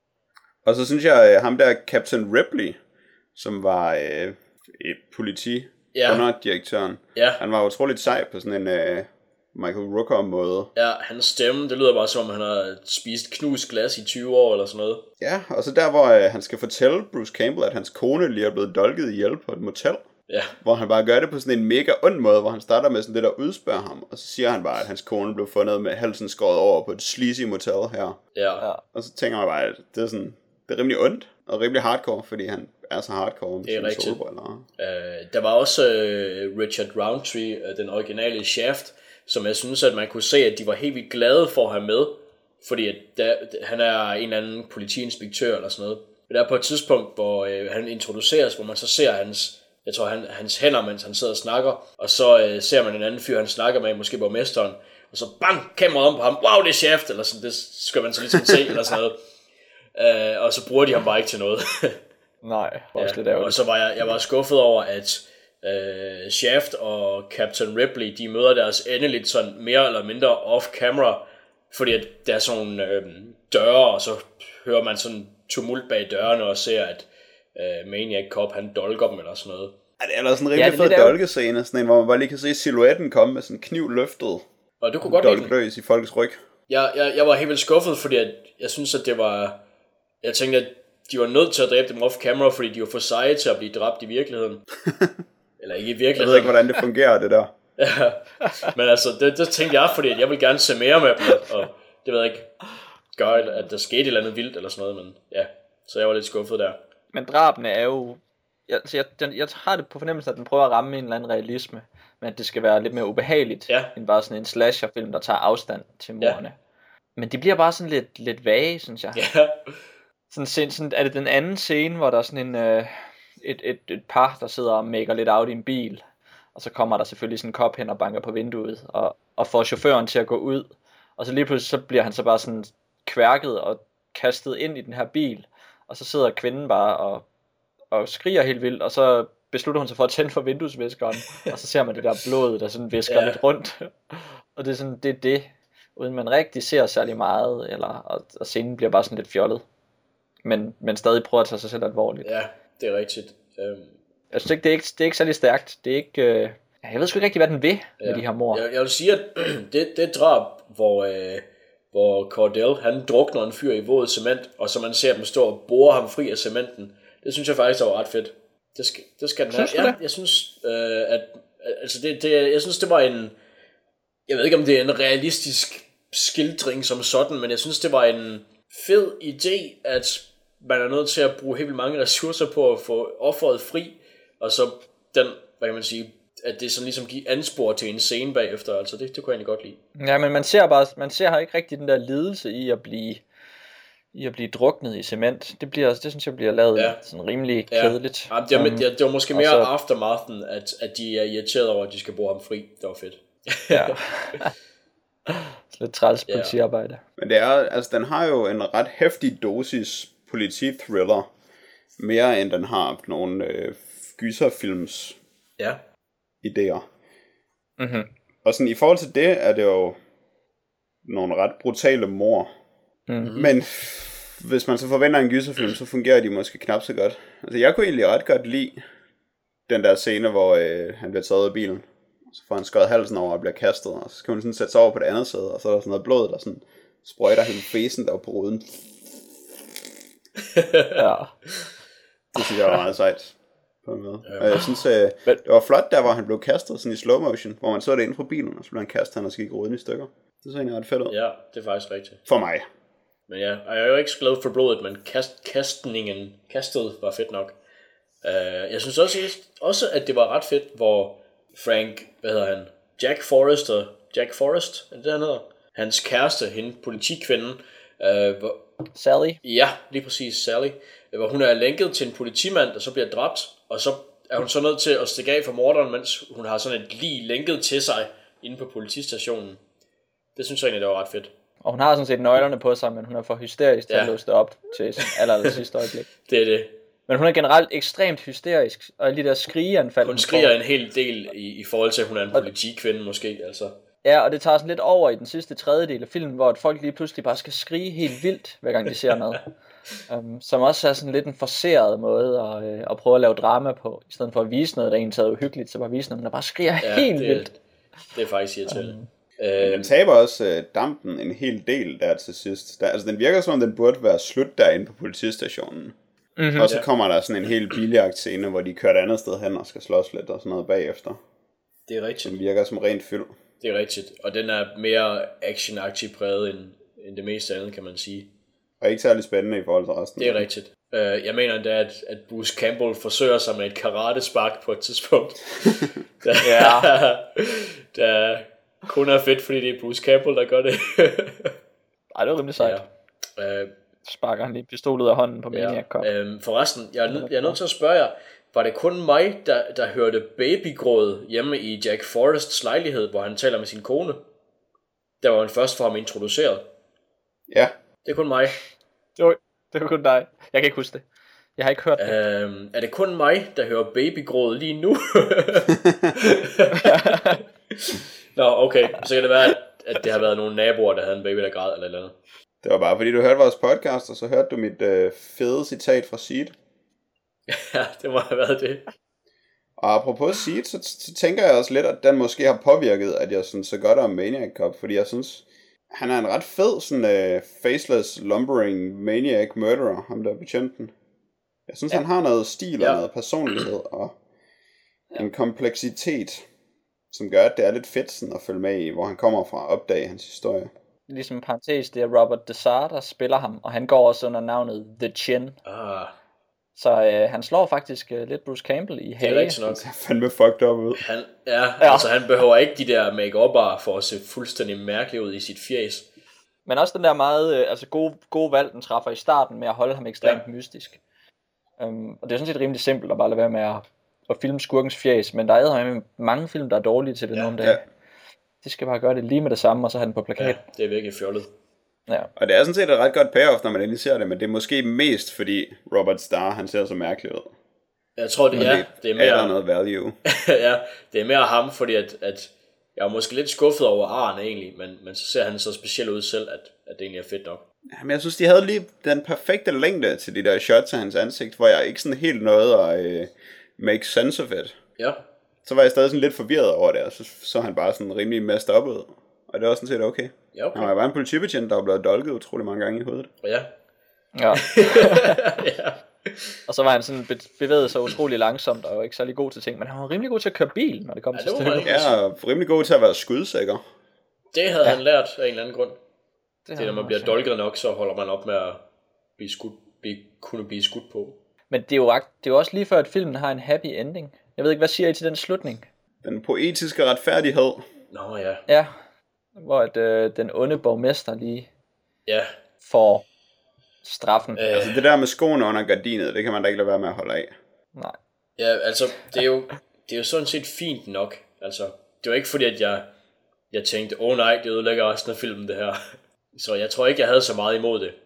Og så synes jeg, ham der Captain Ripley, som var øh, et politi ja. underdirektøren, ja. han var utroligt sej på sådan en øh, Michael Rooker måde. Ja, hans stemme, det lyder bare som om han har spist knust glas i tyve år eller sådan noget. Ja, og så der hvor øh, han skal fortælle Bruce Campbell, at hans kone lige er blevet dolket ihjel på et motel. Ja. Hvor han bare gør det på sådan en mega ond måde, hvor han starter med sådan lidt at udspørge ham, og så siger han bare, at hans kone blev fundet med halsen skåret over på et sleazy motel her. Ja. Og så tænker man bare, at det er sådan, det er rimelig ondt og rimelig hardcore, fordi han er så hardcore med sine solbriller. Uh, der var også uh, Richard Roundtree, uh, den originale Shaft, som jeg synes, at man kunne se, at de var helt vildt glade for at have med, fordi at der, han er en eller anden politiinspektør eller sådan noget. Der er på et tidspunkt, hvor uh, han introduceres, hvor man så ser hans, jeg tror, han, hans hænder, mens han sidder og snakker, og så uh, ser man en anden fyr, han snakker med, måske borgmesteren, og så bang, kameraet om på ham, wow, det er Shaft, eller sådan, det skal man så ligesom se, eller sådan noget. Uh, og så bruger de ham bare ikke til noget. Nej, også ja, lidt ærgerligt. og så var jeg, jeg var skuffet over, at uh, Shaft og Captain Ripley, de møder deres endeligt sådan mere eller mindre off-camera, fordi at der er sådan nogle øh, døre, og så hører man sådan tumult bag dørene og ser, at uh, Maniac Cop, han dolker dem eller sådan noget. Ja, det er der sådan en rimelig ja, fed dolkescene, sådan en, hvor man bare lige kan se silhuetten komme med sådan en kniv løftet. Og du kunne godt lide den. Dolkløs i folks ryg. Jeg, jeg, jeg var helt vildt skuffet, fordi at jeg synes, at det var... Jeg tænkte, at de var nødt til at dræbe dem off-camera, fordi de var for seje til at blive dræbt i virkeligheden. Eller ikke i virkeligheden. Jeg ved ikke, hvordan det fungerer, det der. Ja, men altså, det, det tænkte jeg, fordi jeg vil gerne se mere med dem, og det ved jeg ikke, gør, at der skete et eller andet vildt eller sådan noget, men ja, så jeg var lidt skuffet der. Men drabene er jo, jeg, altså jeg, jeg, jeg har det på fornemmelsen, at den prøver at ramme en eller anden realisme, men at det skal være lidt mere ubehageligt, ja. end bare sådan en slasherfilm, der tager afstand til mordene. Ja. Men de bliver bare sådan lidt, lidt vage, synes jeg. Ja. Sådan, sådan, er det den anden scene, hvor der er sådan en, øh, et, et, et par, der sidder og maker lidt out i en bil, og så kommer der selvfølgelig sådan en kop hen og banker på vinduet, og, og får chaufføren til at gå ud, og så lige pludselig så bliver han så bare sådan kværket og kastet ind i den her bil, og så sidder kvinden bare og, og skriger helt vildt, og så beslutter hun sig for at tænde for vinduesviskeren, og så ser man det der blod, der sådan visker ja. lidt rundt, og det er sådan, det er det, uden man rigtig ser særlig meget, eller, og, og scenen bliver bare sådan lidt fjollet. Men, men stadig prøver at tage sig selv alvorligt. Ja, det er rigtigt. Um... Jeg synes ikke, det er ikke, det er ikke særlig stærkt. Det er ikke, øh... jeg ved sgu ikke rigtig, hvad den vil ja. med de her mord. Jeg, jeg vil sige, at det, det drab, hvor, øh, hvor Cordell, han drukner en fyr i våd cement, og så man ser dem stå og bore ham fri af cementen, det synes jeg faktisk var ret fedt. Det skal, det skal den have. Synes du ja, det? Jeg synes, øh, at altså det, det, jeg synes, det var en, jeg ved ikke, om det er en realistisk skildring som sådan, men jeg synes, det var en fed idé, at man er nødt til at bruge helt vildt mange ressourcer på at få offeret fri, og så den, hvad kan man sige, at det sådan ligesom giver anspor til en scene bagefter, altså det, det kunne jeg egentlig godt lide. Ja, men man ser bare, man ser her ikke rigtig den der lidelse i at blive, i at blive druknet i cement. Det bliver, det synes jeg bliver lavet ja. sådan rimelig kedeligt. Ja, det, var, um, det, det var måske mere så... aftermathen, at, at de er irriteret over, at de skal bruge ham fri. Det var fedt. Ja. Lidt træls politiarbejde. Ja. Men det er, altså den har jo en ret heftig dosis politi-thriller, mere end den har nogle øh, gyserfilms ja. idéer. Mm-hmm. Og sådan i forhold til det, er det jo nogle ret brutale mord. Mm. Men hvis man så forventer en gyserfilm, så fungerer de måske knap så godt. Altså, jeg kunne egentlig ret godt lide den der scene, hvor øh, han bliver taget ud af bilen. Så får han skåret halsen over og bliver kastet, og så skal hun sådan sætte sig over på det andet sæde, og så er der sådan noget blod, der sådan sprøjter hele facen der på ruden. Ja. Det synes jeg var meget sejt. På en måde. Ja. Og jeg synes, øh, det var flot der, hvor han blev kastet sådan i slow motion, hvor man så det inden for bilen, og så blev han kastet, han og så gik ruden i stykker. Det så egentlig ret fedt ud. Ja, det er faktisk rigtigt. For mig. Men ja, og jeg er jo ikke så glad for blodet, men kast, kastningen, kastet var fedt nok. Uh, jeg synes også, også, at det var ret fedt, hvor Frank, hvad hedder han, Jack Forrester, Jack Forrest, er det der han hedder? Hans kæreste, hende, politikvinden, uh, hvor, Sally. ja, lige præcis, Sally, hvor hun er lænket til en politimand, der så bliver dræbt, og så er hun så nødt til at stikke af for morderen, mens hun har sådan et lig lænket til sig inde på politistationen. Det synes jeg egentlig, det var ret fedt. Og hun har sådan set nøglerne på sig, men hun er for hysterisk til Ja. at låse det op til sin aller, aller sidste øjeblik. Det er det. Men hun er generelt ekstremt hysterisk, og alle de der skrigeanfald. Hun skriger en hel del i, i forhold til, at hun er en politikvinde måske, altså. Ja, og det tager sådan lidt over i den sidste tredjedel af filmen, hvor at folk lige pludselig bare skal skrige helt vildt, hver gang de ser noget. Um, som også er sådan lidt en forceret måde at, øh, at prøve at lave drama på, i stedet for at vise noget, der egentlig er uhyggeligt, så bare vise noget, der bare skriger Ja, helt det, vildt. Det er faktisk irriterende. Um, Men øh, den taber også øh, dampen en hel del der til sidst. Der, altså den virker som om den burde være slut derinde på politistationen. Mm-hmm. Og så Ja. kommer der sådan en helt billiagt scene, hvor de kører et andet sted hen og skal slås lidt og sådan noget bagefter. det er rigtigt. Den virker som rent fyld. Det er rigtigt. Og den er mere actionagtig præget end, end det meste andet, kan man sige. Og ikke særlig spændende i forhold til resten. Det er rigtigt. Uh, jeg mener endda, at, at Bruce Campbell forsøger sig med et karate-spark på et tidspunkt. der, Ja. der kun er fedt, fordi det er Bruce Campbell, der gør det. Ej, det var rimelig sejt. Ja. Uh, Sparker han lige pistol ud af hånden på Maniac Cop. Ja, øhm, forresten, jeg er, nød, jeg er nødt til at spørge jer, var det kun mig, der, der hørte babygråd hjemme i Jack Forrests lejlighed, hvor han taler med sin kone? Der var han først for ham introduceret. Ja, Det er kun mig. Jo, det var kun dig. Jeg kan ikke huske det. Jeg har ikke hørt det. Øhm, er det kun mig, der hører babygråd lige nu? Nå, okay. Så kan det være, at, at det har været nogle naboer, der havde en baby, der græd eller et eller andet. det var bare fordi du hørte vores podcast, og så hørte du mit øh, fede citat fra Seed. Ja, det må have været det. Og apropos Seed, så, så tænker jeg også lidt, at den måske har påvirket, at jeg synes så godt om Maniac Cop, fordi jeg synes, han er en ret fed, sådan uh, faceless, lumbering maniac murderer, ham der betjenten. Jeg synes, ja. han har noget stil og Ja. noget personlighed, og en kompleksitet, som gør, at det er lidt fedt sådan, at følge med i, hvor han kommer fra og opdage hans historie. Ligesom en parentes, det er Robert Desar, der spiller ham, og han går også under navnet The Chin. Ah, Så øh, han slår faktisk øh, lidt Bruce Campbell i det er hage. rigtigt nok. Det ser fandme fucked up ud. Han, ja, ja, Ja. altså han behøver ikke de der make-up'ere for at se fuldstændig mærkelig ud i sit fjes. Men også den der meget øh, altså gode, gode valg, den træffer i starten med at holde ham ekstremt Ja. mystisk. Um, og det er sådan set rimelig simpelt at bare lade være med at, at filme skurkens fjes, men der er mange film, der er dårlige til det Ja, nogle dage. ja. De skal bare gøre det lige med det samme, og så have den på plakat. Ja, det er virkelig fjollet. Ja. Og det er sådan set et ret godt payoff, når man endelig ser det, men det er måske mest, fordi Robert Starr, han ser så mærkelig ud. Jeg tror, det, Og ja, det er er der mere, noget value. ja, det er mere ham, fordi at, at jeg er måske lidt skuffet over Arne egentlig, men, men så ser han så speciel ud selv, at, at det egentlig er fedt nok. Men jeg synes, de havde lige den perfekte længde til de der shots af hans ansigt, hvor jeg ikke sådan helt nåede at uh, make sense of it. Ja, Så var jeg stadig sådan lidt forvirret over det, og så så han bare sådan rimelig messed up ud. Og det var sådan set okay. ja, okay. Han var bare en politibetjent, der var blevet dolket utrolig mange gange i hovedet. Ja, Ja. ja. Og så var han sådan be- bevæget sig utrolig langsomt, og ikke særlig god til ting, men han var rimelig god til at køre bil, når det kom Ja, til det var stykket. han. Ja, og rimelig god til at være skudsikker. Det havde ja. han lært af en eller anden grund. Det Det er, når man bliver dolket nok, så holder man op med at blive skudt, blive, kunne blive skudt på. Men det er, jo, akt- det er jo også lige før, at filmen har en happy ending. Jeg ved ikke, hvad siger I til den slutning? Den poetiske retfærdighed. Nå ja, Ja, hvor at, øh, den onde borgmester lige ja. får straffen. Øh, Altså det der med skoene under gardinet, det kan man da ikke lade være med at holde af. Nej. ja, altså, det er jo, det er jo sådan set fint nok. Altså, det var ikke fordi, at jeg, jeg tænkte, åh oh, nej, det ødelægger resten af filmen, det her. Så jeg tror ikke, jeg havde så meget imod det.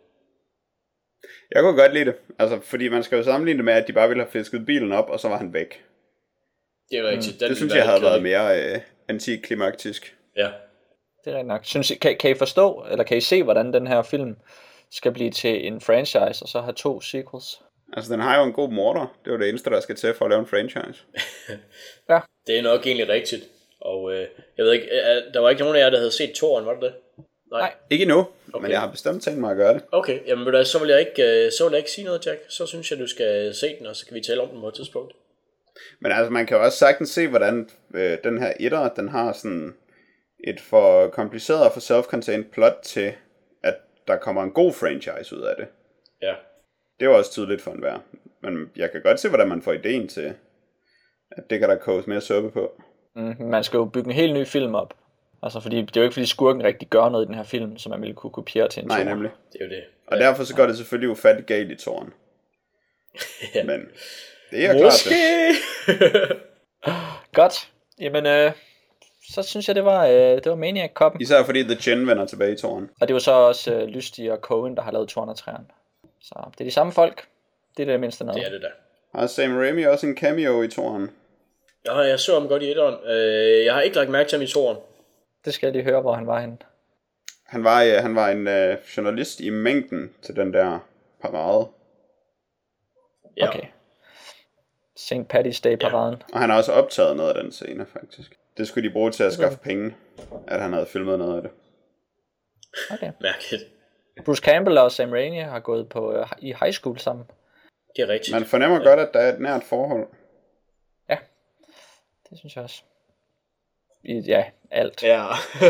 Jeg kunne godt lide det, altså fordi man skal jo sammenligne det med, at de bare ville have fisket bilen op, og så var han væk. Det er rigtigt. Mm, Det synes jeg havde været mere øh, antiklimaktisk. Ja. Det er rigtig nok. Synes I, kan, kan I forstå, eller kan I se, hvordan den her film skal blive til en franchise, og så have to sequels. Altså, den har jo en god morder. Det er jo det eneste, der skal til for at lave en franchise. Ja. Det er nok egentlig rigtigt. Og øh, jeg ved ikke, øh, der var ikke nogen af jer, der havde set toeren, var det det? Nej. Nej. Ikke endnu, Okay. men jeg har bestemt tænkt mig at gøre det. Okay, jamen ved du, så vil jeg ikke, øh, så vil jeg ikke sige noget, Jack. Så synes jeg, du skal se den, og så kan vi tale om den på et tidspunkt. Men altså, man kan jo også sagtens se, hvordan øh, den her etter, den har sådan et for kompliceret og for self-contained plot til, at der kommer en god franchise ud af det. Ja. Det er jo også tydeligt for enhver. Men jeg kan godt se, hvordan man får ideen til, at det kan der koges mere suppe på. Mm, man skal jo bygge en helt ny film op. Altså, fordi det er jo ikke, fordi skurken rigtig gør noget i den her film, som man ville kunne kopiere til en Nej, toer. nemlig. Det er jo det. Og ja. Derfor så går det selvfølgelig ufattigt galt i toren. Ja. Men det er Måske. klart det. Godt. Jamen, øh, så synes jeg, det var, øh, det var Maniac-koppen. Især fordi The Chin vender tilbage i toren. Og det var så også øh, Lystig og Coen, der har lavet toeren og treeren. Så det er de samme folk. Det er det mindste noget. Det er det da. Har Sam Raimi også en cameo i toren? Ja, jeg så ham godt i etteren. Øh, jeg har ikke lagt mærke til ham i toeren. Det skal jeg lige høre, hvor han var henne. Han var, øh, han var en øh, journalist i mængden til den der parade. Ja. Okay. Saint Paddy's Day-paraden. Og han har også optaget noget af den scene, faktisk. Det skulle de bruge til at skaffe penge, at han havde filmet noget af det. Okay. Mærkeligt. Bruce Campbell og Sam Raimi har gået på øh, i high school sammen. Det er rigtigt. Man fornemmer ja. godt, at der er et nært forhold. Ja, det synes jeg også. I, ja, alt. Ja.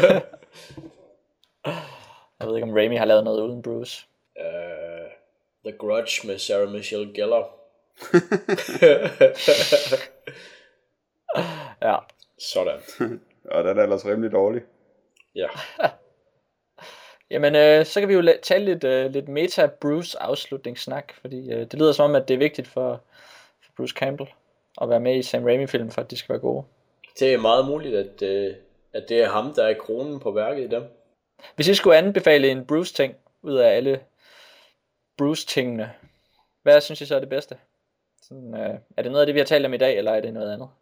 Jeg ved ikke, om Raimi har lavet noget uden Bruce. uh, The Grudge med Sarah Michelle Gellar. Ja. Sådan. Og den er ellers rimelig dårlig. Ja. Jamen, øh, så kan vi jo la- tale lidt, øh, lidt meta-Bruce afslutningssnak, fordi øh, det lyder som om, at det er vigtigt for, for Bruce Campbell at være med i Sam Raimi-film, for at de skal være gode. Det er meget muligt, at, øh, at det er ham, der er kronen på værket i dem. Hvis I skulle anbefale en Bruce-ting ud af alle Bruce-tingene, hvad synes I så er det bedste? Sådan, øh, er det noget af det, vi har talt om i dag, eller er det noget andet?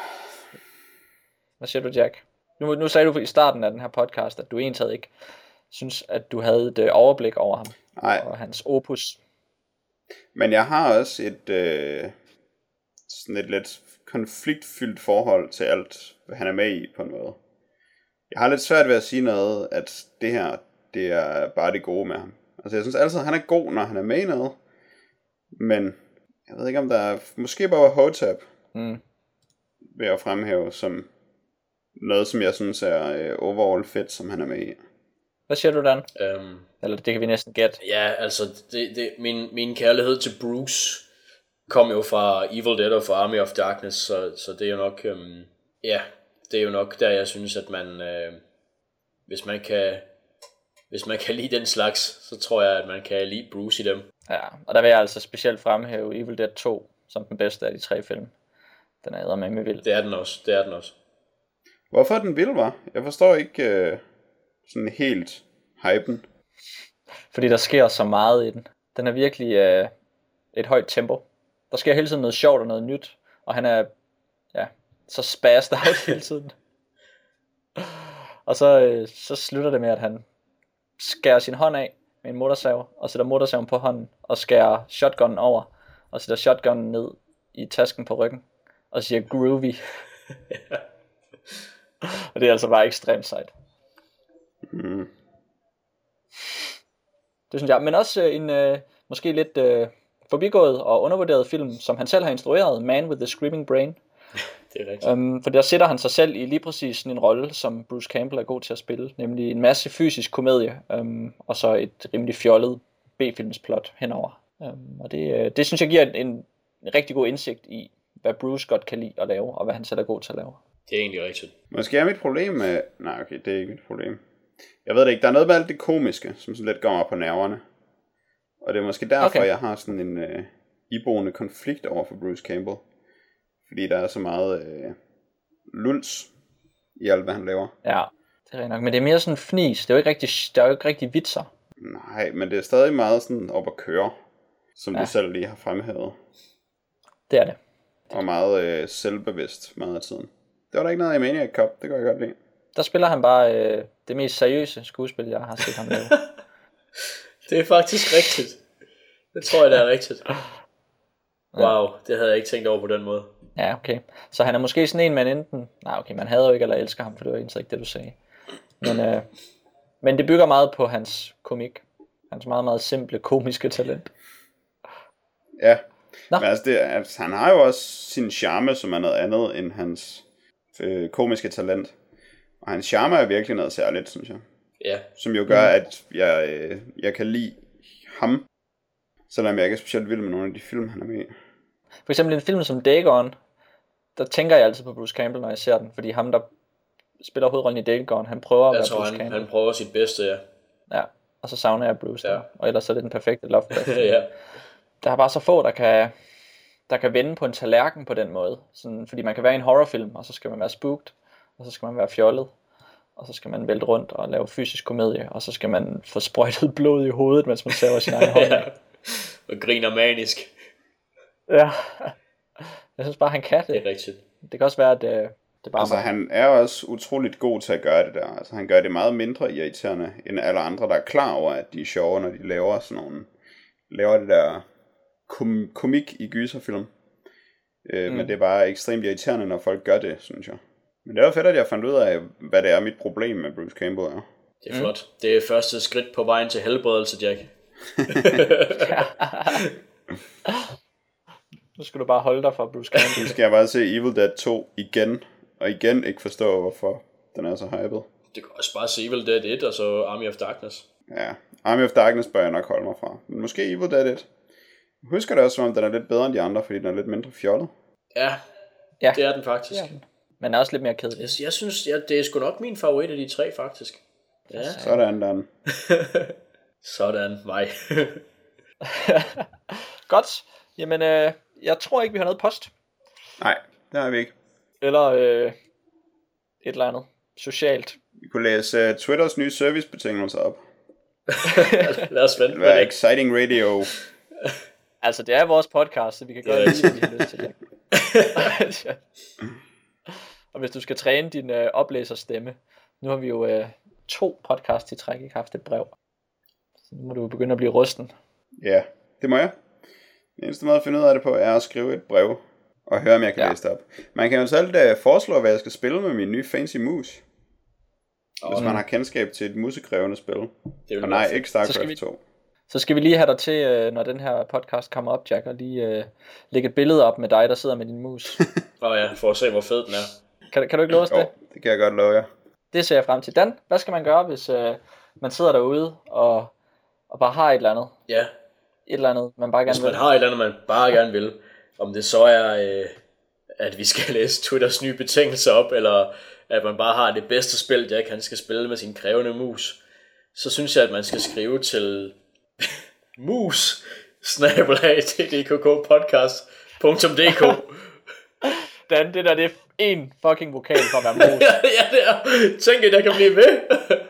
Hvad siger du, Jack? Nu, nu sagde du i starten af den her podcast, at du egentlig ikke synes, at du havde et øh, overblik over ham. Nej. Og hans opus. Men jeg har også et øh, sådan et lidt konfliktfyldt forhold til alt, hvad han er med i på en måde. Jeg har lidt svært ved at sige noget, at det her, det er bare det gode med ham. Altså jeg synes altid, at han er god, når han er med i noget. Men jeg ved ikke, om der er måske bare var Hotep Mm. ved at fremhæve som noget, som jeg synes er øh, overall fedt, som han er med i. Hvad siger du, Dan? Um, Eller det kan vi næsten gætte. ja, altså, det, det, min, min kærlighed til Bruce kom jo fra Evil Dead og fra Army of Darkness, så, så det er jo nok, um, ja, det er jo nok der, jeg synes, at man, øh, hvis man kan, hvis man kan lide den slags, så tror jeg, at man kan lide Bruce i dem. Ja, og der vil jeg altså specielt fremhæve Evil Dead to som den bedste af de tre film. Den er eddermame vild. Det er den også, det er den også. Hvorfor er den vild, var? Jeg forstår ikke øh, sådan helt hypen. Fordi der sker så meget i den. Den er virkelig øh, et højt tempo. Der sker hele tiden noget sjovt og noget nyt. Og han er ja, så spased out hele tiden. Og så, øh, så slutter det med, at han skærer sin hånd af med en motorsav, og sætter motorsaven på hånden, og skærer shotgunnen over, og sætter shotgunnen ned i tasken på ryggen, og siger groovy. Og det er altså bare ekstremt sejt. Mm. Det synes jeg. Men også øh, en øh, måske lidt øh, forbigået og undervurderet film, som han selv har instrueret, Man with the Screaming Brain. Det er rigtigt. Um, for der sætter han sig selv i lige præcis sådan en rolle, som Bruce Campbell er god til at spille, nemlig en masse fysisk komedie, um, og så et rimelig fjollet B-filmsplot henover. Um, og det, øh, det synes jeg giver en, en rigtig god indsigt i, hvad Bruce godt kan lide at lave, og hvad han selv er god til at lave. Det er egentlig rigtigt. Måske er mit problem med... Nej, okay, det er ikke mit problem. Jeg ved det ikke, der er noget med alt det komiske, som sådan lidt går mig på nerverne. Og det er måske derfor, Okay. jeg har sådan en øh, iboende konflikt over for Bruce Campbell. Fordi der er så meget øh, luls i alt, hvad han laver. Ja, det er rigtigt nok. Men det er mere sådan fnis. Det er jo ikke rigtig, der er jo ikke rigtig vitser. Nej, men det er stadig meget sådan op at køre, som ja. Ja. du selv lige har fremhævet. Det er det. Og meget øh, selvbevidst meget af tiden. Det var der ikke noget i Maniac Cop, det kan jeg godt lide. Der spiller han bare øh, det mest seriøse skuespil, jeg har set ham lave. Det er faktisk rigtigt. Det tror jeg, det er rigtigt. Wow, det havde jeg ikke tænkt over på den måde. Ja, okay. Så han er måske sådan en, man enten... Nej, okay, man hader jo ikke eller elsker ham, for det var egentlig ikke det, du sagde. Men, øh, men det bygger meget på hans komik. Hans meget, meget simple komiske talent. Ja, Nå. men altså, det, altså, han har jo også sin charme, som er noget andet end hans øh, komiske talent. Og hans charme er virkelig noget særligt, synes jeg. Ja. Som jo gør, at jeg, øh, jeg kan lide ham, selvom jeg ikke er specielt vild med nogle af de film, han er med i. For eksempel en film som Dagon, der tænker jeg altid på Bruce Campbell, når jeg ser den. Fordi ham, der spiller hovedrollen i Dagon, han prøver at Jeg være tror, Bruce han, Campbell. han prøver sit bedste, ja. Ja, og så savner jeg Bruce Ja. der. Og ellers er det den perfekte Lovecraft. Ja. Der er bare så få, der kan, der kan vende på en tallerken på den måde. Sådan, fordi man kan være i en horrorfilm, og så skal man være spooked, og så skal man være fjollet, og så skal man vælte rundt og lave fysisk komedie, og så skal man få sprøjtet blod i hovedet, mens man saver sin egen hånd. Ja. Og griner manisk. Ja. Jeg synes bare, han kan Det er det. rigtigt. Det kan også være, at det, det bare Altså, han er også utroligt god til at gøre det der. Altså, han gør det meget mindre irriterende, end alle andre, der er klar over, at de er sjove, når de laver sådan nogle... Laver det der kom- komik i gyserfilm. Øh, mm. Men det er bare ekstremt irriterende, når folk gør det, synes jeg. Men det var fedt, at jeg fandt ud af, hvad det er, mit problem med Bruce Campbell er. Det er flot. Mm. Det er første skridt på vejen til helbredelse, Jack. Nu skal du bare holde dig for Bruce Campbell. Nu skal jeg bare se Evil Dead to igen, og igen ikke forstå, hvorfor den er så hyped. Det kan også bare se Evil Dead et, og så Army of Darkness. Ja, Army of Darkness bør jeg nok holde mig fra. Men måske Evil Dead et. Jeg husker det også, som om den er lidt bedre end de andre, fordi den er lidt mindre fjollet. Ja, Ja. det er den faktisk. Ja. Men er også lidt mere kedelig. Jeg, jeg synes, ja, det er sgu nok min favorit af de tre, faktisk. Ja. Sådan den. Sådan, mig. Godt. Jamen, øh, jeg tror ikke, vi har noget post. Nej, det har vi ikke. Eller øh, et eller andet socialt. Vi kunne læse uh, Twitters nye servicebetingelser op. Lad os vente Det på var det. exciting radio. Altså, det er vores podcast, så vi kan gøre Ja. det, som vi har lyst til. Ja. Og hvis du skal træne din øh, oplæserstemme, nu har vi jo øh, to podcast i træk ikke haft et brev. Så nu må du begynde at blive rusten. Ja, det må jeg. Den eneste måde at finde ud af det på, er at skrive et brev, og høre, om jeg kan Ja. læse det op. Man kan jo selv uh, foreslå, hvad jeg skal spille med min nye fancy mus. Hvis Oh, man har kendskab til et musekrævende spil. det vil Og nej, være ikke Så skal StarCraft vi- to. Så skal vi lige have dig til, øh, når den her podcast kommer op, Jack, og lige øh, lægge et billede op med dig, der sidder med din mus. fedt. Oh, ja, for at se, hvor fed den er. Kan, kan du ikke love os Jo, det? det kan jeg godt love jer. Det ser jeg frem til. Dan, hvad skal man gøre, hvis øh, man sidder derude og, og bare har et eller andet? Ja, Et eller andet, man bare hvis gerne man vil. har et eller andet, man bare gerne vil. Om det så er, øh, at vi skal læse Twitters nye betingelser op, eller at man bare har det bedste spil, Jack han skal spille med sin krævende mus, så synes jeg, at man skal skrive til mus snabel-a t d k k podcast punktum d k. Dan, det der, det er en fucking vokal for at være mus. Ja, det er. Tænk, at jeg kan blive ved.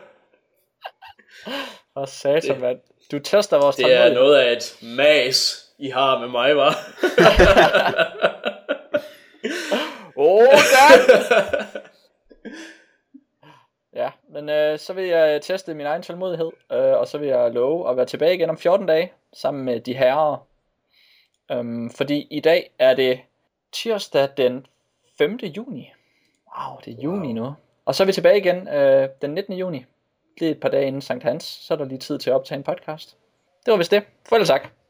Og satan, mand. Du tester vores Det er noget af et mas, I har med mig, var. Åh, oh, Dan! Ja, men øh, så vil jeg teste min egen tålmodighed, øh, og så vil jeg love at være tilbage igen om fjorten dage, sammen med de herrer. Øhm, fordi i dag er det tirsdag den femte juni. Wow, det er juni Wow. nu. Og så er vi tilbage igen øh, den nittende juni. Lige et par dage inden Sankt Hans, så er der lige tid til at optage en podcast. Det var vist det. Farvel tak.